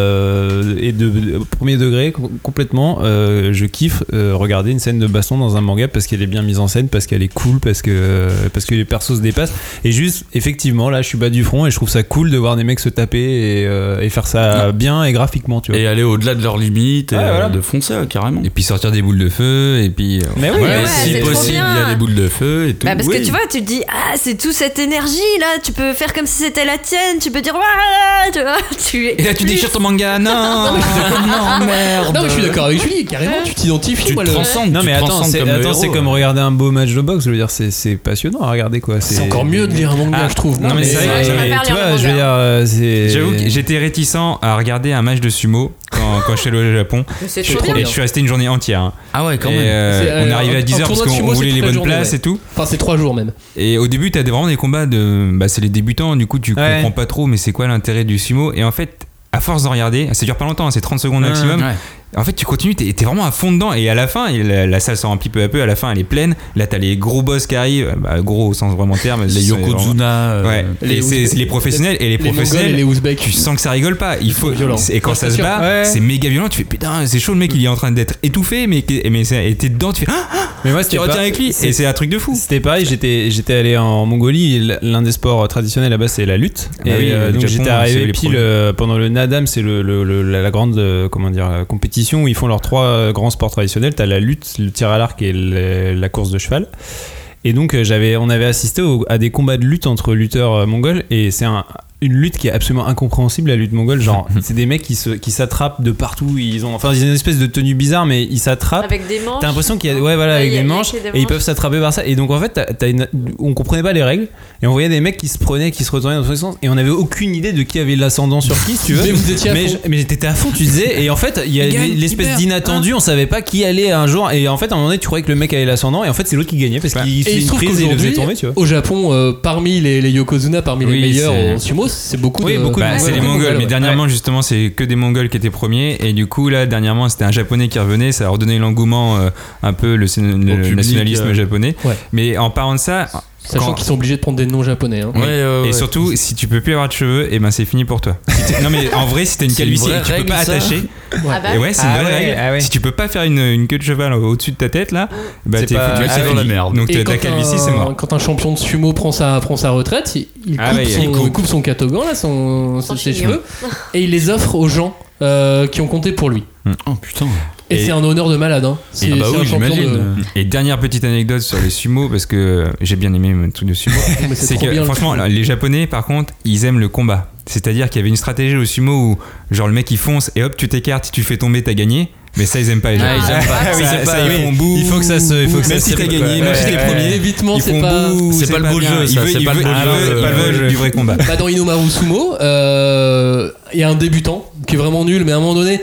Speaker 4: euh, et de, de premier degré co- complètement euh, je kiffe euh, regarder une scène de baston dans un manga parce qu'elle est bien mise en scène, parce qu'elle est cool, parce que parce que les persos se dépassent et juste effectivement là je suis bas du front et je trouve ça cool de voir des mecs se taper et, euh, et faire ça bien et graphiquement, tu vois.
Speaker 3: Et aller au-delà de leurs limites et
Speaker 4: Ouais,
Speaker 3: euh,
Speaker 4: voilà.
Speaker 3: de foncer, ouais, carrément.
Speaker 2: Et puis sortir des boules de feu, et puis. euh,
Speaker 4: Mais oui,
Speaker 3: Ouais,
Speaker 5: ouais,
Speaker 3: si
Speaker 5: c'est trop
Speaker 3: possible, il y
Speaker 5: bien.
Speaker 3: a des boules de feu et tout.
Speaker 5: Bah parce
Speaker 3: Oui.
Speaker 5: que tu vois, tu te dis, ah, c'est toute cette énergie là, tu peux faire comme si c'était la tienne, tu peux dire, ouais, tu vois, tu es.
Speaker 2: Et là, tu
Speaker 5: plus-
Speaker 2: déchires ton manga, non
Speaker 3: Non, merde.
Speaker 1: Non mais je suis d'accord avec Julie, carrément tu t'identifies.
Speaker 3: Tu
Speaker 1: moi,
Speaker 3: te
Speaker 1: le-
Speaker 3: transcendes.
Speaker 4: Non
Speaker 3: tu
Speaker 4: mais
Speaker 3: te
Speaker 4: attends,
Speaker 3: transcendes
Speaker 4: c'est,
Speaker 3: comme le
Speaker 4: attends,
Speaker 3: héros,
Speaker 4: c'est comme
Speaker 3: ouais.
Speaker 4: regarder un beau match de boxe, je veux dire c'est, c'est passionnant à regarder quoi.
Speaker 1: C'est encore mieux de lire un manga,
Speaker 4: Ah,
Speaker 1: je trouve.
Speaker 2: non, mais c'est vrai,
Speaker 5: je
Speaker 4: Et
Speaker 5: préfère
Speaker 4: tu
Speaker 5: lire
Speaker 4: vois,
Speaker 5: le
Speaker 4: je veux
Speaker 5: manga.
Speaker 4: dire euh, c'est
Speaker 2: J'avoue que j'étais réticent à regarder un match de sumo quand, quand je suis allé au Japon.
Speaker 5: Mais c'est
Speaker 1: C'est
Speaker 5: trop
Speaker 1: trop
Speaker 5: bien.
Speaker 2: Et je suis resté une journée entière. hein.
Speaker 3: Ah ouais, quand
Speaker 2: Et,
Speaker 3: même.
Speaker 2: euh,
Speaker 1: C'est,
Speaker 2: on est
Speaker 1: euh,
Speaker 2: arrivé
Speaker 1: un-
Speaker 2: à dix
Speaker 1: un
Speaker 2: heures parce
Speaker 1: tournoi de
Speaker 2: qu'on
Speaker 1: sumo,
Speaker 2: on
Speaker 1: c'est
Speaker 2: voulait
Speaker 1: toute
Speaker 2: les
Speaker 1: la
Speaker 2: bonnes
Speaker 1: journée,
Speaker 2: places
Speaker 1: ouais.
Speaker 2: et tout.
Speaker 1: Enfin c'est trois jours même.
Speaker 2: Et au début, t'as des- vraiment des combats de. Bah, c'est les débutants, du coup, tu
Speaker 4: Ouais.
Speaker 2: comprends pas trop, mais c'est quoi l'intérêt du sumo? Et en fait, à force d'en regarder, ça dure pas longtemps, hein, c'est trente secondes maximum.
Speaker 3: Ouais.
Speaker 2: En fait, tu continues, t'es, t'es vraiment à fond dedans. Et à la fin, et la, la salle se remplit peu à peu. À la fin, elle est pleine. Là, t'as les gros boss qui arrivent. Bah, gros au sens vraiment terme.
Speaker 3: Les
Speaker 2: sont vraiment-
Speaker 3: Yokozuna. euh,
Speaker 2: Ouais.
Speaker 1: les
Speaker 2: Et c'est,
Speaker 1: Ouzbeks.
Speaker 2: c'est les professionnels. Et les,
Speaker 1: Les Mongols
Speaker 2: professionnels.
Speaker 1: et les Ouzbeks.
Speaker 2: Tu sens que ça rigole pas. Il faut.
Speaker 1: violent.
Speaker 2: Et quand
Speaker 1: Ouais,
Speaker 2: ça
Speaker 1: c'est
Speaker 2: se
Speaker 1: sûr.
Speaker 2: bat,
Speaker 4: Ouais.
Speaker 2: c'est méga violent. Tu fais putain, c'est chaud le mec. Il est en train d'être étouffé, mais mais c'est- et t'es dedans. Tu fais ah, ah,
Speaker 4: Mais moi
Speaker 2: tu
Speaker 4: c'était
Speaker 2: retiens
Speaker 4: pas-
Speaker 2: avec lui.
Speaker 4: c'est-
Speaker 2: Et c'est un truc de fou.
Speaker 4: C'était pareil, j'étais, j'étais allé en Mongolie, et l'un des sports traditionnels là-bas c'est la lutte.
Speaker 2: Ah
Speaker 4: et
Speaker 2: oui,
Speaker 4: euh,
Speaker 2: le
Speaker 4: donc
Speaker 2: Japon,
Speaker 4: j'étais
Speaker 2: c'est
Speaker 4: arrivé
Speaker 2: les
Speaker 4: pile
Speaker 2: premiers.
Speaker 4: euh, pendant le Nadam, c'est le, le- le- la, la grande euh, comment dire, euh, compétition où ils font leurs trois euh, grands sports traditionnels. T'as la lutte, le tir à l'arc et le- la course de cheval. Et donc euh, j'avais, on avait assisté au- à des combats de lutte entre lutteurs euh, mongols et c'est un, une lutte qui est absolument incompréhensible, la lutte mongole. Genre, c'est des mecs qui, se, qui s'attrapent de partout. Ils ont, enfin, ils ont une espèce de tenue bizarre, mais ils s'attrapent.
Speaker 5: Avec des manches.
Speaker 4: T'as l'impression qu'il y a, ouais, voilà,
Speaker 5: Ouais,
Speaker 4: avec
Speaker 5: il y a-
Speaker 4: des
Speaker 5: il y a
Speaker 4: manches,
Speaker 5: que des
Speaker 4: et ils
Speaker 5: manches.
Speaker 4: peuvent s'attraper par ça. Et donc en fait, t'as, t'as une, on comprenait pas les règles, et on voyait des mecs qui se prenaient, qui se retournaient dans tous les sens, et on avait aucune idée de qui avait l'ascendant sur qui, si tu veux.
Speaker 1: Mais vous étiez à
Speaker 4: mais,
Speaker 1: fond.
Speaker 4: je- mais t'étais à fond, tu disais, et en fait, il y a
Speaker 2: Il gagne,
Speaker 4: l'espèce
Speaker 2: il perd.
Speaker 4: d'inattendu, on savait pas qui allait un jour, et en fait, à un moment donné, tu croyais que le mec avait l'ascendant, et en fait, c'est l'autre qui gagnait parce qu'il
Speaker 1: Et
Speaker 4: faisait
Speaker 1: il se
Speaker 4: une
Speaker 1: trouve
Speaker 4: prise et il le faisait
Speaker 1: qu'aujourd'hui,
Speaker 4: tomber, tu vois.
Speaker 1: au Japon, euh, parmi les, les Yokozuna, parmi les
Speaker 2: Oui,
Speaker 1: meilleurs
Speaker 2: c'est-
Speaker 1: en sumo, c'est beaucoup
Speaker 4: Oui,
Speaker 1: de.
Speaker 4: beaucoup de
Speaker 2: Bah, c'est
Speaker 4: Ouais,
Speaker 2: les
Speaker 4: ouais,
Speaker 2: Mongols,
Speaker 1: ouais.
Speaker 2: mais dernièrement justement c'est que des Mongols qui étaient premiers et du coup là dernièrement c'était un Japonais qui revenait, ça a redonné l'engouement euh, un peu le, le
Speaker 3: public,
Speaker 2: nationalisme
Speaker 3: euh.
Speaker 2: japonais.
Speaker 1: Ouais.
Speaker 2: Mais en parlant de ça,
Speaker 1: Sachant
Speaker 2: quand-
Speaker 1: qu'ils sont obligés de prendre des noms japonais. Hein.
Speaker 3: Ouais, ouais,
Speaker 2: et
Speaker 3: ouais.
Speaker 2: surtout si tu peux plus avoir de cheveux, et ben c'est fini pour toi. Si t'es- non mais en vrai si t'as une
Speaker 3: C'est une
Speaker 2: calvitie
Speaker 3: vraie
Speaker 2: et que tu peux
Speaker 3: règle,
Speaker 2: pas
Speaker 3: ça
Speaker 2: attacher,
Speaker 5: Ah bah,
Speaker 2: et ouais c'est une
Speaker 4: Ah
Speaker 2: vraie
Speaker 4: ouais,
Speaker 2: règle.
Speaker 4: ah ouais.
Speaker 2: Si tu peux pas faire une, une queue de cheval au-dessus de ta tête là, bah
Speaker 4: C'est
Speaker 2: t'es
Speaker 4: pas-
Speaker 2: foutu,
Speaker 4: ah
Speaker 2: c'est
Speaker 4: ouais.
Speaker 2: fini.
Speaker 3: dans la merde.
Speaker 2: Donc
Speaker 1: Et
Speaker 2: ta
Speaker 1: quand
Speaker 2: calvitie
Speaker 1: un-
Speaker 2: c'est mort.
Speaker 1: Quand un champion de sumo prend sa, prend sa retraite, il, il
Speaker 2: Ah
Speaker 1: coupe,
Speaker 2: ouais,
Speaker 1: son,
Speaker 2: il coupe.
Speaker 1: il coupe son catogan, là, son,
Speaker 5: Son
Speaker 1: ses
Speaker 5: chignon.
Speaker 1: cheveux, et il les offre aux gens euh, qui ont compté pour lui.
Speaker 3: Oh putain.
Speaker 1: Et, et c'est un honneur de malade, hein. C'est,
Speaker 2: et bah
Speaker 1: c'est
Speaker 2: oui,
Speaker 1: un champion
Speaker 2: j'imagine.
Speaker 1: de...
Speaker 2: Et dernière petite anecdote sur les sumo, parce que j'ai bien aimé mon truc de sumo.
Speaker 1: Mais c'est
Speaker 2: c'est
Speaker 1: trop
Speaker 2: que
Speaker 1: bien,
Speaker 2: franchement, les Japonais, par contre, ils aiment le combat. C'est-à-dire qu'il y avait une stratégie au sumo où, genre, le mec il fonce et hop, tu t'écartes, tu fais tomber, t'as gagné. Mais ça, ils aiment pas les gens.
Speaker 3: Ah, ils aiment pas.
Speaker 2: Oui,
Speaker 3: ça,
Speaker 2: c'est
Speaker 3: ça,
Speaker 2: pas, ils
Speaker 3: oui.
Speaker 2: font bouh.
Speaker 4: Il faut que ça se. Il faut que
Speaker 2: Même
Speaker 4: ça
Speaker 2: si
Speaker 4: se
Speaker 2: t'as gagné,
Speaker 4: ouais,
Speaker 2: même si t'es
Speaker 4: ouais,
Speaker 2: premier,
Speaker 1: l'évitement,
Speaker 2: ils
Speaker 1: c'est
Speaker 2: font
Speaker 1: pas.
Speaker 2: bouh,
Speaker 3: c'est pas le beau
Speaker 2: bien.
Speaker 3: jeu,
Speaker 2: Il
Speaker 3: ça,
Speaker 2: veut-
Speaker 3: c'est
Speaker 2: il
Speaker 3: pas
Speaker 2: veut-
Speaker 3: le beau
Speaker 2: il
Speaker 3: jeu,
Speaker 2: veut-
Speaker 3: euh,
Speaker 2: pas le
Speaker 3: ouais,
Speaker 2: jeu du vrai combat.
Speaker 1: Bah, dans Inomaru Sumo, euh, il y a un débutant qui est vraiment nul, mais à un moment donné,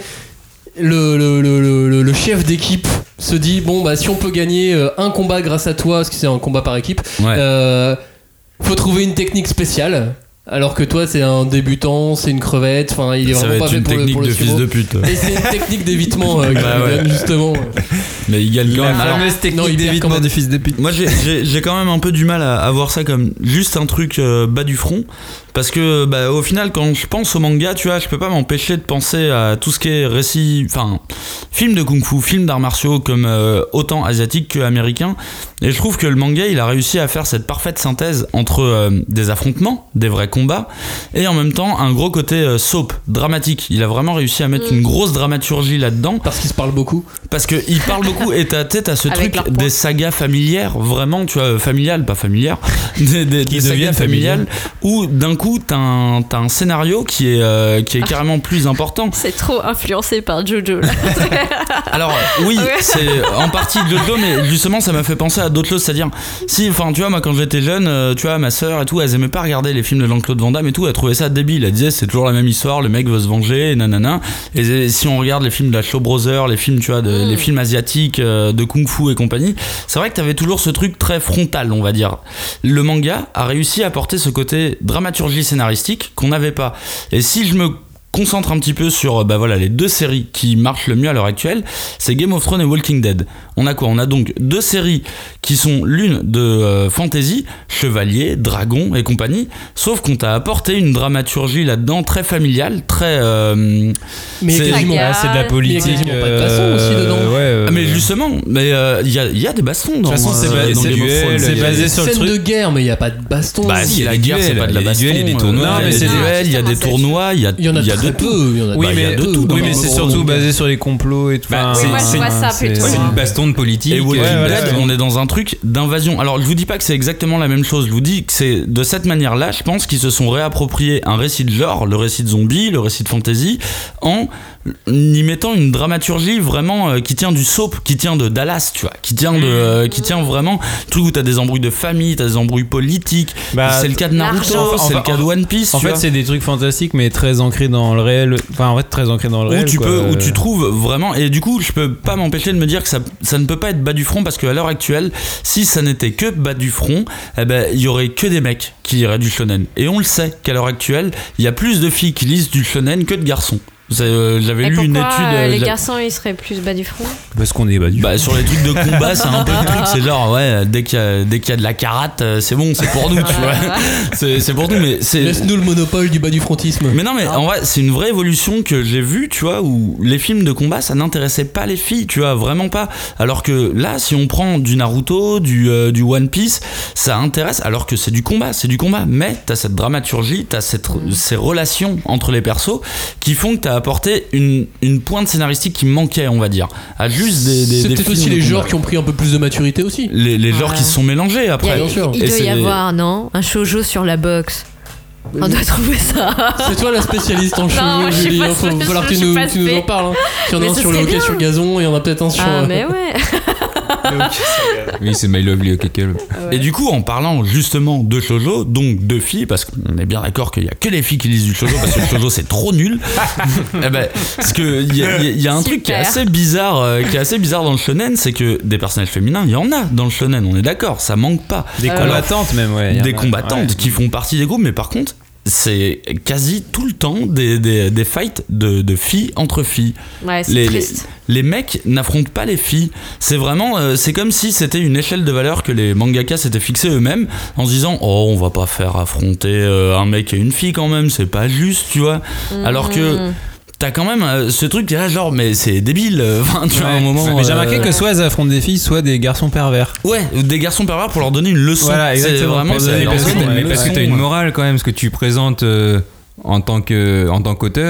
Speaker 1: le, le, le, le, le chef d'équipe se dit bon, bah, si on peut gagner euh, un combat grâce à toi, parce que c'est un combat par équipe,
Speaker 3: Ouais.
Speaker 1: euh, faut trouver une technique spéciale. Alors que toi, c'est un débutant, c'est une crevette, enfin, il est
Speaker 3: Ça va
Speaker 1: vraiment pas
Speaker 3: être
Speaker 1: fait
Speaker 3: une
Speaker 1: pour le,
Speaker 3: technique
Speaker 1: pour le
Speaker 3: de
Speaker 1: sumo.
Speaker 3: fils de pute.
Speaker 1: Et c'est une technique d'évitement euh, qui
Speaker 3: Bah
Speaker 1: lui
Speaker 3: ouais.
Speaker 1: donne justement.
Speaker 3: Mais il gagne quand
Speaker 4: La
Speaker 3: même. Alors,
Speaker 4: fameuse
Speaker 1: non,
Speaker 4: technique
Speaker 1: il perd quand
Speaker 4: d'évitement
Speaker 1: même.
Speaker 4: du fils de pute.
Speaker 3: moi, j'ai, j'ai, j'ai quand même un peu du mal à, à voir ça comme juste un truc euh, bas du front. Parce que, bah, au final, quand je pense au manga, tu vois, je peux pas m'empêcher de penser à tout ce qui est récit, enfin, film de kung-fu, film d'arts martiaux, comme euh, autant asiatique que américain. Et je trouve que le manga, il a réussi à faire cette parfaite synthèse entre euh, des affrontements, des vrais combats, et en même temps un gros côté euh, soap, dramatique. Il a vraiment réussi à mettre
Speaker 5: Mm.
Speaker 3: une grosse dramaturgie là-dedans.
Speaker 1: Parce qu'il se parle beaucoup.
Speaker 3: Parce qu'il parle beaucoup et t'as, t'as ce
Speaker 5: Avec
Speaker 3: truc
Speaker 5: leur poids.
Speaker 3: des sagas familières, vraiment, tu vois, familiales, pas familières, des, des, des sagas
Speaker 4: deviennent
Speaker 3: familiales, où d'un coup t'as un, t'as un scénario qui est, euh, qui est carrément plus important.
Speaker 5: C'est trop influencé par Jojo là.
Speaker 3: Alors oui,
Speaker 5: Ouais.
Speaker 3: c'est en partie Jojo, mais justement ça m'a fait penser à d'autres choses, c'est-à-dire, si, enfin tu vois, moi quand j'étais jeune, euh, tu vois, ma sœur et tout, elles aimaient pas regarder les films de Jean-Claude Van Damme et tout, elles trouvaient ça débile, elles disaient c'est toujours la même histoire, le mec veut se venger, et nanana. Et si on regarde les films de la Shaw Brothers, les films, tu vois, de,
Speaker 5: Mm.
Speaker 3: les films asiatiques, euh, de Kung Fu et compagnie, c'est vrai que t'avais toujours ce truc très frontal, on va dire. Le manga a réussi à apporter ce côté dramaturgie scénaristique qu'on n'avait pas. Et si je me concentre un petit peu sur bah voilà, les deux séries qui marchent le mieux à l'heure actuelle, c'est Game of Thrones et Walking Dead. On a quoi ? On a donc deux séries qui sont l'une de euh, fantasy, chevalier, dragon et compagnie, sauf qu'on t'a apporté une dramaturgie là-dedans très familiale, très... Euh,
Speaker 1: Mais
Speaker 3: c'est-
Speaker 1: quasiment.
Speaker 5: Saga.
Speaker 4: Ah, c'est de la
Speaker 1: Mais
Speaker 4: politique.
Speaker 1: il y a quasiment pas de baston aussi dedans.
Speaker 4: Ouais, euh,
Speaker 3: Ah, mais justement, mais il euh, y, a, y a des bastons dans,
Speaker 4: De toute façon, c'est
Speaker 3: euh,
Speaker 4: ba-
Speaker 3: dans
Speaker 4: c'est
Speaker 3: Game of
Speaker 4: duel,
Speaker 3: Thrones.
Speaker 4: c'est
Speaker 3: Il y a-
Speaker 4: basé sur le
Speaker 1: Scène
Speaker 4: truc.
Speaker 1: de guerre, mais il n'y a pas de baston.
Speaker 3: Bah
Speaker 2: Si,
Speaker 3: si,
Speaker 2: il y a
Speaker 3: la
Speaker 2: des
Speaker 3: guerre,
Speaker 2: duels,
Speaker 3: c'est pas de la
Speaker 2: il y a des
Speaker 3: baston.
Speaker 2: duels et des
Speaker 3: euh,
Speaker 2: tournois.
Speaker 3: il y a
Speaker 4: Non, mais
Speaker 3: des
Speaker 4: c'est-
Speaker 3: duels, il y a des
Speaker 5: justement,
Speaker 3: tournois, il y a,
Speaker 1: Il y en a
Speaker 3: il y a
Speaker 1: très
Speaker 3: de tout.
Speaker 1: peu. Il y en a,
Speaker 4: Oui,
Speaker 1: bah, il y a
Speaker 4: mais,
Speaker 1: de tout.
Speaker 4: oui,
Speaker 1: dans
Speaker 4: mais
Speaker 1: un
Speaker 4: c'est
Speaker 1: gros
Speaker 4: surtout
Speaker 1: manga.
Speaker 4: basé sur les complots et tout.
Speaker 2: Bah,
Speaker 4: Enfin,
Speaker 5: Oui, moi, je
Speaker 4: c'est-
Speaker 5: vois ça
Speaker 4: c'est-
Speaker 5: plutôt.
Speaker 2: C'est
Speaker 4: c'est-
Speaker 2: une baston de politique.
Speaker 3: Et Walking
Speaker 4: Ouais,
Speaker 3: Dead,
Speaker 4: voilà.
Speaker 3: on est dans un truc d'invasion. Alors, je vous dis pas que c'est exactement la même chose. Je vous dis que c'est de cette manière-là, je pense qu'ils se sont réappropriés un récit de genre, le récit de zombie, le récit de fantasy, en y mettant une dramaturgie vraiment euh, qui tient du soap, qui tient de Dallas, tu vois, qui tient de, euh, qui tient vraiment truc où t'as des embrouilles de famille, t'as des embrouilles politiques.
Speaker 4: Bah,
Speaker 3: c'est le cas de Naruto,
Speaker 5: l'argent.
Speaker 3: c'est le
Speaker 4: Enfin,
Speaker 3: cas de One Piece.
Speaker 4: En
Speaker 3: tu
Speaker 4: fait,
Speaker 3: vois.
Speaker 4: c'est des trucs fantastiques, mais très ancrés dans le réel. Enfin, en fait, très ancrés dans le
Speaker 3: où
Speaker 4: réel.
Speaker 3: tu
Speaker 4: quoi.
Speaker 3: peux, où tu trouves vraiment, et du coup, je peux pas m'empêcher de me dire que ça, ça ne peut pas être bas du front parce qu'à l'heure actuelle, si ça n'était que bas du front, eh ben, il y aurait que des mecs qui liraient du shonen. Et on le sait qu'à l'heure actuelle, il y a plus de filles qui lisent du shonen que de garçons. C'est, euh, J'avais
Speaker 5: Et
Speaker 3: lu
Speaker 5: pourquoi
Speaker 3: une étude.
Speaker 5: euh,
Speaker 3: euh,
Speaker 5: les
Speaker 3: j'a-
Speaker 5: garçons ils seraient plus bas du front?
Speaker 4: Parce qu'on est bas du
Speaker 3: Bah, sur les trucs de combat, c'est un peu le truc. C'est genre, ouais, dès qu'il y a, dès qu'il y a de la karate, euh, c'est bon, c'est pour nous, tu vois. C'est, c'est pour nous, mais c'est.
Speaker 1: Laisse-nous le monopole du bas du frontisme.
Speaker 3: Mais non, mais en vrai, c'est une vraie évolution que j'ai vue, tu vois, où les films de combat, ça n'intéressait pas les filles, tu vois, vraiment pas. Alors que là, si on prend du Naruto, du, euh, du One Piece, ça intéresse, alors que c'est du combat, c'est du combat. Mais t'as cette dramaturgie, t'as cette, ces relations entre les persos qui font que t'as apporté une, une pointe scénaristique qui manquait, on va dire. À juste des, des,
Speaker 1: C'est
Speaker 3: des
Speaker 1: peut-être
Speaker 3: films
Speaker 1: aussi
Speaker 3: de
Speaker 1: les
Speaker 3: combat.
Speaker 1: genres qui ont pris un peu plus de maturité aussi.
Speaker 3: Les, les genres
Speaker 5: Ouais.
Speaker 3: qui se sont mélangés
Speaker 5: Il, y a-
Speaker 3: après.
Speaker 1: bien sûr.
Speaker 5: il
Speaker 3: Et
Speaker 5: doit
Speaker 3: c'est-
Speaker 5: y avoir, non? Un shoujo sur la boxe. On doit trouver ça.
Speaker 1: C'est toi la spécialiste en
Speaker 5: Non,
Speaker 1: cheveux,
Speaker 5: je suis
Speaker 1: Julie.
Speaker 5: pas
Speaker 1: Il faut
Speaker 5: spé-
Speaker 1: falloir que
Speaker 5: je
Speaker 1: tu
Speaker 5: suis
Speaker 1: nous,
Speaker 5: pas
Speaker 1: tu nous
Speaker 5: spé.
Speaker 1: en parles. Hein. Il y en a
Speaker 5: Mais
Speaker 1: un
Speaker 5: ce
Speaker 1: sur le
Speaker 5: serait
Speaker 1: hockey
Speaker 5: bien.
Speaker 1: sur gazon, il y en a peut-être un sur.
Speaker 5: Ah,
Speaker 1: euh,
Speaker 5: mais ouais.
Speaker 2: Oui, c'est My Lovely Okeke.
Speaker 3: Et du coup, en parlant justement de shoujo, donc de filles, parce qu'on est bien d'accord qu'il y a que les filles qui lisent du shoujo, parce que le shoujo c'est trop nul. Eh ben, parce que il y, a- il y a un truc qui est
Speaker 5: Super.
Speaker 3: assez bizarre, euh, qui est assez bizarre dans le shonen, c'est que des personnages féminins, il y en a dans le shonen, on est d'accord, ça manque pas.
Speaker 4: Des
Speaker 5: Euh,
Speaker 4: combattantes, même, ouais. y en
Speaker 3: Des
Speaker 4: a.
Speaker 3: combattantes
Speaker 4: Ouais.
Speaker 3: qui font partie des groupes, mais par contre, c'est quasi tout le temps des, des, des fights de, de filles entre filles.
Speaker 5: Ouais, c'est
Speaker 3: Les, les,
Speaker 5: triste.
Speaker 3: les mecs n'affrontent pas les filles. C'est vraiment, euh, c'est comme si c'était une échelle de valeur que les mangakas s'étaient fixés eux-mêmes en se disant, oh, on va pas faire affronter euh, un mec et une fille quand même, c'est pas juste, tu vois. Alors que
Speaker 5: Mm.
Speaker 3: t'as quand même euh, ce truc qui est là, genre, mais c'est débile. Enfin, tu vois, à un
Speaker 4: Ouais.
Speaker 3: moment.
Speaker 4: Mais j'ai
Speaker 3: euh,
Speaker 4: remarqué que soit elles affrontent des filles, soit des garçons pervers.
Speaker 3: Ouais, des garçons pervers pour leur donner une leçon.
Speaker 4: Voilà,
Speaker 3: c'est
Speaker 4: exactement,
Speaker 3: vraiment
Speaker 4: pour
Speaker 3: c'est
Speaker 4: donner
Speaker 3: leur
Speaker 4: parce que
Speaker 3: donner
Speaker 4: t'as-
Speaker 3: une
Speaker 2: Mais parce que
Speaker 3: leçon.
Speaker 2: t'as une morale quand même, ce que tu présentes euh, en tant que en tant qu'auteur,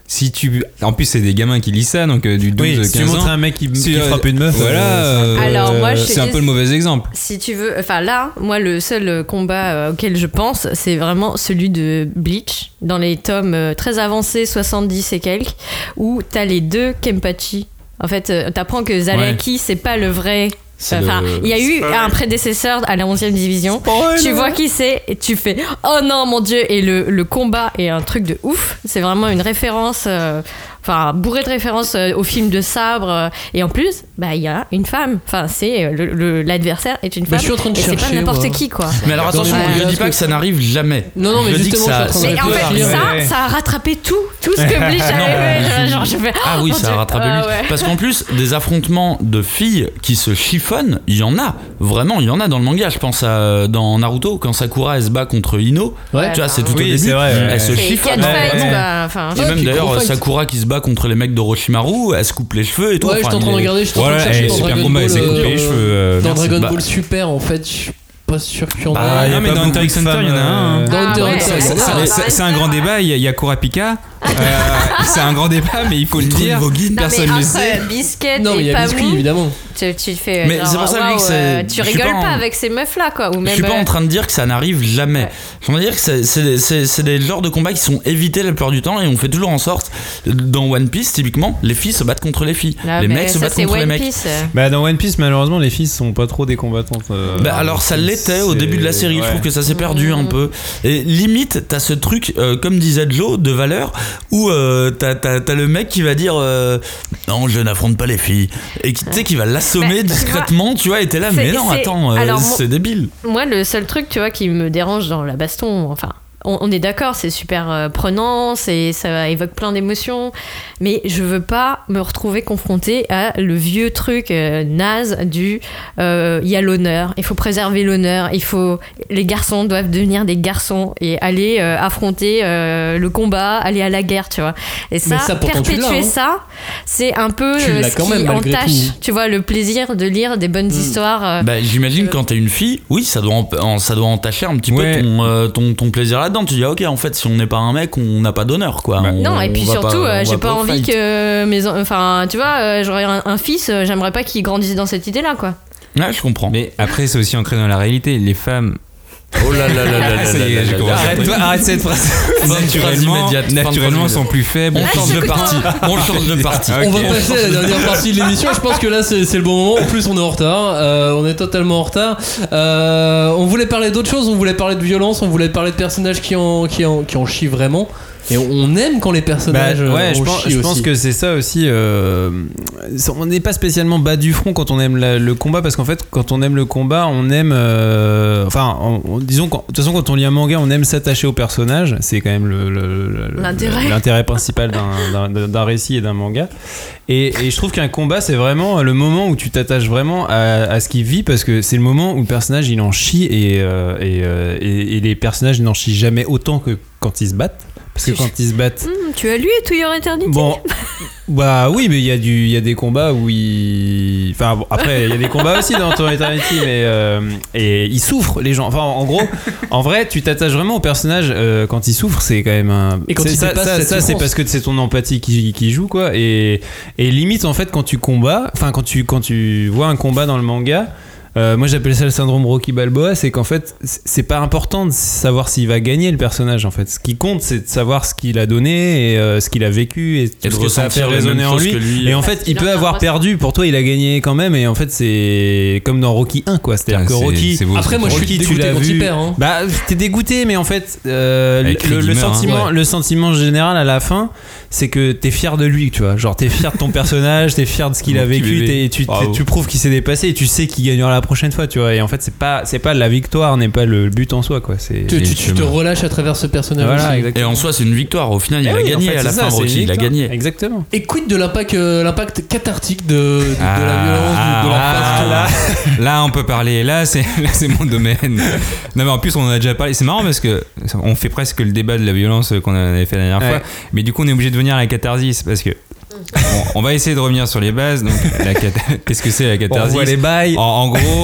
Speaker 2: si tu, en plus c'est des gamins qui lisent ça, donc euh, du douze
Speaker 4: Oui,
Speaker 2: quinze
Speaker 4: si tu
Speaker 2: ans.
Speaker 4: montres un mec qui,
Speaker 2: si,
Speaker 4: qui
Speaker 2: euh,
Speaker 4: frappe une meuf,
Speaker 2: voilà,
Speaker 4: euh,
Speaker 2: euh,
Speaker 5: Alors, moi, je
Speaker 2: c'est
Speaker 5: te
Speaker 2: un
Speaker 5: dis-
Speaker 2: peu le mauvais exemple.
Speaker 5: Si tu veux, enfin là, moi le seul combat euh, auquel je pense, c'est vraiment celui de Bleach, dans les tomes euh, très avancés, soixante-dix et quelques, où t'as les deux Kenpachi. En fait, euh, t'apprends que Zalaki, ouais. c'est pas le vrai.
Speaker 2: C'est
Speaker 5: Enfin,
Speaker 2: le-
Speaker 5: il y a eu
Speaker 2: c'est
Speaker 5: un prédécesseur à la onzième division. Tu vois qui c'est et tu fais oh non mon dieu, et le, le combat est un truc de ouf. C'est vraiment une référence, euh, enfin bourré de références euh, au film de sabre, euh, et en plus bah il y a une femme. Enfin c'est le, le- l'adversaire est une
Speaker 1: Mais
Speaker 5: femme.
Speaker 1: je suis en train de
Speaker 5: et c'est pas
Speaker 1: chercher,
Speaker 5: n'importe
Speaker 1: moi.
Speaker 5: qui quoi.
Speaker 3: Mais alors
Speaker 1: Dans
Speaker 3: attention,
Speaker 1: les
Speaker 3: je
Speaker 1: mangas,
Speaker 3: dis pas
Speaker 1: que-
Speaker 3: que ça n'arrive jamais.
Speaker 1: Non, non, mais
Speaker 3: je dis que
Speaker 1: justement,
Speaker 3: ça,
Speaker 1: je suis en train de
Speaker 5: Mais en fait,
Speaker 1: réfléchir.
Speaker 5: ça,
Speaker 4: Ouais.
Speaker 5: ça a rattrapé tout, tout ce que Bleach avait fait. Genre, je fais,
Speaker 3: Ah oui,
Speaker 5: oh,
Speaker 3: ça
Speaker 5: mon
Speaker 3: a rattrapé
Speaker 5: Dieu.
Speaker 3: lui.
Speaker 5: Ah ouais.
Speaker 3: Parce qu'en plus, des affrontements de filles qui se chiffonnent, il y en a. Vraiment, il y en a dans le manga. Je pense à dans Naruto, quand Sakura elle se bat contre Ino.
Speaker 5: Ouais,
Speaker 3: tu vois, c'est tout
Speaker 4: oui,
Speaker 3: au début.
Speaker 4: c'est vrai, ouais.
Speaker 3: Elle se
Speaker 5: C'est
Speaker 3: chiffonne.
Speaker 5: catfight,
Speaker 4: ouais, ouais.
Speaker 5: quoi. Enfin,
Speaker 3: Et
Speaker 1: Ouais,
Speaker 3: même
Speaker 1: puis
Speaker 3: d'ailleurs,
Speaker 1: gros fight.
Speaker 3: Sakura qui se bat contre les mecs d'Orochimaru, elle se coupe les cheveux et tout.
Speaker 1: Ouais,
Speaker 3: Enfin,
Speaker 1: j'étais en train
Speaker 3: il
Speaker 1: de
Speaker 3: est-
Speaker 1: regarder, j'étais en train de
Speaker 2: Voilà,
Speaker 1: chercher
Speaker 2: et
Speaker 1: dans
Speaker 2: super
Speaker 1: Dragon
Speaker 2: combat,
Speaker 1: Ball.
Speaker 2: elle s'est coupé
Speaker 1: euh,
Speaker 2: les cheveux. euh,
Speaker 1: Dans
Speaker 2: merci.
Speaker 1: Dragon
Speaker 3: Bah-
Speaker 1: Ball Super, en fait, je suis pas sûr qu'il y en
Speaker 3: Bah,
Speaker 1: a.
Speaker 3: il y a
Speaker 2: non, mais
Speaker 4: pas
Speaker 2: dans Hunter
Speaker 4: beaucoup
Speaker 2: x
Speaker 4: de
Speaker 2: Hunter, il y en a
Speaker 4: femmes,
Speaker 2: un. hein.
Speaker 1: Dans
Speaker 5: Ah
Speaker 1: Hunter
Speaker 5: ouais.
Speaker 1: x
Speaker 2: Ça,
Speaker 1: Hunter,
Speaker 2: ça,
Speaker 1: il y en a.
Speaker 2: ça,
Speaker 5: Non,
Speaker 2: ça,
Speaker 5: ça
Speaker 2: c'est un
Speaker 5: reste
Speaker 2: grand
Speaker 5: pas.
Speaker 2: débat, il y a, il y a Kurapika, euh, c'est un grand débat, mais il faut le
Speaker 3: Contre
Speaker 2: dire,
Speaker 3: Voguine.
Speaker 5: Non,
Speaker 2: personne
Speaker 5: mais
Speaker 2: ne le
Speaker 5: entre
Speaker 2: sait.
Speaker 5: Biscuit
Speaker 1: Non, mais il
Speaker 5: et
Speaker 1: y a Biscuit,
Speaker 5: Pamou,
Speaker 1: évidemment.
Speaker 5: tu, tu fais.
Speaker 3: Mais
Speaker 5: genre,
Speaker 3: c'est pour ça que je dis que
Speaker 5: waouh,
Speaker 3: c'est-
Speaker 5: euh,
Speaker 3: je
Speaker 5: tu
Speaker 3: suis
Speaker 5: rigoles
Speaker 3: pas
Speaker 5: pas
Speaker 3: en-
Speaker 5: avec ces meufs-là, quoi. Ou
Speaker 3: Je
Speaker 5: même.
Speaker 3: suis pas
Speaker 5: euh,
Speaker 3: en train de dire que ça n'arrive jamais.
Speaker 5: Ouais.
Speaker 3: Je veux dire que c'est, c'est, des- c'est, c'est des genres de combats qui sont évités la plupart du temps et on fait toujours en sorte. Dans One Piece, typiquement, les filles se battent contre les filles.
Speaker 5: Ah,
Speaker 3: les
Speaker 5: mais
Speaker 3: mecs se
Speaker 5: ça,
Speaker 3: battent
Speaker 5: c'est
Speaker 3: contre les
Speaker 5: One
Speaker 3: mecs.
Speaker 5: Piece, euh.
Speaker 4: Bah dans One Piece malheureusement les filles sont pas trop des combattantes. euh,
Speaker 3: Bah alors ça l'était au
Speaker 4: c'est-
Speaker 3: début de la série, je
Speaker 4: ouais.
Speaker 3: trouve que ça s'est perdu un
Speaker 5: Mmh.
Speaker 3: peu. Et limite, t'as ce truc, euh, comme disait Joe, de valeur, où euh, t'as, t'as, t'as le mec qui va dire euh, non, je n'affronte pas les filles. Et qui, tu sais, qui va l'assommer
Speaker 5: Bah, tu
Speaker 3: discrètement, tu vois, et t'es là,
Speaker 5: c'est-
Speaker 3: mais non,
Speaker 5: c'est-
Speaker 3: attends, euh,
Speaker 5: alors, moi-
Speaker 3: c'est débile.
Speaker 5: Moi, le seul truc, tu vois, qui me dérange dans la baston, enfin, on, on est d'accord, c'est super euh, prenant, c'est, ça évoque plein d'émotions, mais je veux pas me retrouver confrontée à le vieux truc euh, naze du euh, il y a l'honneur, il faut préserver l'honneur, il faut les garçons doivent devenir des garçons et aller euh, affronter euh, le combat, aller à la guerre, tu vois. Et ça,
Speaker 1: Mais ça, pourtant, tu
Speaker 5: perpétuer
Speaker 1: l'as, hein.
Speaker 5: ça, c'est un peu
Speaker 1: Tu
Speaker 5: euh,
Speaker 1: l'as
Speaker 5: ce
Speaker 1: quand
Speaker 5: qui
Speaker 1: même, malgré
Speaker 5: entache,
Speaker 1: tout.
Speaker 5: tu vois, le plaisir de lire des bonnes histoires. euh,
Speaker 3: Bah, j'imagine quand t'es une fille, oui, ça doit, en- en- ça doit entacher un petit
Speaker 2: Ouais.
Speaker 3: peu ton, euh, ton, ton plaisir là-dedans. Tu dis, ah, ok, en fait, si on n'est pas un mec, on n'a pas d'honneur, quoi.
Speaker 2: Bah,
Speaker 3: On-
Speaker 5: Non, et puis
Speaker 3: on va
Speaker 5: surtout,
Speaker 3: pas-
Speaker 5: euh,
Speaker 3: on
Speaker 5: j'ai
Speaker 3: va
Speaker 5: pas
Speaker 3: au
Speaker 5: envie
Speaker 3: fight.
Speaker 5: que mes. en- Enfin, tu vois, euh, j'aurais un, un fils, euh, j'aimerais pas qu'il grandisse dans cette idée-là, quoi.
Speaker 3: Ouais, je comprends.
Speaker 2: Mais après, c'est aussi ancré dans la réalité. Les femmes.
Speaker 3: Oh là là là là là
Speaker 2: Ça y
Speaker 3: là
Speaker 2: est,
Speaker 3: là
Speaker 2: je
Speaker 3: là
Speaker 2: commence
Speaker 3: là.
Speaker 2: à-
Speaker 4: Arrête, arrête cette phrase.
Speaker 3: Fin de phrase
Speaker 2: Naturellement,
Speaker 3: immédiate, fin de phrase
Speaker 2: naturellement
Speaker 3: immédiate.
Speaker 2: sont plus faibles.
Speaker 3: On change de partie. On change de partie.
Speaker 2: Ah,
Speaker 1: On
Speaker 2: ok.
Speaker 1: va passer à la dernière partie de l'émission. Je pense que là, c'est, c'est le bon moment. En plus, on est en retard. Euh, on est totalement en retard. Euh, on voulait parler d'autre chose. On voulait parler de violence. On voulait parler de personnages qui en, qui en, qui en chient vraiment. Et on aime quand les
Speaker 4: Bah,
Speaker 1: personnages euh,
Speaker 4: ouais, je
Speaker 1: en
Speaker 4: pense,
Speaker 1: chient
Speaker 4: je
Speaker 1: aussi.
Speaker 4: pense que c'est ça aussi. euh, on n'est pas spécialement bas du front quand on aime la- le combat, parce qu'en fait, quand on aime le combat, on aime. euh, enfin, on- on- disons, qu'en- de toute façon, quand on lit un manga, on aime s'attacher au personnage. C'est quand même le, le- le-
Speaker 5: L'intérêt.
Speaker 4: l'intérêt principal d'un, d'un- d'un récit et d'un manga. Et, et je trouve qu'un combat, c'est vraiment le moment où tu t'attaches vraiment à, à ce qu'il vit, parce que c'est le moment où le personnage il en chie, et, euh, et, euh, et- et les personnages n'en chient jamais autant que quand ils se battent. Parce que quand ils se battent.
Speaker 5: Hum, tu as lu To Your Eternity?
Speaker 4: Bon, bah oui, mais il y a du, il y a des combats où ils, enfin bon, après il y a des combats aussi dans To Eternity, mais euh, et ils souffrent les gens. Enfin en gros, en vrai, tu t'attaches vraiment au personnage euh, quand il souffre, c'est quand même un.
Speaker 1: Et quand
Speaker 4: c'est-
Speaker 1: il
Speaker 4: ça,
Speaker 1: dépasse
Speaker 4: ça,
Speaker 1: cette
Speaker 4: ça, c'est
Speaker 1: souffrance.
Speaker 4: parce que c'est ton empathie qui, qui joue quoi, et et limite en fait quand tu combats, enfin quand tu quand tu vois un combat dans le manga. Euh, moi j'appelle ça le syndrome Rocky Balboa, c'est qu'en fait c'est c'est pas important de savoir s'il va gagner le personnage en fait. Ce qui compte c'est de savoir ce qu'il a donné et euh, ce qu'il a vécu et tout
Speaker 3: de
Speaker 4: ce que ça a fait
Speaker 3: ressentir les
Speaker 4: résonner
Speaker 3: mêmes
Speaker 4: en
Speaker 3: choses
Speaker 4: lui.
Speaker 3: que lui.
Speaker 4: Et en fait
Speaker 5: Parce
Speaker 4: il
Speaker 5: qu'il
Speaker 4: peut
Speaker 5: en a
Speaker 4: avoir
Speaker 5: ressenti.
Speaker 4: perdu, pour toi il a gagné quand même, et en fait c'est comme dans Rocky un quoi. C'est-à-dire
Speaker 2: Ah,
Speaker 4: que
Speaker 2: c'est-
Speaker 4: Rocky,
Speaker 2: c'est beau,
Speaker 1: Après,
Speaker 2: ça.
Speaker 1: moi, je suis
Speaker 4: Rocky, tu
Speaker 1: dégoûté
Speaker 4: l'as
Speaker 1: quand
Speaker 4: vu.
Speaker 1: il perd. Hein.
Speaker 4: Bah t'es dégoûté, mais en fait euh,
Speaker 2: Avec
Speaker 4: le, le
Speaker 2: Rick Gimmer,
Speaker 4: sentiment,
Speaker 1: hein. Ouais.
Speaker 4: le sentiment général à la fin, c'est que t'es fier de lui, tu vois. Genre t'es fier de ton personnage, t'es fier de ce qu'il
Speaker 2: Mon
Speaker 4: a
Speaker 2: petit
Speaker 4: vécu,
Speaker 2: bébé.
Speaker 4: t'es- et tu,
Speaker 2: Bravo.
Speaker 4: tu prouves qu'il s'est dépassé et tu sais qu'il gagnera la prochaine fois, tu vois. Et en fait c'est pas, c'est pas la victoire, n'est pas le but en soi, quoi. C'est
Speaker 1: Tu, tu- tu te
Speaker 2: chemin.
Speaker 1: relâches à travers ce personnage.
Speaker 4: voilà,
Speaker 1: aussi.
Speaker 4: exactement.
Speaker 3: Et en soi, c'est une victoire. Au final, il
Speaker 4: Eh
Speaker 3: a
Speaker 4: oui,
Speaker 3: gagné
Speaker 4: en fait,
Speaker 3: à la
Speaker 4: c'est
Speaker 3: fin,
Speaker 4: ça, c'est
Speaker 3: Rocky.
Speaker 4: une
Speaker 3: Il a
Speaker 4: victoire.
Speaker 3: gagné.
Speaker 4: Exactement.
Speaker 1: Et quid de l'impact, euh, l'impact cathartique de, de, de
Speaker 2: Ah,
Speaker 1: la violence,
Speaker 2: ah,
Speaker 1: de, de la
Speaker 2: ah,
Speaker 1: baston.
Speaker 2: là, là, on peut parler. Là, c'est là, c'est mon domaine. Non, mais en plus, on en a déjà parlé. C'est marrant parce que on fait presque le débat de la violence qu'on avait fait la dernière
Speaker 4: Ouais.
Speaker 2: fois. Mais du coup, on est obligé de venir à la catharsis parce que on, on va essayer de revenir sur les bases. Donc, la cata- qu'est-ce que c'est la
Speaker 4: On
Speaker 2: catharsis
Speaker 4: voit les bails.
Speaker 2: en, en gros,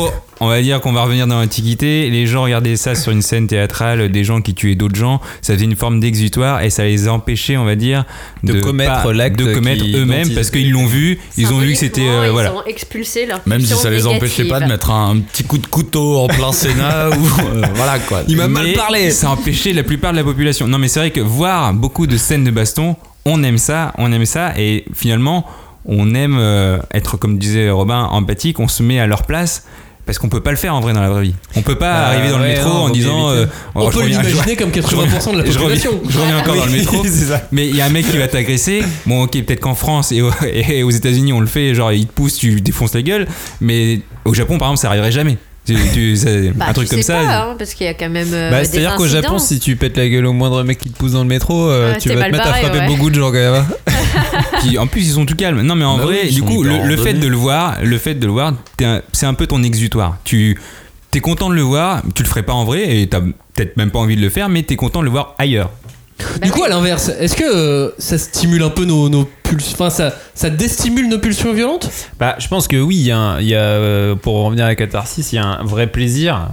Speaker 2: on va dire qu'on va revenir dans l'Antiquité. Les gens regardaient ça sur une scène théâtrale, des gens qui tuaient d'autres gens. Ça faisait une forme d'exutoire et ça les empêchait, on va dire,
Speaker 4: de, de commettre
Speaker 2: pas,
Speaker 4: l'acte,
Speaker 2: de commettre
Speaker 4: qui,
Speaker 2: eux-mêmes
Speaker 4: ils...
Speaker 2: parce qu'ils l'ont vu. Ils ont vu que c'était euh,
Speaker 5: ils
Speaker 2: voilà.
Speaker 5: ont expulsé leur
Speaker 3: même si ça les
Speaker 5: négative.
Speaker 3: empêchait pas de mettre un, un petit coup de couteau en plein Sénat ou euh, voilà quoi.
Speaker 2: Il m'a
Speaker 3: Mais
Speaker 2: mal parlé. Ça empêchait la plupart de la population. Non mais c'est vrai que voir beaucoup de scènes de baston, on aime ça, on aime ça et finalement on aime euh, être, comme disait Robin, empathique. On se met à leur place. Parce qu'on peut pas le faire en vrai dans la vraie vie. On peut pas euh, arriver dans
Speaker 4: ouais,
Speaker 2: le métro
Speaker 4: non,
Speaker 2: en disant. Euh,
Speaker 1: on peut l'imaginer comme quatre-vingts pour cent de la population.
Speaker 2: Je reviens, je reviens encore
Speaker 1: oui,
Speaker 2: dans le métro. Mais il y a un mec qui va t'agresser. Bon, ok, peut-être qu'en France et, au, et aux États-Unis on le fait, genre il te pousse, tu défonces la gueule. Mais au Japon, par exemple, ça arriverait jamais. Tu, tu, ça,
Speaker 5: bah,
Speaker 2: un truc
Speaker 5: tu
Speaker 2: comme
Speaker 5: sais
Speaker 2: ça.
Speaker 5: Pas, hein, parce qu'il y a quand même. Euh,
Speaker 4: bah,
Speaker 5: des
Speaker 4: c'est-à-dire qu'au
Speaker 5: incidents.
Speaker 4: Japon, si tu pètes la gueule au moindre mec qui te pousse dans le métro, euh,
Speaker 5: ouais,
Speaker 4: tu vas te mettre
Speaker 5: barré,
Speaker 4: à frapper
Speaker 5: ouais.
Speaker 4: beaucoup de gens quand même. Hein.
Speaker 2: Puis, en plus, ils sont tout calmes. Non, mais en
Speaker 3: bah
Speaker 2: vrai,
Speaker 3: oui,
Speaker 2: du coup, le, le fait
Speaker 3: ordonnés.
Speaker 2: de le voir, le fait de le voir, un, c'est un peu ton exutoire. Tu t'es content de le voir. Tu le ferais pas en vrai et t'as peut-être même pas envie de le faire, mais t'es content de le voir ailleurs.
Speaker 1: Du coup, à l'inverse, est-ce que euh, ça stimule un peu nos, nos pulsions, enfin ça, ça déstimule nos pulsions violentes ?
Speaker 4: Bah, je pense que oui, il y a, un, il y a euh, pour revenir à la catharsis, il y a un vrai plaisir,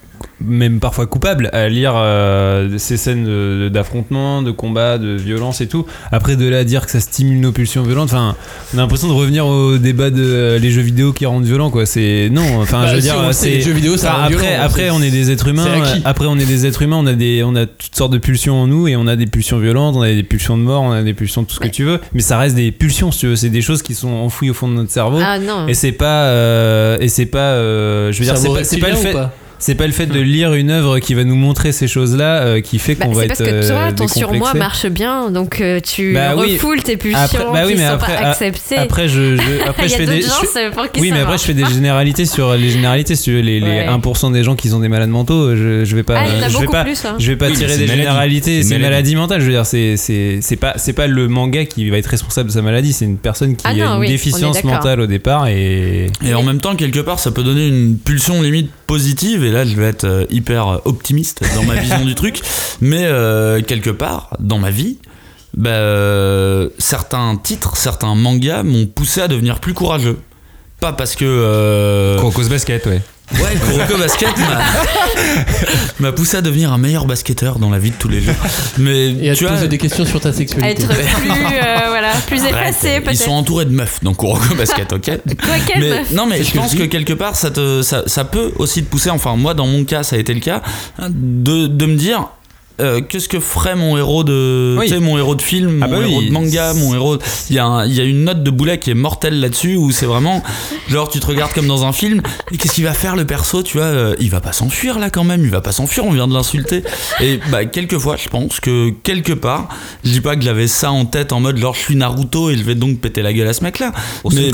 Speaker 4: même parfois coupable, à lire euh, ces scènes de, d'affrontement, de combat, de violence et tout. Après, de là à dire que ça stimule nos pulsions violentes, enfin, on a l'impression de revenir au débat de euh, les jeux vidéo qui rendent violents, quoi. C'est non, enfin,
Speaker 1: bah,
Speaker 4: je veux
Speaker 1: si
Speaker 4: dire,
Speaker 1: on
Speaker 4: c'est
Speaker 1: sait, les jeux vidéo, ça
Speaker 4: enfin,
Speaker 1: rend
Speaker 4: après,
Speaker 1: violent,
Speaker 4: après,
Speaker 1: c'est,
Speaker 4: on est des êtres humains. Après, on est des êtres humains. On a des, on a toutes sortes de pulsions en nous et on a des pulsions violentes, on a des pulsions de mort, on a des pulsions de tout ce que tu veux. Mais ça reste des pulsions, si tu veux. C'est des choses qui sont enfouies au fond de notre cerveau.
Speaker 5: Ah non.
Speaker 4: Et c'est pas, euh, et c'est pas, euh, je veux dire, c'est pas, c'est pas le fait. C'est pas le fait de lire une œuvre qui va nous montrer ces choses-là euh, qui fait qu'on
Speaker 5: bah,
Speaker 4: va
Speaker 5: c'est
Speaker 4: être
Speaker 5: parce que toi,
Speaker 4: euh,
Speaker 5: ton surmoi
Speaker 4: décomplexé.
Speaker 5: marche bien, donc euh, tu
Speaker 4: bah,
Speaker 5: refoules
Speaker 4: oui.
Speaker 5: tes pulsions
Speaker 4: après, bah, oui,
Speaker 5: qui
Speaker 4: mais
Speaker 5: sont
Speaker 4: après,
Speaker 5: pas acceptées.
Speaker 4: Après, je, je, après,
Speaker 5: Il y
Speaker 4: je
Speaker 5: a
Speaker 4: fais
Speaker 5: d'autres
Speaker 4: des.
Speaker 5: gens,
Speaker 4: Je,
Speaker 5: c'est pour qui
Speaker 4: oui,
Speaker 5: ça
Speaker 4: mais après,
Speaker 5: marche
Speaker 4: je fais des généralités sur les généralités. Si tu veux, les, les
Speaker 5: ouais.
Speaker 4: un pour cent des gens qui ont des malades mentaux, je, je vais pas.
Speaker 5: Ah, il y en a
Speaker 4: je vais
Speaker 5: beaucoup
Speaker 4: pas,
Speaker 5: plus, hein.
Speaker 4: je vais pas
Speaker 2: Oui,
Speaker 4: tirer
Speaker 2: c'est
Speaker 4: des
Speaker 2: une maladie.
Speaker 4: généralités.
Speaker 2: C'est
Speaker 4: C'est
Speaker 2: une
Speaker 4: une
Speaker 2: maladie.
Speaker 4: maladie mentale. Je veux dire, c'est, c'est, c'est pas, c'est pas le manga qui va être responsable de sa maladie. C'est une personne qui
Speaker 5: Ah
Speaker 4: a
Speaker 5: non,
Speaker 4: une
Speaker 5: oui,
Speaker 4: déficience mentale au départ et.
Speaker 3: Et en même temps, quelque part, ça peut donner une pulsion limite positive. Et là, je vais être euh, hyper optimiste dans ma vision du truc. Mais euh, quelque part, dans ma vie, bah, euh, certains titres, certains mangas m'ont poussé à devenir plus courageux. Pas parce que. Euh...
Speaker 2: Kurokos Basket, ouais.
Speaker 3: Ouais, Kuroko Basket m'a... m'a poussé à devenir un meilleur basketteur dans la vie de tous les jours. Mais
Speaker 1: et à
Speaker 3: tu
Speaker 1: te
Speaker 3: vois,
Speaker 1: poser des questions sur ta sexualité.
Speaker 5: Être plus, euh, voilà, plus effacé
Speaker 3: arrête,
Speaker 5: peut-être.
Speaker 3: ils sont entourés de meufs dans Kuroko Basket, ok.
Speaker 5: Quoi, quelle
Speaker 3: mais,
Speaker 5: meuf
Speaker 3: non mais
Speaker 1: C'est
Speaker 3: je
Speaker 1: ce que
Speaker 3: pense
Speaker 1: je
Speaker 3: que
Speaker 1: dis.
Speaker 3: quelque part ça, te, ça, ça peut aussi te pousser, enfin moi dans mon cas ça a été le cas, de, de me dire euh, qu'est-ce que ferait mon héros de,
Speaker 4: oui.
Speaker 3: tu sais, mon héros de film,
Speaker 4: ah
Speaker 3: mon
Speaker 4: bah
Speaker 3: héros
Speaker 4: oui.
Speaker 3: de manga, mon héros. Il y, a un, il y a une note de Boulet qui est mortelle là-dessus où c'est vraiment genre tu te regardes comme dans un film et qu'est-ce qu'il va faire le perso, tu vois, euh, il va pas s'enfuir là quand même, il va pas s'enfuir, on vient de l'insulter. Et bah quelquefois je pense que quelque part, je dis pas que j'avais ça en tête en mode genre je suis Naruto et je vais donc péter la gueule à ce mec-là. Mais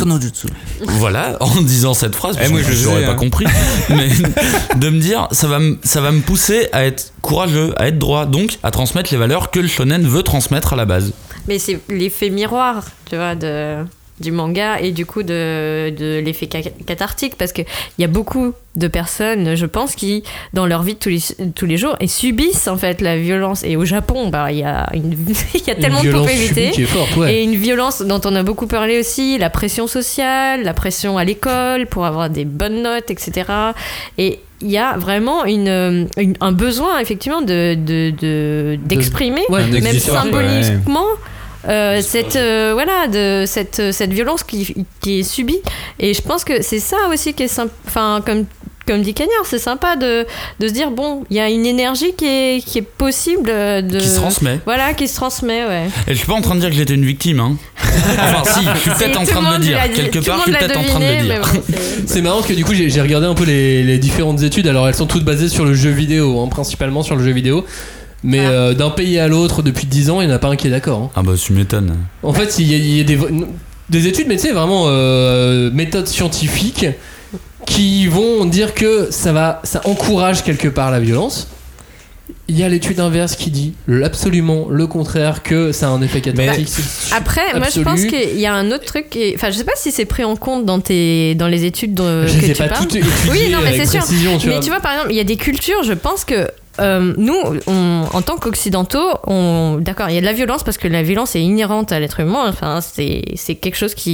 Speaker 3: voilà, en disant cette phrase, parce
Speaker 2: Eh, moi,
Speaker 3: que
Speaker 2: je
Speaker 3: je l'aurais
Speaker 2: sais,
Speaker 3: pas
Speaker 2: hein.
Speaker 3: compris, mais de me dire ça va me ça va me pousser à être courageux, à être droit, donc à transmettre les valeurs que le shonen veut transmettre à la base.
Speaker 5: Mais c'est l'effet miroir, tu vois, de, du manga et du coup de, de l'effet ca- cathartique, parce qu'il y a beaucoup de personnes, je pense, qui, dans leur vie de tous les, tous les jours, et subissent en fait la violence. Et au Japon, bah, il y a, une, il y a tellement de propriétés.
Speaker 1: Qui est forte, ouais.
Speaker 5: Et une violence dont on a beaucoup parlé aussi, la pression sociale, la pression à l'école pour avoir des bonnes notes, et cetera. Et il y a vraiment une, une, un besoin, effectivement, de, de, de, d'exprimer,
Speaker 1: ouais,
Speaker 5: même
Speaker 4: d'exutoire,
Speaker 5: symboliquement, euh, cette, euh, voilà, de, cette, cette violence qui, qui est subie. Et je pense que c'est ça aussi qui est sympa, enfin, comme, comme dit Cagnard, c'est sympa de, de se dire, bon, il y a une énergie qui est, qui est possible de...
Speaker 3: Qui se transmet.
Speaker 5: Voilà, qui se transmet, ouais.
Speaker 3: Et je suis pas en train de dire que j'étais une victime, hein. Enfin, si, je suis peut-être en train de le dire. Quelque part, je suis peut-être en train de le dire.
Speaker 5: Bon, c'est...
Speaker 1: C'est marrant parce que du coup j'ai, j'ai regardé un peu les, les différentes études. Alors elles sont toutes basées sur le jeu vidéo, hein, principalement sur le jeu vidéo. Mais
Speaker 5: Ah.
Speaker 1: euh, d'un pays à l'autre depuis dix ans, il n'y en a pas un qui est d'accord. Hein.
Speaker 3: Ah bah tu m'étonnes.
Speaker 1: En fait, il y a, il y a des, des études, mais tu sais, vraiment euh, méthodes scientifiques qui vont dire que ça, va, ça encourage quelque part la violence. Il y a l'étude inverse qui dit absolument le contraire, que ça a un effet cathartique.
Speaker 5: Après, moi je
Speaker 1: absolu.
Speaker 5: pense qu'il y a un autre truc qui est... Enfin, je sais pas si c'est pris en compte dans, tes... dans les études dont,
Speaker 1: Je
Speaker 5: que
Speaker 1: les ai
Speaker 5: tu
Speaker 1: pas
Speaker 5: parles.
Speaker 1: toutes étudiées
Speaker 5: Oui, non, mais
Speaker 1: avec
Speaker 5: c'est sûr.
Speaker 1: précision, tu
Speaker 5: mais
Speaker 1: vois.
Speaker 5: tu vois, par exemple, il y a des cultures, je pense que euh, nous, on, en tant qu'occidentaux, on... d'accord, il y a de la violence parce que la violence est inhérente à l'être humain. Enfin, c'est, c'est quelque chose qui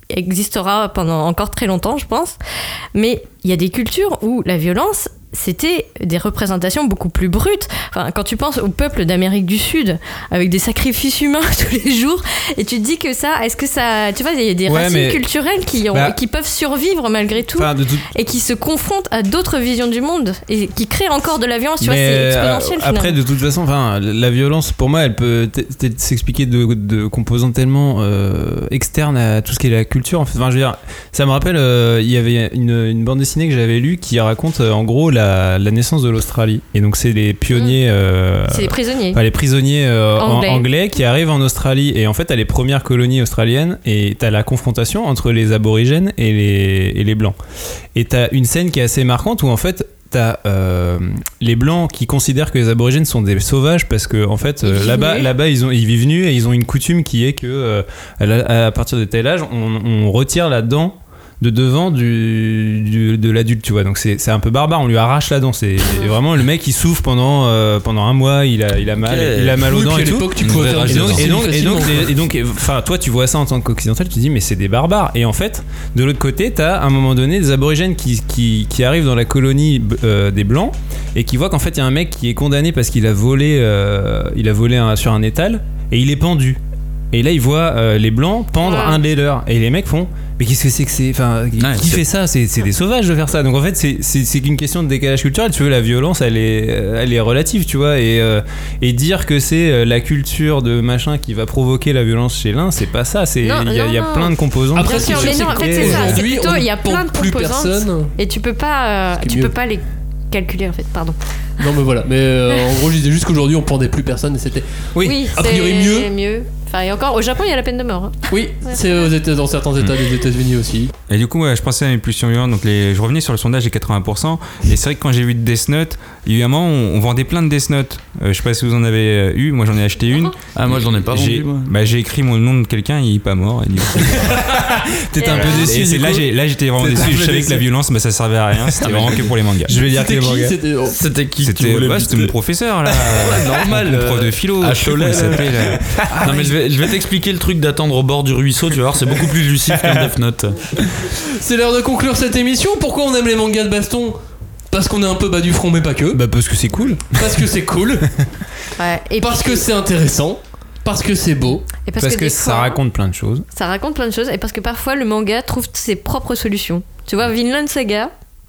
Speaker 5: existera pendant encore très longtemps, je pense. Mais il y a des cultures où la violence, c'était des représentations beaucoup plus brutes. Enfin, quand tu penses au peuple d'Amérique du Sud, avec des sacrifices humains tous les jours, et tu te dis que ça, est-ce que ça... Tu vois, il y a des
Speaker 4: Ouais,
Speaker 5: racines
Speaker 4: mais-
Speaker 5: culturelles qui, ont,
Speaker 4: Bah,
Speaker 5: qui peuvent survivre malgré tout,
Speaker 4: Enfin, de toute-
Speaker 5: et qui se confrontent à d'autres visions du monde, et qui créent encore de la violence. Tu vois,
Speaker 4: Mais,
Speaker 5: c'est
Speaker 4: euh,
Speaker 5: exponentiel,
Speaker 4: après,
Speaker 5: finalement.
Speaker 4: de toute façon, enfin, la violence, pour moi, elle peut t- t- s'expliquer de, de composantes tellement euh, externes à tout ce qui est la culture. En fait, enfin, je veux dire, ça me rappelle, euh, il y avait une, une bande dessinée que j'avais lue qui raconte euh, en gros la, la naissance de l'Australie. Et donc, c'est les pionniers. euh,
Speaker 5: C'est les prisonniers.
Speaker 4: Enfin, les prisonniers euh, en-
Speaker 5: Anglais.
Speaker 4: anglais qui arrivent en Australie. Et en fait, t'as les premières colonies australiennes et t'as la confrontation entre les aborigènes et les, et les blancs. Et t'as une scène qui est assez marquante où en fait, t'as euh, les blancs qui considèrent que les aborigènes sont des sauvages parce que en fait, euh,
Speaker 5: vivent
Speaker 4: là-bas,
Speaker 5: nus.
Speaker 4: là-bas, ils, ont, ils vivent nus et ils ont une coutume qui est que euh, à, la- à partir de tel âge, on, on retire la dent de devant du, du- de l'adulte, tu vois. Donc c'est c'est un peu barbare, on lui arrache la dent. C'est vraiment le mec il souffre pendant euh, pendant un mois, il a il a mal,
Speaker 3: Ok.
Speaker 4: il a mal aux
Speaker 1: Oui,
Speaker 4: dents
Speaker 1: puis
Speaker 4: et
Speaker 1: à
Speaker 4: tout.
Speaker 1: l'époque, tu
Speaker 2: Une
Speaker 1: pouvais
Speaker 2: vraie
Speaker 1: faire
Speaker 2: rage
Speaker 1: des
Speaker 2: de
Speaker 4: Et
Speaker 2: dents.
Speaker 4: donc, et donc, et donc,
Speaker 1: facilement,
Speaker 4: les- et donc, enfin, toi, tu vois ça en tant qu'occidental, tu te dis, mais c'est des barbares. Et en fait, de l'autre côté, t'as à un moment donné des aborigènes qui, qui, qui arrivent dans la colonie euh, des blancs et qui voient qu'en fait, il y a un mec qui est condamné parce qu'il a volé, euh, il a volé un- sur un étal et il est pendu. Et là, ils voient euh, les blancs pendre
Speaker 5: Ouais.
Speaker 4: un des leurs. Et les mecs font, mais qu'est-ce que c'est que c'est, enfin, qui
Speaker 3: Ouais,
Speaker 4: qui
Speaker 3: c'est-
Speaker 4: fait ça? C'est c'est des sauvages de faire ça. Donc en fait, c'est c'est c'est qu'une question de décalage culturel. Tu veux, la violence, elle est, elle est relative, tu vois. Et euh, et dire que c'est euh, la culture de machin qui va provoquer la violence chez l'un, c'est pas ça. C'est il y
Speaker 5: Non,
Speaker 4: a,
Speaker 5: non,
Speaker 4: il y a
Speaker 5: non.
Speaker 4: plein de composants.
Speaker 1: Après,
Speaker 5: Bien
Speaker 1: c'est
Speaker 5: sûr,
Speaker 1: sûr,
Speaker 5: mais non, en fait,
Speaker 1: que
Speaker 5: c'est ça. C'est
Speaker 1: aujourd'hui,
Speaker 5: plutôt,
Speaker 1: on
Speaker 5: il y a
Speaker 1: ne
Speaker 5: plein
Speaker 1: pend
Speaker 5: de
Speaker 1: plus
Speaker 5: composantes.
Speaker 1: personne.
Speaker 5: Et tu peux pas, euh,
Speaker 1: Ce qui est
Speaker 5: tu
Speaker 1: mieux.
Speaker 5: peux pas les calculer en fait. Pardon.
Speaker 1: Non, mais voilà. Mais euh, en gros, je disais juste qu'aujourd'hui, on pendait plus personne et c'était.
Speaker 4: Oui.
Speaker 1: a priori
Speaker 5: c'est
Speaker 1: mieux.
Speaker 5: mieux. Enfin, et encore, au Japon, il y a la peine de mort. hein.
Speaker 1: Oui, c'est aux États- dans certains États des États-Unis aussi.
Speaker 2: Et du coup, ouais, je pensais à mes pulsions violentes. Donc, les, je revenais sur le sondage des quatre-vingts pour cent. Et c'est vrai que quand j'ai vu Death Note, évidemment, on, on vendait plein de Death Note. Euh, je sais pas si vous en avez euh, eu. Moi, j'en ai acheté une.
Speaker 3: Ah, moi, j'en ai pas
Speaker 2: J'ai
Speaker 3: vendu, moi.
Speaker 2: bah, j'ai écrit mon nom de quelqu'un, il est pas mort. Et du coup,
Speaker 4: T'étais un peu
Speaker 5: Et
Speaker 4: déçu.
Speaker 2: et c'est
Speaker 4: du
Speaker 2: là,
Speaker 4: coup.
Speaker 2: j'ai- là, j'étais vraiment
Speaker 4: T'étais un
Speaker 2: déçu.
Speaker 4: peu
Speaker 2: Je savais
Speaker 4: déçu.
Speaker 2: que la violence, bah, ça servait à rien. C'était vraiment que pour les mangas.
Speaker 4: Je vais lire que
Speaker 1: C'était
Speaker 4: les
Speaker 1: qui
Speaker 4: mangas.
Speaker 1: C'était. oh,
Speaker 3: C'était qui
Speaker 2: C'était
Speaker 3: qui voulait
Speaker 2: ouais, c'était
Speaker 3: buter
Speaker 2: mon professeur là.
Speaker 3: normal,
Speaker 2: Mon
Speaker 3: euh,
Speaker 2: prof de philo.
Speaker 3: à
Speaker 2: je sais plus comment
Speaker 3: Cholet,
Speaker 2: il s'appelait, là.
Speaker 3: Non mais je vais, je vais t'expliquer le truc d'attendre au bord du ruisseau, tu vas voir, c'est beaucoup plus lucide qu'un Death Note.
Speaker 1: C'est l'heure de conclure cette émission. Pourquoi on aime les mangas de baston? Parce qu'on est un peu bas du front, mais pas que.
Speaker 4: Bah parce que c'est cool.
Speaker 1: Parce que c'est cool.
Speaker 5: Ouais. Et
Speaker 1: Parce
Speaker 5: puis-
Speaker 1: que c'est intéressant. Parce que c'est beau.
Speaker 5: et parce,
Speaker 4: Parce
Speaker 5: que,
Speaker 4: que
Speaker 5: des
Speaker 4: ça
Speaker 5: fois,
Speaker 4: raconte plein de choses.
Speaker 5: ça raconte plein de choses et parce que parfois le manga trouve ses propres solutions. Tu vois, Vinland Saga,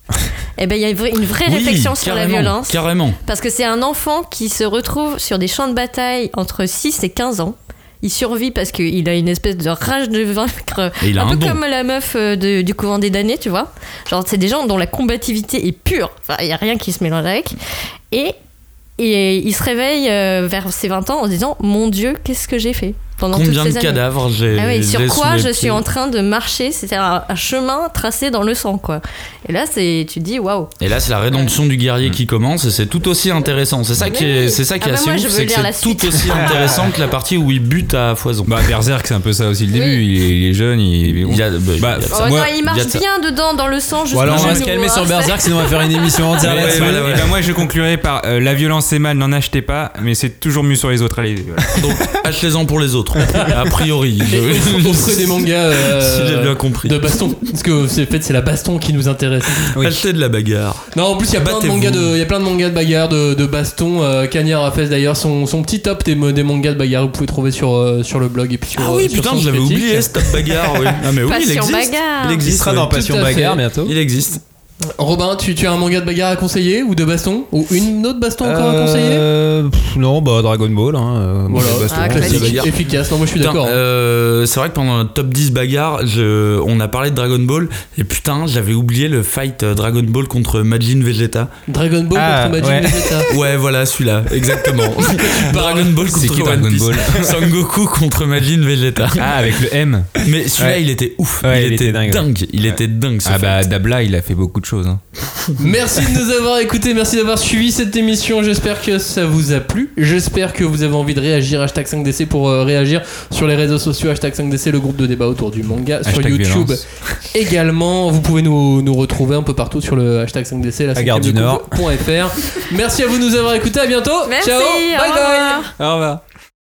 Speaker 5: eh ben il y a une vraie, une vraie
Speaker 3: Oui,
Speaker 5: réflexion sur la
Speaker 3: carrément,
Speaker 5: violence.
Speaker 3: Carrément.
Speaker 5: Parce que c'est un enfant qui se retrouve sur des champs de bataille entre six et quinze ans. Il survit parce qu'il a une espèce de rage de vaincre.
Speaker 3: Et il a
Speaker 5: un,
Speaker 3: un
Speaker 5: peu
Speaker 3: don.
Speaker 5: comme la meuf euh, de- du couvent des damnés, tu vois. Genre, c'est des gens dont la combativité est pure. Enfin, il n'y a rien qui se mélange avec. Et, et il se réveille euh, vers ses vingt ans en se disant mon Dieu, qu'est-ce que j'ai fait pendant
Speaker 3: Combien
Speaker 5: toutes
Speaker 3: de
Speaker 5: ces années.
Speaker 3: cadavres j'ai
Speaker 5: Ah oui, sur
Speaker 3: j'ai
Speaker 5: quoi
Speaker 3: sous les
Speaker 5: je
Speaker 3: pieds.
Speaker 5: suis en train de marcher, c'est un, un chemin tracé dans le sang, quoi. Et là, c'est, tu te dis waouh.
Speaker 3: Et là, c'est la rédemption du guerrier qui commence et c'est tout aussi intéressant. C'est ça qui est, c'est ça qui
Speaker 5: Ah
Speaker 3: est
Speaker 5: bah
Speaker 3: assez
Speaker 5: moi, je
Speaker 3: ouf,
Speaker 5: veux
Speaker 3: c'est que
Speaker 5: lire la
Speaker 3: c'est tout
Speaker 5: suite.
Speaker 3: aussi intéressant que la partie où il bute à foison.
Speaker 2: Bah, Berserk, c'est un peu ça aussi le
Speaker 5: Oui.
Speaker 2: début. Il est, il est jeune, il,
Speaker 3: Il y a, bah, il y a
Speaker 2: Bah,
Speaker 3: de ça.
Speaker 5: Oh
Speaker 4: moi,
Speaker 5: non, il
Speaker 3: il y a
Speaker 5: marche
Speaker 3: de ça.
Speaker 5: bien dedans dans le sang.
Speaker 4: Bon
Speaker 5: jusqu'au
Speaker 4: alors on va se
Speaker 5: jour
Speaker 4: calmer
Speaker 5: où,
Speaker 4: sur
Speaker 5: euh,
Speaker 4: Berserk sinon on va faire une émission entière
Speaker 2: Ouais,
Speaker 4: là-dessus.
Speaker 2: voilà, et bah, moi je conclurai par euh, la violence c'est mal, n'en achetez pas, mais c'est toujours mieux sur les autres. Allez, voilà.
Speaker 3: Donc, achetez-en pour les autres. A priori.
Speaker 1: Et
Speaker 3: je-
Speaker 1: on ferait des mangas euh,
Speaker 3: Si j'ai bien compris.
Speaker 1: de baston. Parce que c'est en fait c'est la baston qui nous intéresse.
Speaker 4: Oui.
Speaker 3: Achetez de la bagarre.
Speaker 1: Non, en plus il y a plein de
Speaker 3: Battez-vous.
Speaker 1: mangas de, il y a plein de mangas de bagarre, de, de baston. Euh, Cagnard a fait d'ailleurs son, son petit top des, des mangas de bagarre. Vous pouvez trouver sur euh, sur le blog et puis sur.
Speaker 3: Ah oui,
Speaker 1: euh, sur
Speaker 3: putain,
Speaker 1: Sens
Speaker 3: je l'avais
Speaker 1: Critique.
Speaker 3: oublié, Stop Bagarre. Oui. Ah, mais oui, il
Speaker 5: Passion
Speaker 3: existe.
Speaker 5: Bagarre.
Speaker 3: Il
Speaker 4: Il
Speaker 3: existe.
Speaker 4: sera
Speaker 3: ouais.
Speaker 4: dans Passion
Speaker 1: Tout à fait.
Speaker 4: Bagarre bientôt.
Speaker 3: Il existe.
Speaker 1: Robin, tu, tu as un manga de bagarre à conseiller ou de baston ou une autre baston encore à conseiller?
Speaker 4: Euh, pff, non, bah Dragon Ball. Hein, euh,
Speaker 1: Voilà,
Speaker 4: manga baston.
Speaker 5: Ah,
Speaker 1: classique,
Speaker 3: la bagarre.
Speaker 1: efficace. Non, moi je suis
Speaker 3: Putain,
Speaker 1: d'accord. hein.
Speaker 3: euh, c'est vrai que pendant le top dix bagarre, je, on a parlé de Dragon Ball et putain, j'avais oublié le fight euh, Dragon Ball contre Majin Vegeta.
Speaker 1: Dragon Ball
Speaker 4: Ah,
Speaker 1: contre Majin
Speaker 4: ouais.
Speaker 1: Vegeta.
Speaker 3: Ouais, voilà, celui-là, exactement. Dragon Ball
Speaker 2: C'est
Speaker 3: contre
Speaker 2: qui,
Speaker 3: One
Speaker 2: Dragon
Speaker 3: Piece.
Speaker 2: Ball
Speaker 3: Son Goku contre Majin Vegeta.
Speaker 2: Ah, avec le M.
Speaker 3: Mais celui-là,
Speaker 4: Ouais.
Speaker 3: il était ouf.
Speaker 4: Ouais,
Speaker 3: il,
Speaker 4: il
Speaker 3: était,
Speaker 4: était dingue,
Speaker 3: dingue.
Speaker 4: ouais.
Speaker 3: Il
Speaker 4: Ouais.
Speaker 3: était dingue. Ce
Speaker 2: Ah bah
Speaker 3: fight.
Speaker 2: Dabla, il a fait beaucoup de choses. Hein.
Speaker 1: Merci de nous avoir écoutés, merci d'avoir suivi cette émission. J'espère que ça vous a plu. J'espère que vous avez envie de réagir. Hashtag cinq D C pour euh, réagir sur les réseaux sociaux. Hashtag cinq D C, le groupe de débat autour du manga. Sur
Speaker 2: Hashtag
Speaker 1: YouTube
Speaker 2: violence.
Speaker 1: également. Vous pouvez nous, nous retrouver un peu partout sur le hashtag cinq D C, la
Speaker 4: À Gare du Nord.
Speaker 1: .fr. Merci à vous de nous avoir écoutés. À bientôt.
Speaker 5: Merci,
Speaker 1: Ciao.
Speaker 5: au
Speaker 1: Bye bye.
Speaker 5: revoir.
Speaker 4: Au revoir.